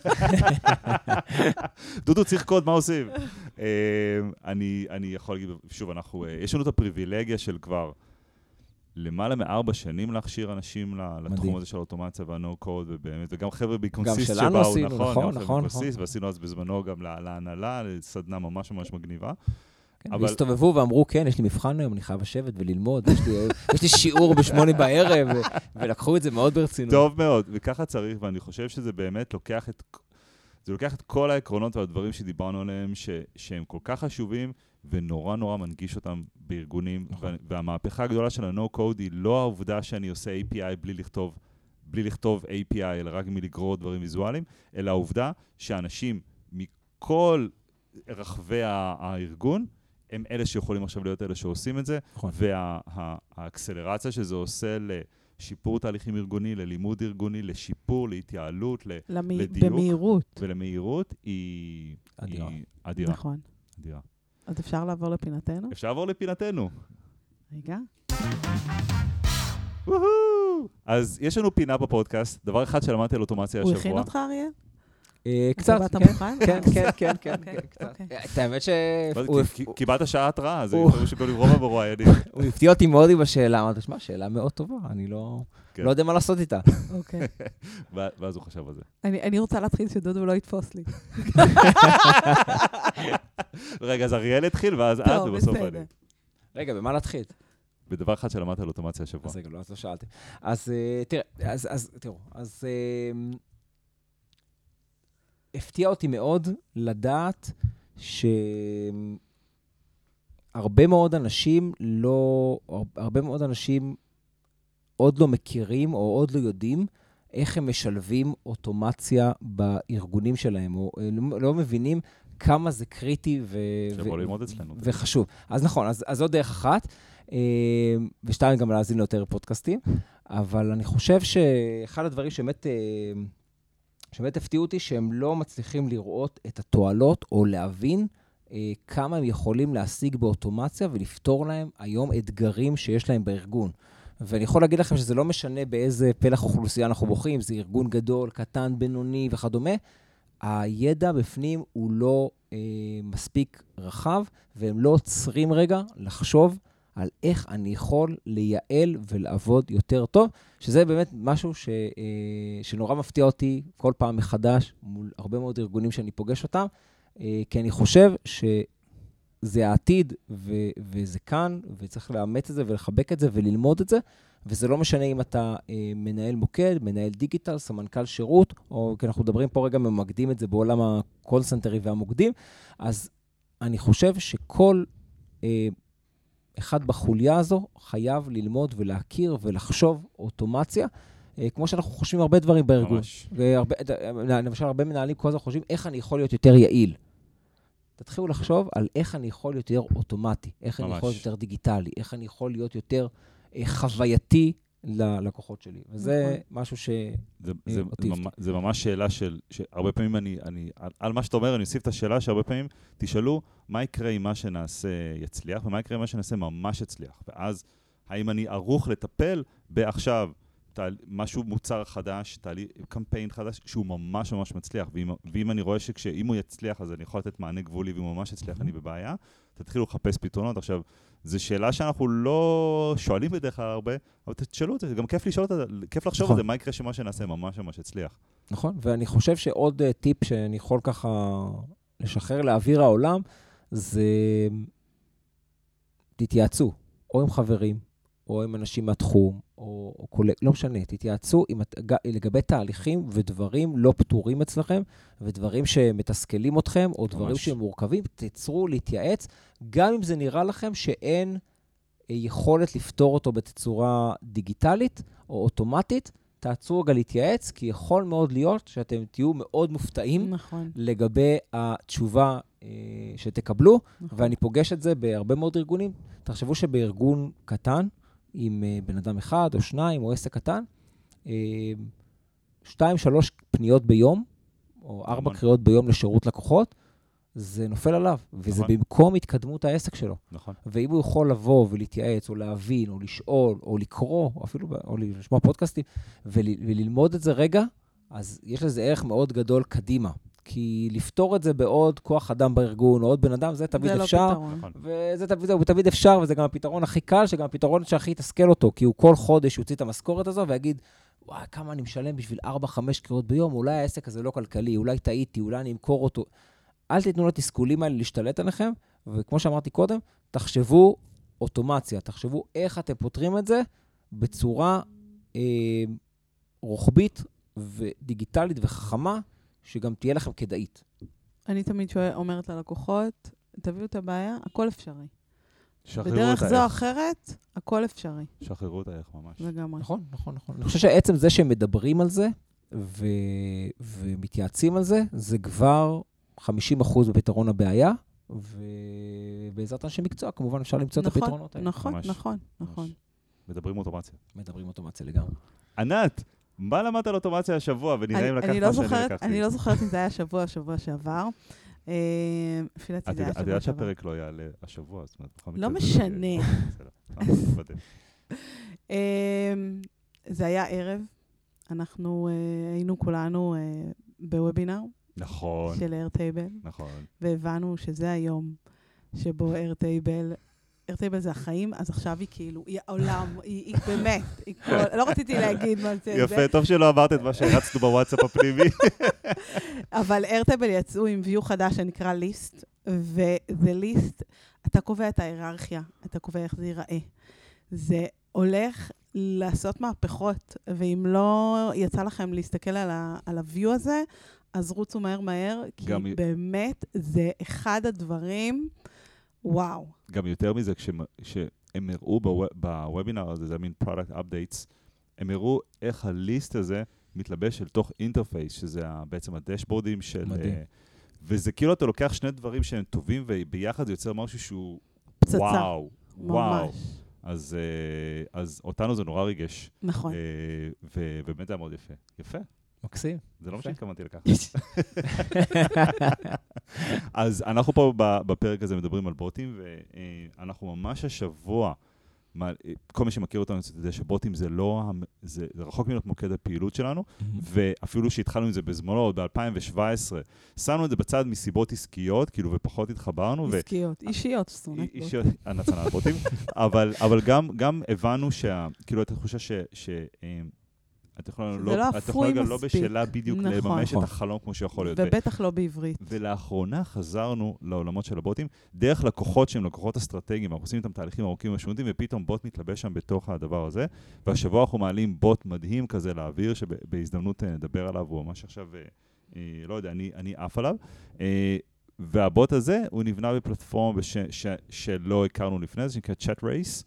דודו, צריך קוד, מה עושים? אני יכול להגיד, שוב, יש לנו את הפריבילגיה של כבר למעלה מארבע שנים להכשיר אנשים לתחום הזה של אוטומציה והנו-קוד, ובאמת, וגם חבר'ה בקונסיסט שבאו, גם שלנו עשינו, נכון, נכון, נכון. ועשינו אז בזמנו גם להנהלה, לסדנה ממש ממש מגניבה. והסתובבו ואמרו, כן, יש לי מבחן היום, אני חייב לשבת וללמוד, יש לי שיעור בשמונה בערב, ולקחו את זה מאוד ברצינות. טוב מאוד, וככה צריך, ואני חושב שזה באמת לוקח את, זה לוקח את כל העקרונות והדברים שדיברנו עליהם, שהם כל כך חשובים, ונורא נורא מנגיש אותם בארגונים, והמהפכה הגדולה של ה-No-Code היא לא העובדה שאני עושה איי פי איי בלי לכתוב, בלי לכתוב איי פי איי, אלא רק מלגרור דברים ויזואליים, אלא העובדה שאנשים מכל רחבי הארגון, הם אלה שיכולים עכשיו להיות אלה שעושים את זה, והאקסלרציה שזה עושה לשיפור תהליכים ארגוני, ללימוד ארגוני, לשיפור, להתייעלות, לדיוק. במהירות. ולמהירות היא אדירה. נכון. אדירה. אז אפשר לעבור לפינתנו? אפשר לעבור לפינתנו. רגע. אז יש לנו פינה בפודקאסט, דבר אחד שלמדתי על אוטומציה השבוע. הוא הכין אותך, אריה? קצת, כן, כן, כן, כן, קצת. את האמת ש... קיבלת שעה התראה, זה יותר שכל רוב המרואיינים. הוא הפתיע אותי מאוד עם השאלה, אמרתי, שמע, שאלה מאוד טובה, אני לא יודע מה לעשות איתה. אוקיי. ואז הוא חשב על זה. אני רוצה להתחיל שדודו לא יתפוס לי. רגע, אז אריאל התחיל, ואז את, ובסוף אני. רגע, במה להתחיל? בדבר אחד שלמדת על אוטומציה השבוע. אז רגע, לא, אז לא שאלתי. אז תראה, אז תראו, אז... הפתיע אותי מאוד לדעת שהרבה מאוד אנשים לא, הרבה מאוד אנשים עוד לא מכירים או עוד לא יודעים איך הם משלבים אוטומציה בארגונים שלהם, או לא מבינים כמה זה קריטי ו... שבוא ללמוד אצלנו. וחשוב. אז נכון, אז, אז עוד דרך אחת, ושתיים גם להאזין ליותר פודקאסטים, אבל אני חושב שאחד הדברים שבאמת... שבאמת הפתיעו אותי שהם לא מצליחים לראות את התועלות או להבין אה, כמה הם יכולים להשיג באוטומציה ולפתור להם היום אתגרים שיש להם בארגון. ואני יכול להגיד לכם שזה לא משנה באיזה פלח אוכלוסייה אנחנו בוחרים, זה ארגון גדול, קטן, בינוני וכדומה, הידע בפנים הוא לא אה, מספיק רחב, והם לא עוצרים רגע לחשוב על איך אני יכול לייעל ולעבוד יותר טוב, שזה באמת משהו ש, שנורא מפתיע אותי כל פעם מחדש, מול הרבה מאוד ארגונים שאני פוגש אותם, כי אני חושב שזה העתיד, ו, וזה כאן, וצריך לאמץ את זה ולחבק את זה וללמוד את זה, וזה לא משנה אם אתה מנהל מוקד, מנהל דיגיטל, סמנכ"ל שירות, או כי אנחנו מדברים פה רגע, ממקדים את זה בעולם הקול-סנטרי והמוקדים, אז אני חושב שכל... אחד בחוליה הזו חייב ללמוד ולהכיר ולחשוב אוטומציה, כמו שאנחנו חושבים הרבה דברים בארגון. ממש. והרבה, למשל, הרבה מנהלים כל הזמן חושבים איך אני יכול להיות יותר יעיל. תתחילו לחשוב על איך אני יכול להיות יותר אוטומטי, איך ממש. אני יכול להיות יותר דיגיטלי, איך אני יכול להיות יותר חווייתי ללקוחות שלי. וזה משהו ש... זה, זה, זה, זה ממש שאלה של, שהרבה פעמים אני, אני, על, על מה שאתה אומר, אני אוסיף את השאלה שהרבה פעמים תשאלו, מה יקרה אם מה שנעשה יצליח, ומה יקרה אם מה שנעשה ממש יצליח. ואז, האם אני ערוך לטפל בעכשיו, תעל, משהו מוצר חדש, תעלי, קמפיין חדש, שהוא ממש ממש מצליח, ואם, ואם אני רואה שכשאם הוא יצליח, אז אני יכול לתת מענה גבולי, ואם הוא ממש יצליח, אני בבעיה, תתחילו לחפש פתרונות. עכשיו, זו שאלה שאנחנו לא שואלים בדרך כלל הרבה, אבל תשאלו את זה, גם כיף לשאול את זה, כיף לחשוב נכון. על זה, מה יקרה שמה שנעשה ממש ממש יצליח. נכון, ואני חושב שעוד uh, טיפ שאני יכול ככה לשחרר לאוויר העולם, זה תתייעצו, או עם חברים, או עם אנשים מהתחום, או, או קולג, לא משנה, תתייעצו עם, לגבי תהליכים ודברים לא פתורים אצלכם, ודברים שמתסכלים אתכם, או דברים ממש. שהם מורכבים, תצרו להתייעץ, גם אם זה נראה לכם שאין יכולת לפתור אותו בתצורה דיגיטלית או אוטומטית, תעצרו רגע להתייעץ, כי יכול מאוד להיות שאתם תהיו מאוד מופתעים נכון. לגבי התשובה אה, שתקבלו, נכון. ואני פוגש את זה בהרבה מאוד ארגונים. תחשבו שבארגון קטן, עם uh, בן אדם אחד או שניים או עסק קטן, uh, שתיים, שלוש פניות ביום, או ארבע קריאות ביום לשירות לקוחות, זה נופל עליו, וזה נכון. במקום התקדמות העסק שלו. נכון. ואם הוא יכול לבוא ולהתייעץ, או להבין, או לשאול, או לקרוא, או אפילו או לשמוע פודקאסטים, ול, וללמוד את זה רגע, אז יש לזה ערך מאוד גדול קדימה. כי לפתור את זה בעוד כוח אדם בארגון, או עוד בן אדם, זה תמיד אפשר. וזה תמיד אפשר, וזה גם הפתרון הכי קל, שגם הפתרון שהכי תסכל אותו, כי הוא כל חודש יוציא את המשכורת הזו, ויגיד, וואי, כמה אני משלם בשביל ארבע חמש קריאות ביום, אולי העסק הזה לא כלכלי, אולי טעיתי, אולי אני אמכור אותו. אל תיתנו לתסכולים האלה להשתלט עליכם, וכמו שאמרתי קודם, תחשבו אוטומציה, תחשבו איך אתם פותרים את זה בצורה אה, רוחבית ודיגיטלית וחכמה, שגם תהיה לכם כדאית. אני תמיד שואל, אומרת ללקוחות, תביאו את הבעיה, הכל אפשרי. בדרך זו אחרת, הכל אפשרי. שחררו את האיך ממש. לגמרי. נכון, נכון, נכון. אני חושב שעצם זה שהם מדברים על זה, ו... ומתייעצים על זה, זה כבר חמישים אחוז בפתרון הבעיה, ובעזרת אנשי מקצוע, כמובן אפשר למצוא נכון, את הפתרונות האלה. נכון, ממש, נכון, ממש. נכון. מדברים אוטומציה. מדברים אוטומציה לגמרי. ענת, מה למדת על אוטומציה השבוע? ונראה אם לקחת אני מה לא שאני זוכרת, לקחתי. אני לא זוכרת אם זה היה שבוע, שבוע שעבר. לפי דעתי זה היה שבוע שעבר. את יודעת שהפרק לא יעלה השבוע, זאת אומרת, לא משנה. זה היה ערב, אנחנו היינו כולנו בוובינר. נכון. של איירטייבל. נכון. והבנו שזה היום שבו איירטייבל, איירטייבל זה החיים, אז עכשיו היא כאילו, היא העולם, היא באמת, לא רציתי להגיד מה זה. יפה, טוב שלא אמרת את מה שהרצנו בוואטסאפ הפנימי. אבל איירטייבל יצאו עם ויו חדש שנקרא ליסט, וזה ליסט, אתה קובע את ההיררכיה, אתה קובע איך זה ייראה. זה הולך לעשות מהפכות, ואם לא יצא לכם להסתכל על הוויו הזה, אז רוצו מהר מהר, כי גם באמת זה אחד הדברים, וואו. גם יותר מזה, כשהם הראו בוובינר הזה, זה מין product updates, הם הראו איך הליסט הזה מתלבש אל תוך אינטרפייס, שזה בעצם הדשבורדים של... מדהים. וזה כאילו אתה לוקח שני דברים שהם טובים, וביחד זה יוצר משהו שהוא... פצצה. וואו, וואו. ממש. אז, אז אותנו זה נורא ריגש. נכון. ובאמת זה היה מאוד יפה. יפה. מקסים. זה לא מה שהתכוונתי לקחת. אז אנחנו פה בפרק הזה מדברים על בוטים, ואנחנו ממש השבוע, כל מי שמכיר אותנו, אתה יודע שבוטים זה לא, זה רחוק ממנו מוקד הפעילות שלנו, ואפילו שהתחלנו עם זה בזמנו, ב-אלפיים שבע עשרה, שמנו את זה בצד מסיבות עסקיות, כאילו, ופחות התחברנו. עסקיות, אישיות, סונת אישיות, הנצנה על בוטים, אבל גם הבנו כאילו, אתה חושב ש... אתה יכול גם לא בשאלה בדיוק לממש את החלום כמו שיכול להיות. ובטח לא בעברית. ולאחרונה חזרנו לעולמות של הבוטים, דרך לקוחות שהם לקוחות אסטרטגיים, אנחנו עושים איתם תהליכים ארוכים ומשמעותיים, ופתאום בוט מתלבש שם בתוך הדבר הזה, והשבוע אנחנו מעלים בוט מדהים כזה לאוויר, שבהזדמנות נדבר עליו, הוא ממש עכשיו, לא יודע, אני עף עליו, והבוט הזה הוא נבנה בפלטפורמה שלא הכרנו לפני, זה שנקרא Chat Race,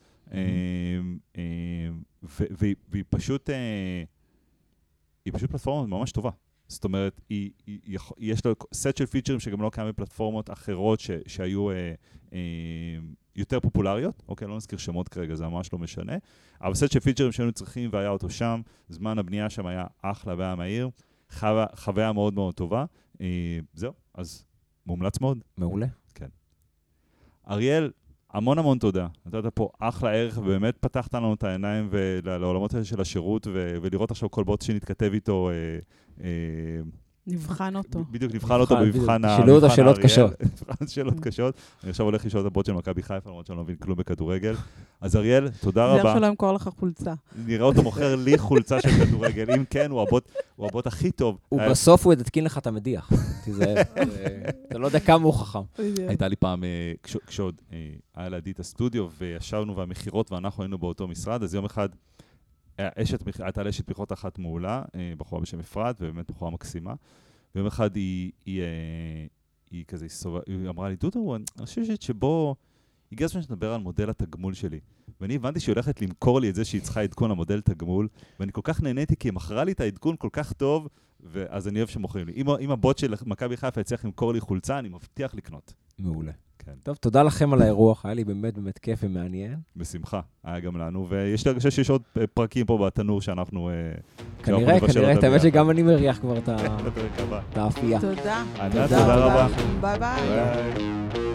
והיא פשוט... היא פשוט פלטפורמה ממש טובה. זאת אומרת, היא, היא, יש לו סט של פיצ'רים שגם לא קיים בפלטפורמות אחרות ש, שהיו אה, אה, יותר פופולריות. אוקיי, לא נזכיר שמות כרגע, זה ממש לא משנה. אבל סט של פיצ'רים שהיינו צריכים והיה אותו שם, זמן הבנייה שם היה אחלה והיה מהיר, חוויה, חוויה מאוד מאוד טובה. אה, זהו, אז מומלץ מאוד. מעולה. כן. אריאל, המון המון תודה. נתת פה אחלה ערך, ובאמת פתחת לנו את העיניים לעולמות האלה של השירות, ולראות עכשיו כל בוט שנתכתב איתו. נבחן אותו. בדיוק, נבחן אותו במבחן האריאל. שאלו אותו שאלות קשות. נבחן שאלות קשות. אני עכשיו הולך לשאול את הבוט של מכבי חיפה, למרות שאני לא מבין כלום בכדורגל. אז אריאל, תודה רבה. זה שלא ימכור לך חולצה. נראה אותו מוכר לי חולצה של כדורגל. אם כן, הוא הבוט הכי טוב. ובסוף הוא יתקין לך את המדיח. תיזהר. אתה לא יודע כמה הוא חכם. הייתה לי פעם, כשעוד היה לידי את הסטודיו, וישבנו והמחירות, ואנחנו היינו באותו משרד, אז יום אחד הייתה לאשת מכירות אחת מעולה, בחורה בשם אפרת, ובאמת בחורה מקסימה. ויום אחד היא, היא, היא כזה, היא אמרה לי, דודו, אני חושבת שבו, הגיע הזמן שנדבר על מודל התגמול שלי. ואני הבנתי שהיא הולכת למכור לי את זה שהיא צריכה עדכון המודל תגמול, ואני כל כך נהניתי, כי היא מכרה לי את העדכון כל כך טוב, ואז אני אוהב שמוכרים לי. אם, אם הבוט של מכבי חיפה יצליח למכור לי חולצה, אני מבטיח לקנות. מעולה. כן. טוב, תודה לכם על האירוח, היה לי באמת באמת כיף ומעניין. בשמחה, היה גם לנו, ויש לי הרגשה שיש עוד פרקים פה בתנור שאנחנו... כנראה, כנראה, את האמת שגם אני מריח כבר את האפייה. תודה. תודה רבה. ביי ביי.